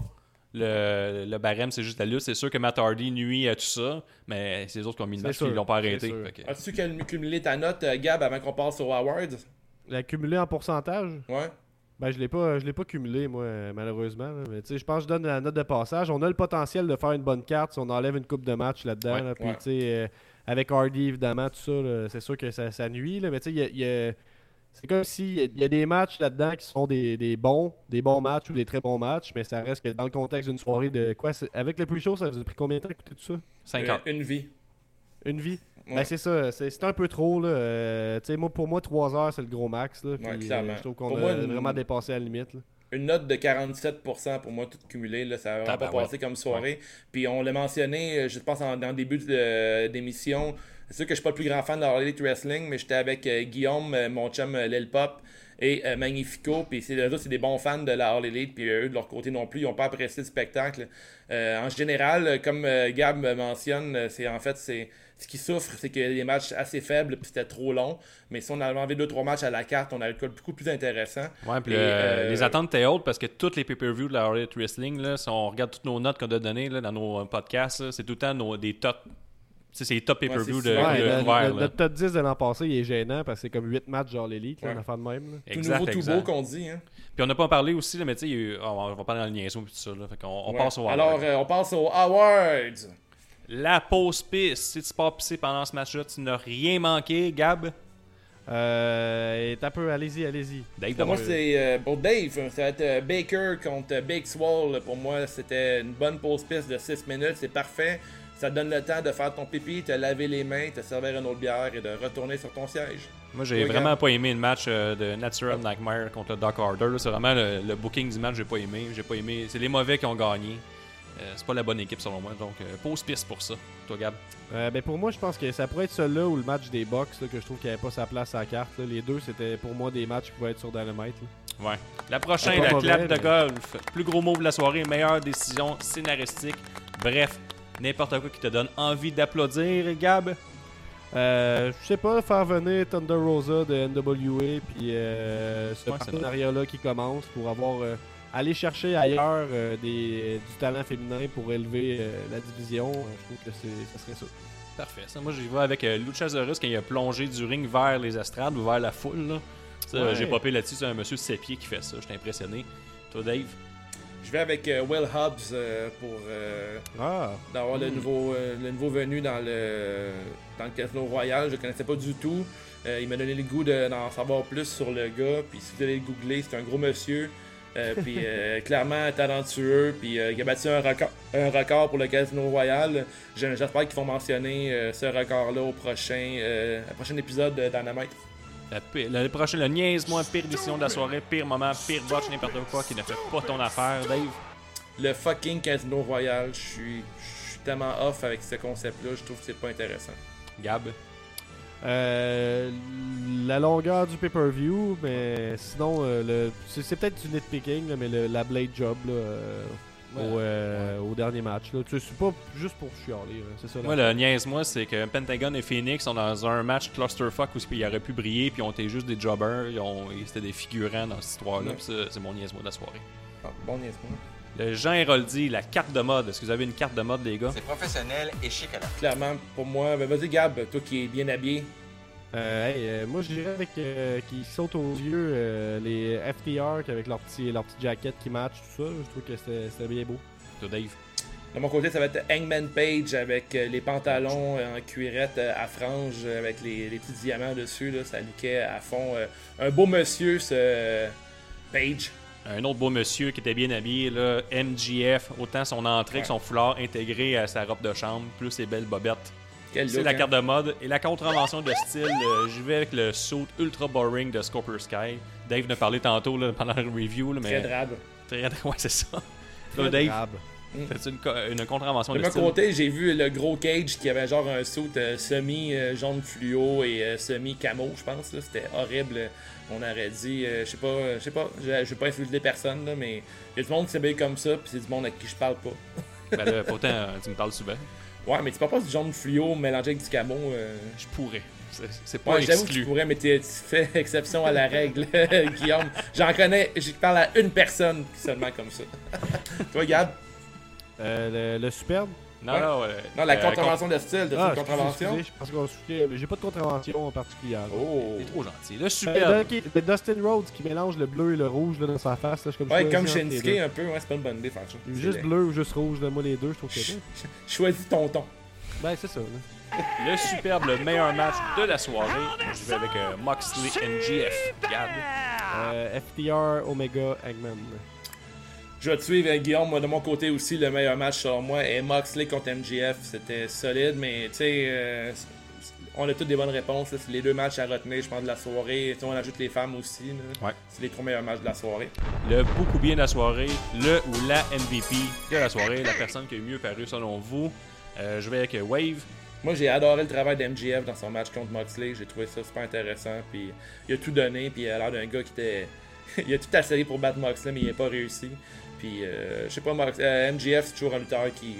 Le barème, c'est juste la lutte. C'est sûr que Matt Hardy nuit à tout ça, mais c'est les autres qui ont mis le match, ils l'ont pas arrêté. Fait que... As-tu cumulé ta note, Gab, avant qu'on passe aux awards? La cumulée en pourcentage? Ouais. Ben, je l'ai pas cumulé, moi, malheureusement. Là. Mais tu sais, je pense que je donne la note de passage. On a le potentiel de faire une bonne carte si on enlève une coupe de match là-dedans. Ouais, là. Puis, tu sais, avec Hardy, évidemment, tout ça, là, c'est sûr que ça nuit. Là. Mais tu sais, c'est comme s'il y a des matchs là-dedans qui sont des bons matchs ou des très bons matchs, mais ça reste que dans le contexte d'une soirée de quoi? Avec le pre-show, ça vous a pris combien de temps d'écouter tout ça? 50. Une vie. Une vie? Ouais. Ben c'est ça, c'est un peu trop. Là. Tu sais, pour moi, 3 heures, c'est le gros max. Là, puis, clairement. je trouve qu'on Pour a moi, vraiment dépassé la limite. Là. Une note de 47% pour moi, tout cumulé. Là, ça va pas passé comme soirée. Puis on l'a mentionné, je pense, dans le début d'émission. C'est sûr que je suis pas le plus grand fan de la Harley Wrestling, mais j'étais avec Guillaume, mon chum Lil Pop et Magnifico. Puis c'est des bons fans de la Harley Elite. Puis eux, de leur côté non plus, ils n'ont pas apprécié le spectacle. En général, comme Gab me mentionne, ce qui souffre, c'est qu'il y a des matchs assez faibles puis c'était trop long. Mais si on avait enlevé 2-3 matchs à la carte, on aurait eu beaucoup plus intéressant. Ouais, puis les attentes étaient hautes parce que tous les pay-per-views de la Harley Wrestling, là, si on regarde toutes nos notes qu'on a données là, dans nos podcasts, là, c'est tout le temps des top. C'est les top pay-per-view de couvert. Notre top 10 de l'an passé, il est gênant parce que c'est comme 8 matchs genre l'élite, on a fait de même. Là. Tout nouveau, tout beau qu'on dit. Hein. Puis on n'a pas parlé aussi, là, mais tu sais, on va parler dans le niaiseau et tout ça. Là, fait qu'on passe aux awards. Alors, on passe aux awards. La pause piste. Si tu pars pisser pendant ce match-là, tu n'as rien manqué, Gab. Un peu, allez-y. Dave, Pour moi, c'est pour Dave, ça va être Baker contre Big Swole. Pour moi, c'était une bonne pause piste de 6 minutes. C'est parfait. Ça te donne le temps de faire ton pipi, te laver les mains, te servir une autre bière et de retourner sur ton siège. Moi, j'ai vraiment pas aimé le match de Natural Nightmare contre le Dark Order. C'est vraiment le booking du match, j'ai pas aimé. C'est les mauvais qui ont gagné. C'est pas la bonne équipe selon moi. Donc, pause piste pour ça. Toi, Gab? Ben pour moi, je pense que ça pourrait être celui-là ou le match des Bucks là, que je trouve qu'il n'y avait pas sa place à la carte. Là. Les deux, c'était pour moi des matchs qui pouvaient être sur Dynamite. Là. Ouais. La prochaine, la clap de golf. Plus gros move de la soirée, meilleure décision scénaristique. Bref, n'importe quoi qui te donne envie d'applaudir, Gab. Je sais pas, faire venir Thunder Rosa de NWA puis ce partenariat-là qui commence pour avoir aller chercher ailleurs du talent féminin pour élever la division. Je trouve que ça serait ça. Parfait. Ça, moi, j'y vais avec Luchasaurus quand il a plongé du ring vers les estrades ou vers la foule. Là. Ça, j'ai popé là-dessus. C'est un monsieur de 7 pieds qui fait ça. J'étais impressionné. Toi, Dave? Je vais avec Will Hobbs pour d'avoir le nouveau venu dans le Casino Royal. Je le connaissais pas du tout. Il m'a donné le goût d'en savoir plus sur le gars. Puis si vous allez le googler, c'est un gros monsieur. Puis clairement talentueux. Puis il a battu un record pour le Casino Royal. J'espère qu'ils vont mentionner ce record-là au prochain épisode de Dynamite. Le niaise-moi, pire décision de la soirée, pire moment, pire botch, n'importe quoi qui ne fait pas ton affaire, Dave. Le fucking Casino Royal, je suis tellement off avec ce concept-là, je trouve que c'est pas intéressant. Gab? La longueur du pay-per-view, mais sinon, c'est peut-être du nitpicking, là, mais la Blade Job là, au dernier match. Là. C'est pas juste pour chialer. C'est ça. Moi, le niaise-moi, c'est que Pentagon et Phoenix sont dans un match clusterfuck où ils auraient pu briller, puis ils ont été juste des jobbers, c'était des figurants dans cette histoire-là. Puis c'est mon niaise-moi de la soirée. Ah, bon niaise-moi. Le Jean Héroldi, la carte de mode. Est-ce que vous avez une carte de mode, les gars? C'est professionnel et chic à la fois. Clairement, pour moi, ben vas-y Gab, toi qui es bien habillé. Moi, je dirais avec qui sautent aux yeux les FTR avec leur petit jacket qui match, tout ça. Je trouve que c'était bien beau. Toi, Dave. De mon côté, ça va être Hangman Page avec les pantalons en cuirette à franges avec les petits diamants dessus. Là, ça lookait à fond. Un beau monsieur, ce Page. Un autre beau monsieur qui était bien habillé, là, MJF, autant son entrée que son foulard intégré à sa robe de chambre, plus ses belles bobettes. Quel C'est look, la hein? carte de mode. Et la contravention de style, j'y vais avec le suit ultra boring de Scorpio Sky. Dave en a parlé tantôt là, pendant le review. Là, mais Très drabe. Ouais, c'est ça. Très Là, Dave, drabe. c'est une contravention De de mon style. côté, j'ai vu le gros Cage qui avait genre un suit semi-jaune fluo et semi-camo, je pense. Là. C'était horrible. On aurait dit, je sais pas, je vais pas insulter personne, là, mais il y a du monde qui s'habille comme ça, puis c'est du monde avec qui je parle pas. Ben là, pourtant, tu me parles souvent. Ouais, mais tu parles pas du jaune fluo mélangé avec du camo. Je pourrais. C'est pas Ouais, j'avoue que tu exclu. pourrais, mais tu fais exception à la règle, Guillaume. J'en connais, je parle à une personne seulement comme ça. Toi, Gab? Le superbe. Non, Ouais. non, Non, la contravention de style, t'as fait une contravention? Je pense qu'on mais j'ai pas de contravention en particulier. Oh! t'es trop gentil. Le super. Le Dustin Rhodes qui mélange le bleu et le rouge là, dans sa face. Là, je Ouais, comme choisis entre les Shinsuke deux. un peu, ouais, c'est pas une bonne idée, faire ça. Juste bleu ou juste rouge, là, moi les deux, je trouve que c'est. Choisis ton ton. Ben, c'est ça. Là. Le superbe, le meilleur match de la soirée. Je vais avec Moxley MJF. Gab. FTR Omega Eggman. Je vais te suivre, Guillaume. Moi, de mon côté aussi, le meilleur match selon moi est Moxley contre MJF. C'était solide, mais tu sais, on a toutes des bonnes réponses. Là. C'est les deux matchs à retenir, je pense, de la soirée. T'sais, on ajoute les femmes aussi. Là. Ouais. C'est les 3 meilleurs matchs de la soirée. Le beaucoup bien de la soirée. Le ou la MVP de la soirée. La personne qui a mieux paru selon vous. Je vais avec Wave. Moi, j'ai adoré le travail d'MJF dans son match contre Moxley. J'ai trouvé ça super intéressant. Puis il a tout donné. Puis il a l'air d'un gars qui était. Il a tout essayé pour battre Moxley, mais il n'a pas réussi. Puis je sais pas, MJF, c'est toujours un lutteur qui.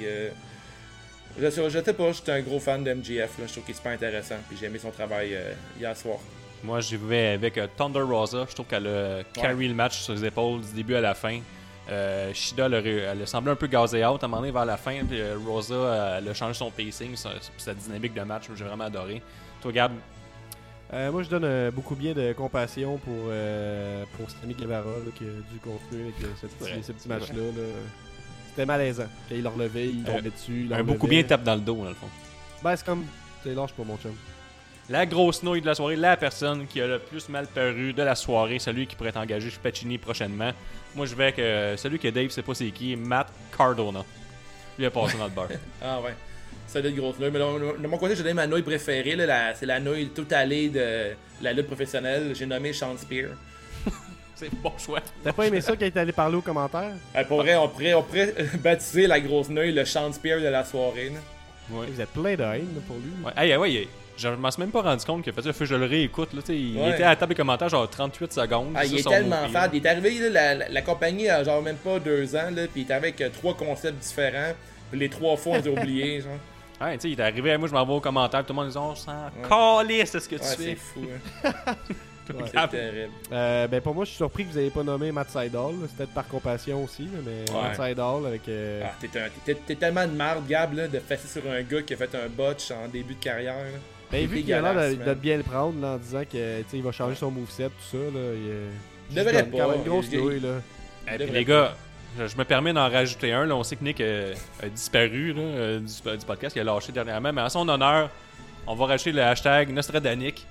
Je sais pas, j'étais un gros fan de MJF. Là. Je trouve qu'il est super intéressant. Puis j'ai aimé son travail hier soir. Moi, j'y vais avec Thunder Rosa. Je trouve qu'elle a carry le match sur les épaules du début à la fin. Shida, elle a semblé un peu gazée out à un moment donné vers la fin. Puis Rosa, elle a changé son pacing, sa dynamique de match. J'ai vraiment adoré. Toi, Gab? Moi, je donne beaucoup bien de compassion pour Sammy Guevara là, qui a dû continuer avec ce petit match-là. Là. C'était malaisant. Quand il l'a relevé, il tombait dessus. Il Un beaucoup bien tape dans le dos, dans le fond. Ben, c'est comme. T'es lâche pas, mon chum. La grosse nouille de la soirée, la personne qui a le plus mal paru de la soirée, celui qui pourrait être engagé chez Pacini prochainement. Moi, je vais avec celui que Dave sait pas c'est qui, Matt Cardona. Lui a passé dans le beurre. Ah ouais. Solide grosse nouille. Mais de mon côté, j'ai donné ma nouille préférée. Là, c'est la nouille tout allée de la lutte professionnelle. J'ai nommé Sean Spear. C'est bon choix. T'as pas aimé ça quand il est allé parler aux commentaires? Pour vrai, on pourrait baptiser la grosse nouille le Sean Spear de la soirée. Là. Ouais. Vous êtes plein de haine là, pour lui. Ouais, je m'en suis même pas rendu compte que fait ça, faut que je le réécoute. Là, il Ouais. était à la table des commentaires genre 38 secondes. Ah, il est tellement fade. Il est arrivé, là, la compagnie a genre même pas 2 ans, là, puis il est avec 3 concepts différents. Puis les 3 fois, on les a oubliés. Genre. Ouais, tu sais, il est arrivé, moi je m'en vais aux commentaires, tout le monde dit on s'en calisse, c'est ce que tu Ouais, fais. c'est fou. Hein. Ouais. C'est terrible. Ben pour moi, je suis surpris que vous n'ayez pas nommé Matt Sydal. là. C'est peut-être par compassion aussi, là, mais Ouais. Matt Sydal avec. Ah, t'es tellement de marde, Gab, là, de fesser sur un gars qui a fait un botch en début de carrière. Là. Ben, C'est vu qu'il a l'air dégueulasse, de man. bien le prendre là, en disant que il va changer son moveset, tout ça. Là, Il devrait donne pas. quand même une grosse Il- nouille. Là. Et puis devrait les gars, je me permets d'en rajouter un. Là, on sait que Nick a disparu là, du podcast, il a lâché dernièrement, mais en son honneur, on va rajouter le hashtag Nostradanic.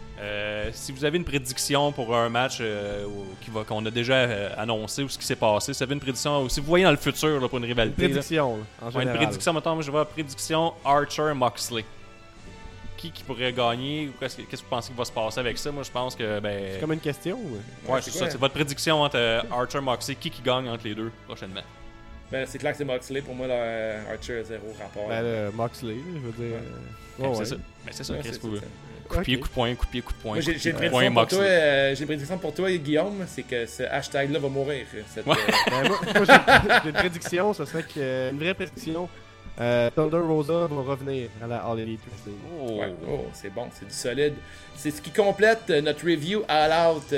Si vous avez une prédiction pour un match qu'on a déjà annoncé ou ce qui s'est passé, si vous avez une prédiction ou si vous voyez dans le futur là, pour une Une rivalité, là, prédiction, là, en ouais, général. une prédiction, mettons, je vois prédiction Archer-Moxley. Qui pourrait gagner ou qu'est-ce que vous pensez qu'il va se passer avec ça? Moi, je pense que C'est comme une question. ouais, c'est c'est quoi? ça. C'est votre prédiction entre Archer-Moxley. Qui gagne entre les deux prochainement? Ben, c'est clair que c'est Moxley. Pour moi, là, Archer a 0 rapport. Ben, Moxley, là, je veux dire. C'est ça. Ben, c'est ça, Ouais, Chris, c'est vous. ça. Coup de pied, Ok. coup de poing, coup de pied, coup de poing. Moi, j'ai coup une de poing, prédiction pour toi, Moxley. j'ai une prédiction pour toi, Guillaume, c'est que ce hashtag-là va mourir. Cette, Ouais. Ben, moi, j'ai une prédiction, ce serait une vraie prédiction. Thunder Rosa va revenir à la All Elite Wrestling. Ouais. Oh, c'est bon, c'est du solide. C'est ce qui complète notre review All Out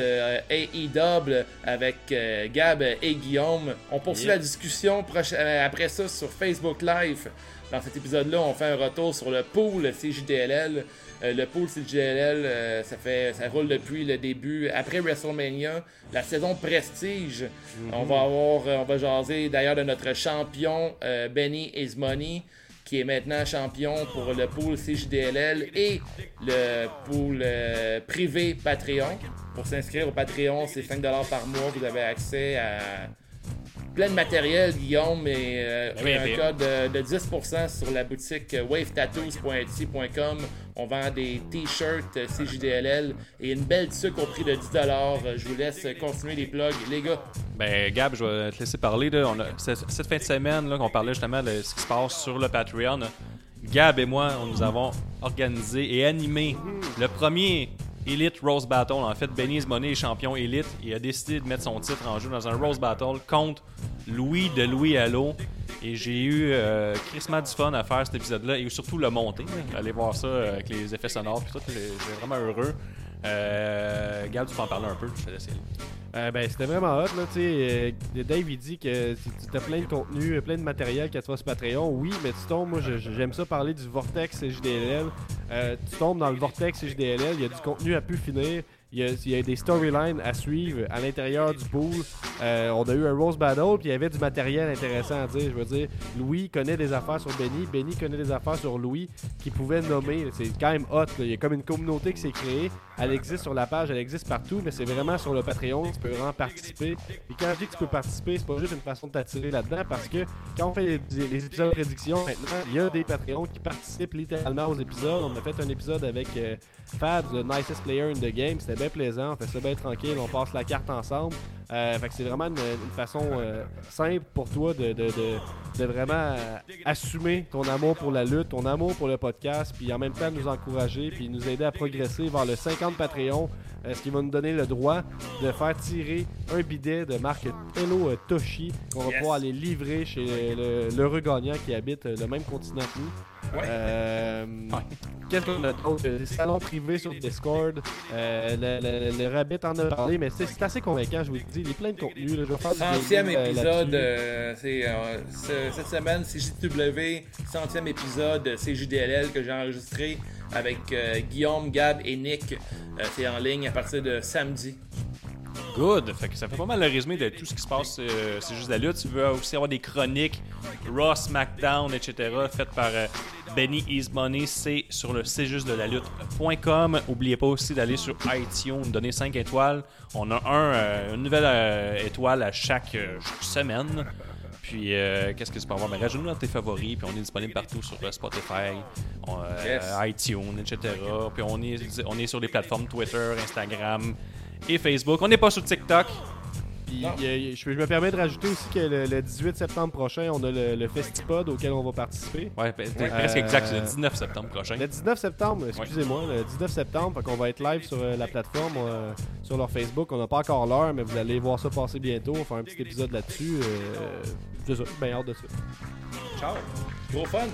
AEW avec Gab et Guillaume. On poursuit la discussion après ça sur Facebook Live. Dans cet épisode-là, on fait un retour sur le pool CJDLL. Le pool CJDLL, ça roule depuis le début, après WrestleMania, la saison Prestige. On va jaser d'ailleurs de notre champion Benny Ismoney, qui est maintenant champion pour le pool CJDLL et le pool privé Patreon. Pour s'inscrire au Patreon, c'est 5$ par mois. Vous avez accès à plein de matériel, Guillaume, et un code de 10% sur la boutique wavetattoos.etsy.com. On vend des t-shirts CJDLL et une belle tuque au prix de 10$. Je vous laisse continuer les plugs, les gars. Ben Gab, je vais te laisser parler. Là. Cette fin de semaine, là, qu'on parlait justement de ce qui se passe sur le Patreon. Gab et moi, nous avons organisé et animé le premier Elite Rose Battle. En fait, Benny Ismoney est champion Elite. Il a décidé de mettre son titre en jeu dans un Rose Battle contre Louis de Louis Allo. Et j'ai eu crissement du fun à faire cet épisode-là et surtout le monter. Allez voir ça avec les effets sonores et tout. J'ai vraiment heureux. Gab, tu peux en parler un peu, je te laisse aller. C'était vraiment hot, là, tu sais. Dave, il dit que tu as plein de contenu, plein de matériel que tu vas sur Patreon. Oui, mais tu tombes, moi, j'aime ça parler du Vortex CJDLL. Tu tombes dans le Vortex CJDLL, il y a du contenu à pu finir. Il y a des storylines à suivre à l'intérieur du pool. On a eu un Rose Battle, puis il y avait du matériel intéressant à dire. Je veux dire, Louis connaît des affaires sur Benny, Benny connaît des affaires sur Louis, qui pouvait nommer. C'est quand même hot, là. Il y a comme une communauté qui s'est créée. Elle existe sur la page, elle existe partout, mais c'est vraiment sur le Patreon. Tu peux vraiment participer. Et quand je dis que tu peux participer, c'est pas juste une façon de t'attirer là-dedans, parce que quand on fait les épisodes de prédiction, maintenant, il y a des Patreons qui participent littéralement aux épisodes. On a fait un épisode avec Fab, le nicest player in the game. C'était bien plaisant, on fait ça bien tranquille, on passe la carte ensemble. Fait que c'est vraiment une façon simple pour toi de vraiment assumer ton amour pour la lutte, ton amour pour le podcast, puis en même temps nous encourager, puis nous aider à progresser vers le 50 Patreon, ce qui va nous donner le droit de faire tirer un bidet de marque Hello Toshi qu'on va pouvoir aller livrer chez l'heureux gagnant qui habite le même continent que nous. Qu'est-ce qu'on a d'autre? Des salons privés sur Discord. Le Rabbit en a parlé, mais c'est assez convaincant, je vous le dis. Il y a plein de contenu. Là, je vais faire 100e épisode. Cette semaine, CJW, 100e épisode CJDLL que j'ai enregistré avec Guillaume, Gab et Nick. C'est en ligne à partir de samedi. Good! Fait que ça fait pas mal le résumé de tout ce qui se passe, c'est juste la lutte. Tu veux aussi avoir des chroniques, Raw, SmackDown, etc. faites par Benny Ismoney, c'est sur le c'est juste de la lutte.com. N'oubliez pas aussi d'aller sur iTunes, donner 5 étoiles. On a une nouvelle étoile à chaque semaine. Puis, qu'est-ce que tu peux avoir? Mais rajoute-nous dans tes favoris. Puis, on est disponible partout sur Spotify, iTunes, etc. Puis, on est sur les plateformes Twitter, Instagram et Facebook. On n'est pas sur TikTok. Puis, je me permets de rajouter aussi que le 18 septembre prochain, on a le Festipod auquel on va participer. Ouais, presque exact, c'est le 19 septembre prochain. Le 19 septembre, excusez-moi, le 19 septembre, fait qu'on va être live sur la plateforme, sur leur Facebook. On n'a pas encore l'heure, mais vous allez voir ça passer bientôt. On va faire un petit épisode là-dessus. C'est ça, bien hâte de ça. Ciao, gros fun!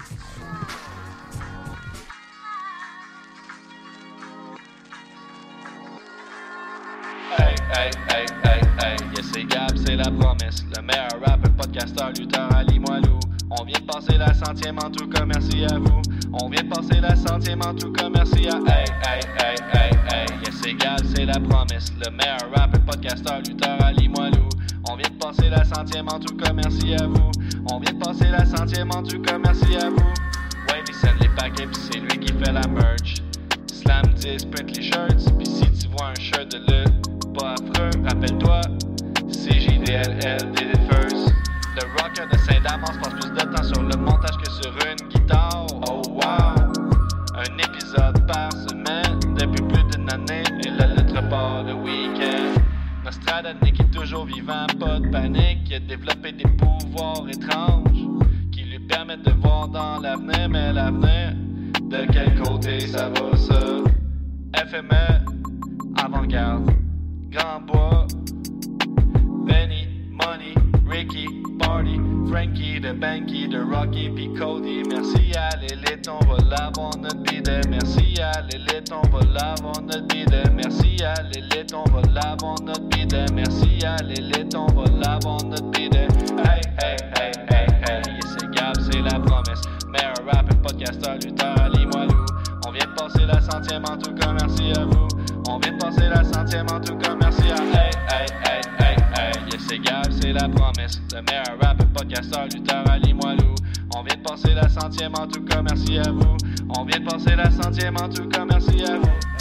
Yes, c'est Gab, c'est la promesse. Le meilleur rappeur, podcasteur, lutteur, Ali Moilou. On vient de passer la 100e en tout cas, merci à vous. On vient de passer la 100e en tout cas, merci à Yes, c'est Gab, c'est la promesse. Le meilleur rappeur, podcasteur, lutteur, Ali Moilou. On vient de passer la 100e en tout cas, merci à vous. On vient de passer la 100e en tout cas, merci à vous. Ouais, il send les paquets pis c'est lui qui fait la merch. Slam 10, print les shirts, pis si tu vois un shirt de lutte pas affreux, rappelle-toi, CJDLL did it first. Le rocker de Saint-Damas passe plus de temps sur le montage que sur une guitare. Oh wow! Un épisode par semaine depuis plus d'une année et la lettre part le week-end. Nostradamus est toujours vivant, pas de panique. Il a développé des pouvoirs étranges qui lui permettent de voir dans l'avenir. Mais l'avenir, de quel côté ça va ça? FME, avant-garde, Grand Bois, Benny, Money, Ricky, Party, Frankie, de Banky, de Rocky, pis Cody. Merci à l'élite, on va l'avoir notre bidet. Merci à l'élite, on va l'avoir notre bidet. Merci à l'élite, on va l'avoir notre bidet. Merci à l'élite, on va l'avoir notre bidet. Hey, hey, hey, hey, hey, c'est Gab, c'est la promesse. Meilleur rappeur, podcasteur, lutteur, Ali Moilou. On vient de passer la 100e en tout cas, merci à vous. On vient de passer la 100e en tout cas, merci à hey, hey, hey, hey, hey. Yeah, c'est Gab, c'est la promesse. Le meilleur rappeur, podcasteur, lutteur, Ali Moilou. On vient de passer la 100e en tout cas, merci à vous. On vient de passer la 100e en tout cas, merci à vous.